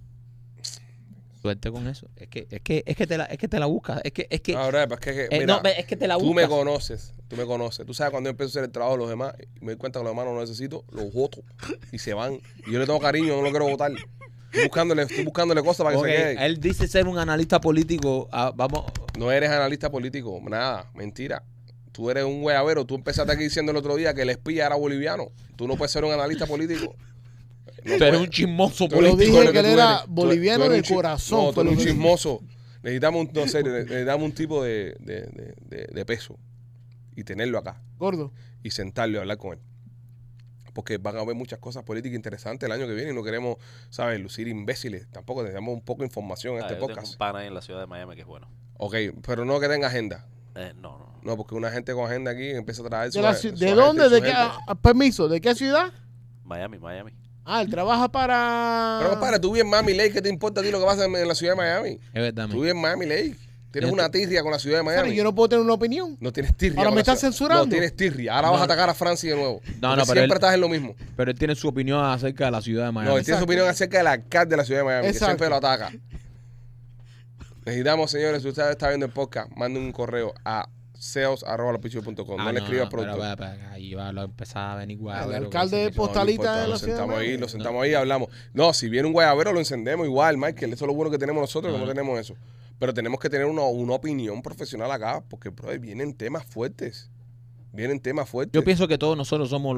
Speaker 2: Suerte con eso. Es que te la buscas. Es que
Speaker 1: Ahora, pues que mira,
Speaker 2: no, es que te la
Speaker 1: tú me
Speaker 2: buscas.
Speaker 1: conoces. Tú sabes cuando yo empiezo a hacer el trabajo de los demás, y me doy cuenta que los demás no lo necesito, los voto y se van. Y yo le tengo cariño, no lo quiero votar. Estoy buscándole cosas para que
Speaker 2: Ok,
Speaker 1: se quede.
Speaker 2: él dice ser un analista político. Vamos.
Speaker 1: No eres analista político, nada, mentira. Tú eres un hueavero. Tú empezaste aquí diciendo el otro día que el espía era boliviano. Tú no puedes ser un analista político. No
Speaker 2: Tú eres
Speaker 1: puedes.
Speaker 2: un chismoso
Speaker 1: Tú eres-
Speaker 3: Yo
Speaker 2: político.
Speaker 3: dije
Speaker 1: lo
Speaker 3: que él
Speaker 1: tú
Speaker 3: era
Speaker 1: eres.
Speaker 3: boliviano
Speaker 1: Tú eres
Speaker 3: de
Speaker 1: un
Speaker 3: corazón.
Speaker 1: No, tú
Speaker 3: fue
Speaker 1: eres
Speaker 3: lo
Speaker 1: un
Speaker 3: que-
Speaker 1: chismoso. Necesitamos un tipo de peso y tenerlo acá
Speaker 3: Gordo.
Speaker 1: y sentarlo y hablar con él. Porque van a haber muchas cosas políticas interesantes el año que viene y no queremos, ¿sabes?, lucir imbéciles. Tampoco necesitamos un poco de información en este
Speaker 4: Yo tengo
Speaker 1: podcast.
Speaker 4: un pana ahí en la ciudad de Miami que es bueno.
Speaker 1: Ok, pero no que tenga agenda.
Speaker 4: No.
Speaker 1: No, porque una gente con agenda aquí empieza a traer
Speaker 3: ¿De, ¿de dónde? ¿De qué? Permiso, ¿de qué ciudad?
Speaker 4: Miami.
Speaker 3: Ah, él trabaja para...
Speaker 1: Pero compadre, tú vives en Miami Lake, ¿qué te importa a ti lo que pasa en la ciudad de Miami?
Speaker 2: Es verdad,
Speaker 1: Tú
Speaker 2: man.
Speaker 1: vives en Miami Lake. Tienes
Speaker 2: Yo
Speaker 1: una tirria con la ciudad de
Speaker 3: Pero
Speaker 1: Miami.
Speaker 3: yo no puedo tener una opinión.
Speaker 1: No tienes tirria.
Speaker 3: Ahora
Speaker 1: con
Speaker 3: me
Speaker 1: la
Speaker 3: estás
Speaker 1: ciudad.
Speaker 3: censurando.
Speaker 1: No tienes tirria. Ahora vas a atacar a Francia de nuevo.
Speaker 2: No,
Speaker 1: Porque
Speaker 2: no, pero
Speaker 1: siempre
Speaker 2: él-
Speaker 1: estás en lo mismo.
Speaker 2: Pero él tiene su opinión acerca de la ciudad de Miami.
Speaker 1: No, él tiene su
Speaker 3: Exacto.
Speaker 1: opinión acerca del alcalde de la ciudad de Miami,
Speaker 3: Exacto.
Speaker 1: que siempre lo ataca. Necesitamos, señores, si usted está viendo el podcast, manden un correo a sales@lopichos.com. No le escriba pronto.
Speaker 2: Ahí va a empezar a venir guayabero.
Speaker 3: El alcalde de
Speaker 1: No,
Speaker 3: Postalita
Speaker 1: importa,
Speaker 3: de la
Speaker 1: lo
Speaker 3: ciudad.
Speaker 1: sentamos
Speaker 3: de
Speaker 1: ahí,
Speaker 3: Miami.
Speaker 1: lo sentamos ahí y hablamos. No, si viene un guayabero lo encendemos igual, Michael. Eso es lo bueno que tenemos nosotros, que no tenemos eso. Pero tenemos que tener una opinión profesional acá, porque, bro, vienen temas fuertes. Vienen temas fuertes.
Speaker 2: Yo pienso que todos nosotros somos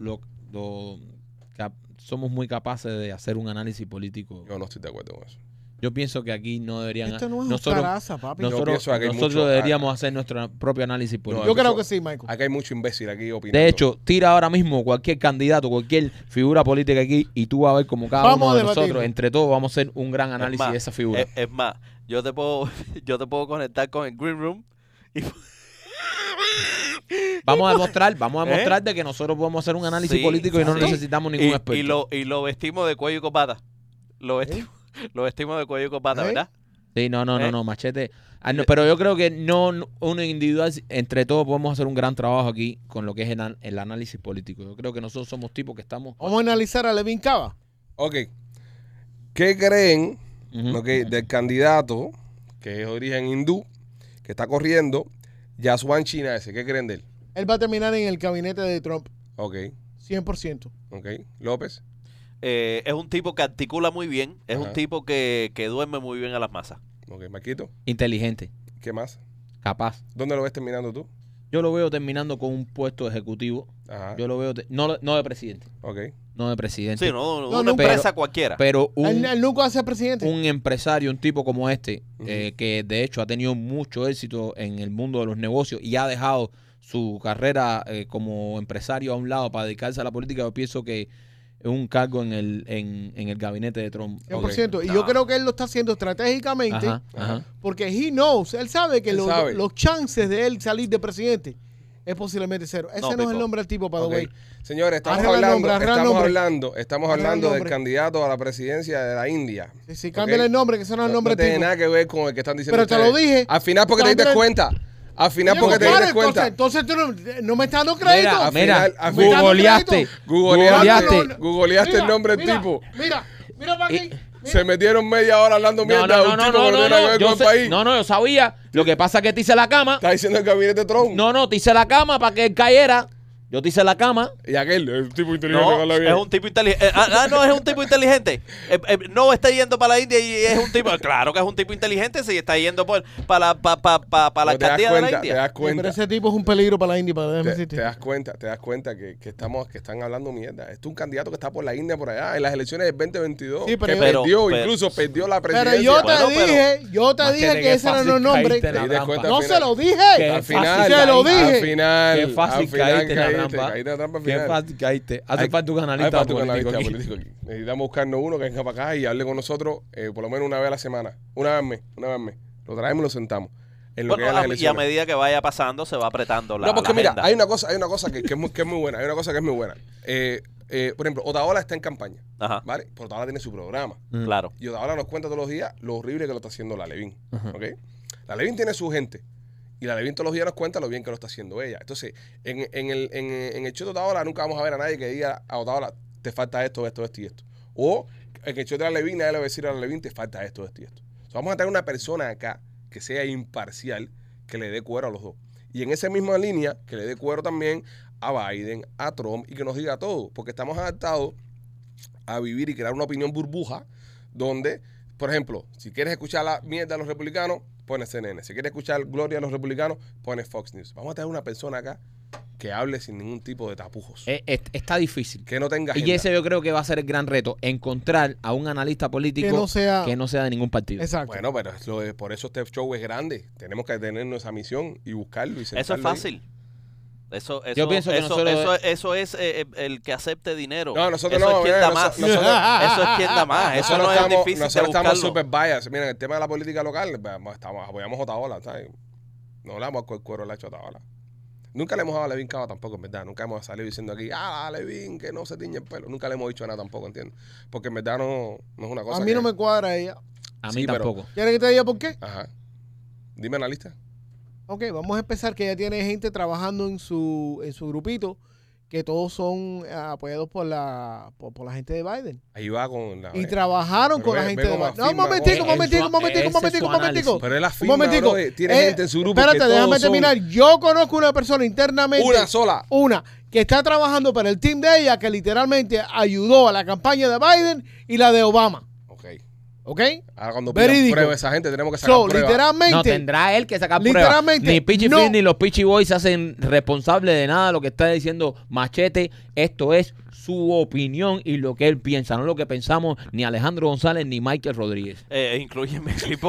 Speaker 2: somos muy capaces de hacer un análisis político.
Speaker 1: Yo no estoy de acuerdo con eso.
Speaker 2: Yo pienso que aquí no deberían...
Speaker 3: Esto no es
Speaker 2: nosotros
Speaker 3: Ostaraza, papi.
Speaker 1: Yo pienso que hay
Speaker 2: nosotros
Speaker 1: mucho-
Speaker 2: deberíamos hacer nuestro propio análisis político.
Speaker 3: Yo
Speaker 1: eso-
Speaker 3: creo que sí, Michael.
Speaker 1: Aquí hay mucho imbécil aquí opinando.
Speaker 2: De hecho, tira ahora mismo cualquier candidato, cualquier figura política aquí y tú vas a ver como cada
Speaker 3: Vamos
Speaker 2: uno
Speaker 3: a
Speaker 2: de
Speaker 3: debatirlo.
Speaker 2: nosotros, entre todos, vamos a hacer un gran análisis
Speaker 4: más,
Speaker 2: de esa figura.
Speaker 4: Es más, yo te puedo conectar con el Green Room y
Speaker 2: Vamos a demostrar
Speaker 4: ¿Eh?
Speaker 2: de que nosotros podemos hacer un análisis
Speaker 4: Sí,
Speaker 2: político y no
Speaker 4: sí.
Speaker 2: necesitamos ningún experto.
Speaker 4: y lo vestimos de cuello y copata. Lo vestimos de cuello y copata,
Speaker 3: ¿Eh?
Speaker 4: ¿verdad?
Speaker 2: Sí, no,
Speaker 4: ¿Eh?
Speaker 2: Machete. No, pero yo creo que no uno individual, entre todos podemos hacer un gran trabajo aquí con lo que es el análisis político. Yo creo que nosotros somos tipos que estamos...
Speaker 3: Vamos a analizar a Levin Cava.
Speaker 1: Ok. ¿Qué creen
Speaker 2: Ujú.
Speaker 1: ok, del candidato que es de origen hindú, que está corriendo, Yaswan China ese? ¿Qué creen de él?
Speaker 3: Él va a terminar en el gabinete de Trump.
Speaker 1: Ok,
Speaker 3: 100%.
Speaker 1: ok. López.
Speaker 4: Es un tipo que articula muy bien, es
Speaker 1: Ajá.
Speaker 4: un tipo que duerme muy bien a las masas.
Speaker 1: Ok, Marquito.
Speaker 2: Inteligente,
Speaker 1: ¿Qué más?
Speaker 2: capaz.
Speaker 1: ¿Dónde lo ves terminando tú?
Speaker 2: Yo lo veo terminando con un puesto ejecutivo.
Speaker 1: Ajá.
Speaker 2: Yo lo veo... no de presidente.
Speaker 1: Ok.
Speaker 2: No de presidente.
Speaker 4: Sí, no,
Speaker 3: No,
Speaker 4: una
Speaker 3: no,
Speaker 4: empresa cualquiera.
Speaker 2: Pero
Speaker 3: Él nunca va a ser presidente.
Speaker 2: un empresario, un tipo como este,
Speaker 1: Ujú.
Speaker 2: que de hecho ha tenido mucho éxito en el mundo de los negocios y ha dejado su carrera como empresario a un lado para dedicarse a la política, yo pienso que es un cargo en el gabinete de Trump.
Speaker 3: 100%. Y
Speaker 4: No.
Speaker 3: yo creo que él lo está haciendo estratégicamente
Speaker 2: Ajá.
Speaker 3: porque he knows, él sabe que
Speaker 1: Él sabe.
Speaker 3: los chances de él salir de presidente es posiblemente cero. Ese no, es
Speaker 4: Pipo.
Speaker 3: el nombre del tipo, by the
Speaker 1: Ok.
Speaker 3: way.
Speaker 1: Señores, estamos
Speaker 3: Arregla el
Speaker 1: hablando,
Speaker 3: nombre, arregla el
Speaker 1: estamos
Speaker 3: nombre.
Speaker 1: hablando, estamos
Speaker 3: Arregla el
Speaker 1: hablando del
Speaker 3: nombre.
Speaker 1: candidato a la presidencia de la India.
Speaker 3: Si cámbiale
Speaker 1: Ok.
Speaker 3: el nombre, que ese no es el nombre
Speaker 1: no
Speaker 3: del
Speaker 1: tiene
Speaker 3: tipo.
Speaker 1: nada que ver con el que están diciendo
Speaker 3: Pero te lo
Speaker 1: ustedes.
Speaker 3: dije.
Speaker 1: Al final porque te diste
Speaker 3: Cámbiale-
Speaker 1: cuenta. Al final
Speaker 3: Oye,
Speaker 1: porque te
Speaker 3: compadre,
Speaker 1: diste cuenta.
Speaker 3: Entonces tú no me estás dando crédito.
Speaker 1: al
Speaker 2: Mira,
Speaker 1: final- al
Speaker 3: me está dando
Speaker 2: googleaste,
Speaker 3: crédito.
Speaker 2: googleaste.
Speaker 1: Googleaste el nombre del
Speaker 3: mira,
Speaker 1: tipo.
Speaker 3: Mira para aquí.
Speaker 1: Se metieron media hora hablando mierda de un tipo que no tiene nada que ver con el país.
Speaker 2: yo sabía. Lo que pasa es que te hice la cama.
Speaker 1: Está diciendo el gabinete de Trump.
Speaker 2: Te hice la cama para que él cayera. Yo te hice la cama.
Speaker 1: Y aquel, el tipo inteligente
Speaker 4: No,
Speaker 1: que habla bien.
Speaker 4: es un tipo inteligente. No, es un tipo inteligente. No está yendo para la India y es un tipo. Claro que es un tipo inteligente si está yendo para la
Speaker 1: Pero te das
Speaker 4: alcaldía de la
Speaker 1: cuenta, te
Speaker 4: India.
Speaker 1: das
Speaker 3: Pero
Speaker 1: cuenta.
Speaker 3: ese tipo es un peligro para la India, para déjame
Speaker 1: Te
Speaker 3: decirte.
Speaker 1: das cuenta que están hablando mierda. Este es un candidato que está por la India por allá en las elecciones del 2022.
Speaker 3: Sí, pero
Speaker 1: que
Speaker 3: yo-
Speaker 1: perdió,
Speaker 4: pero-
Speaker 1: incluso perdió la presidencia.
Speaker 3: Pero yo te
Speaker 4: Bueno, pero-
Speaker 3: dije
Speaker 2: Machete,
Speaker 3: que ese era
Speaker 2: fácil
Speaker 3: el nombre.
Speaker 2: caíste en la
Speaker 1: Te diste
Speaker 2: trampa.
Speaker 1: cuenta.
Speaker 3: No
Speaker 1: al
Speaker 3: se
Speaker 1: final.
Speaker 3: lo dije.
Speaker 2: Qué
Speaker 1: Al
Speaker 2: fácil
Speaker 1: final,
Speaker 3: se lo
Speaker 1: al
Speaker 3: dije.
Speaker 1: final,
Speaker 2: Qué fácil
Speaker 1: al final
Speaker 2: caíste en la
Speaker 1: caíste
Speaker 2: trampa.
Speaker 1: en la trampa al
Speaker 2: Qué
Speaker 1: final.
Speaker 2: fácil caíste. Hace
Speaker 1: Hay-
Speaker 2: falta un
Speaker 1: Hay
Speaker 2: analista
Speaker 1: falta un
Speaker 2: político
Speaker 1: analista
Speaker 2: aquí.
Speaker 1: político aquí. Necesitamos buscarnos uno que venga para acá y hable con nosotros por lo menos una vez a la semana. Una vez al mes. Lo traemos y lo sentamos. En lo que es las
Speaker 4: Y a
Speaker 1: elecciones.
Speaker 4: medida que vaya pasando se va apretando la
Speaker 1: No, porque
Speaker 4: la
Speaker 1: mira,
Speaker 4: agenda.
Speaker 1: hay una cosa que es muy buena. Hay una cosa que es muy buena. Por ejemplo, Otaola está en campaña,
Speaker 4: Ajá,
Speaker 1: ¿vale? Pero Otaola tiene su programa.
Speaker 4: claro.
Speaker 1: Y Otaola nos cuenta todos los días lo horrible que lo está haciendo la Levin.
Speaker 2: Ajá.
Speaker 1: ¿Ok? La Levin tiene su gente. Y la Levin todos los días nos cuenta lo bien que lo está haciendo ella. Entonces, en el show de Otaola nunca vamos a ver a nadie que diga a Otaola, te falta esto, esto, esto y esto. O en el show de la Levin, nadie le va a decir a la Levin, te falta esto, esto y esto. O sea, vamos a tener una persona acá que sea imparcial, que le dé cuero a los dos. Y en esa misma línea, que le dé cuero también a Biden, a Trump y que nos diga todo. Porque estamos adaptados a vivir y crear una opinión burbuja donde, por ejemplo, si quieres escuchar la mierda de los republicanos, pones CNN. Si quieres escuchar gloria de los republicanos, pones Fox News. Vamos a tener una persona acá que hable sin ningún tipo de tapujos.
Speaker 2: Está difícil.
Speaker 1: Que no tenga
Speaker 2: Y
Speaker 1: agenda.
Speaker 2: ese yo creo que va a ser el gran reto, encontrar a un analista político
Speaker 3: Que no sea.
Speaker 2: de ningún partido.
Speaker 3: Exacto.
Speaker 1: Bueno, pero por eso este show es grande. Tenemos que tener nuestra misión y buscarlo y
Speaker 4: Eso es
Speaker 1: sentarlo ahí.
Speaker 4: fácil.
Speaker 2: Yo pienso que nosotros-
Speaker 4: eso es el que acepte dinero.
Speaker 1: No, nosotros
Speaker 4: eso
Speaker 1: no,
Speaker 4: es quien
Speaker 1: mira,
Speaker 4: da más.
Speaker 1: nosotros-
Speaker 4: Eso es quien da más. Eso no es
Speaker 1: estamos,
Speaker 4: difícil de
Speaker 1: nosotros estamos
Speaker 4: buscarlo.
Speaker 1: super biased. Mira, en el tema de la política local, apoyamos a Otaola, ¿sabes? No le damos el cuero al hecho a Otaola. Nunca le hemos dado a Levin Cava tampoco, en verdad. Nunca hemos salido diciendo aquí, Levin, que no se tiñe el pelo. Nunca le hemos dicho nada tampoco, ¿entiendes? Porque en verdad no es una cosa
Speaker 3: A mí
Speaker 1: que-
Speaker 3: no me cuadra ella.
Speaker 2: A
Speaker 1: Sí,
Speaker 2: mí
Speaker 1: pero-
Speaker 2: tampoco.
Speaker 3: ¿Quieres que te diga por qué?
Speaker 1: Ajá. Dime en la lista.
Speaker 3: Ok, vamos a empezar que ella tiene gente trabajando en su grupito que todos son apoyados por la gente de Biden.
Speaker 1: Ahí va con la...
Speaker 3: Y trabajaron
Speaker 1: Pero
Speaker 3: con la
Speaker 1: ve
Speaker 3: gente de
Speaker 1: cómo
Speaker 3: Biden. No, un
Speaker 1: afirma,
Speaker 3: momentico.
Speaker 1: Pero él
Speaker 3: Un
Speaker 1: afirma,
Speaker 3: momentico.
Speaker 1: bro, tiene gente en su grupo
Speaker 3: Espérate,
Speaker 1: que
Speaker 3: déjame
Speaker 1: todos son
Speaker 3: terminar. Yo conozco una persona internamente.
Speaker 1: una sola.
Speaker 3: Una que está trabajando para el team de ella, que literalmente ayudó a la campaña de Biden y la de Obama.
Speaker 1: Ok.
Speaker 3: ¿Ok?
Speaker 1: Ahora cuando pidan
Speaker 3: Verídico.
Speaker 1: prueba esa gente tenemos que sacar
Speaker 3: So,
Speaker 1: pruebas.
Speaker 3: literalmente.
Speaker 2: No, tendrá él que sacar pruebas.
Speaker 3: Literalmente,
Speaker 2: Ni Pichi
Speaker 3: no.
Speaker 2: Fin ni los Pichi Boys se hacen responsables de nada de lo que está diciendo Machete. Esto es su opinión y lo que él piensa, no lo que pensamos ni Alejandro González ni Michael Rodríguez.
Speaker 4: Incluyeme, Pipo.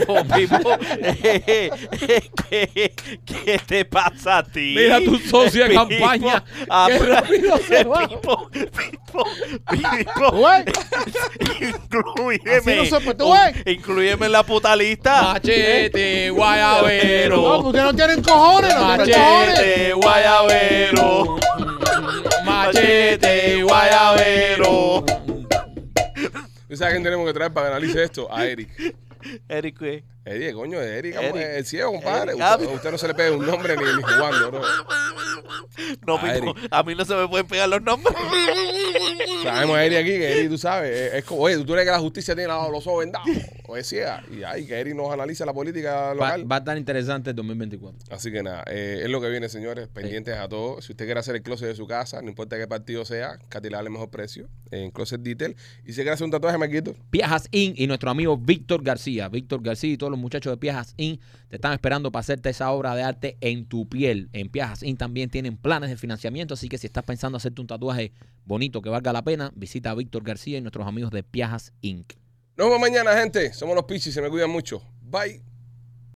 Speaker 4: ¿Qué te pasa a ti?
Speaker 2: Mira tu socio de
Speaker 4: Pipo,
Speaker 2: campaña.
Speaker 4: ah,
Speaker 2: Qué rápido se va.
Speaker 4: Pipo.
Speaker 3: Güey,
Speaker 4: Incluyeme.
Speaker 3: Así no se puede, tú ves.
Speaker 4: Incluyeme en la puta lista.
Speaker 2: Machete, guayabero.
Speaker 3: no, porque no tienen cojones, no tienen cojones.
Speaker 4: Machete, guayabero. Machete, guayabero.
Speaker 1: ¿Tú sabes quién tenemos que traer para que analice esto? A Eric.
Speaker 4: Eric, ¿qué?
Speaker 1: Eric, coño, Eric,
Speaker 4: Eric.
Speaker 1: el ciego, compadre.
Speaker 4: Eric,
Speaker 1: Usted no se le pega un nombre ni jugando, bro.
Speaker 4: No,
Speaker 1: A
Speaker 4: Pipo,
Speaker 1: Eric.
Speaker 4: a mí no se me pueden pegar los nombres.
Speaker 1: Sabemos a Eric aquí, que Eric, tú sabes, es como, oye, tú crees que la justicia tiene los ojos vendados, o es ciega, y ahí que Eric nos analiza la política local.
Speaker 2: Va a estar interesante el 2024.
Speaker 1: Así que nada, es lo que viene, señores, pendientes a todos. Si usted quiere hacer el closet de su casa, no importa qué partido sea, Katy le da el mejor precio en Closet Detail. Y si quiere hacer un tatuaje, Marquito,
Speaker 2: Piajas Inc. y nuestro amigo Víctor García. Víctor García y todos los muchachos de Piajas Inc. te están esperando para hacerte esa obra de arte en tu piel. En Piajas Inc. también tienen planes de financiamiento, así que si estás pensando hacerte un tatuaje bonito que valga la pena, visita a Víctor García y nuestros amigos de Piajas Inc.
Speaker 1: nos vemos mañana, gente. Somos los Pichis, se me cuidan mucho. Bye.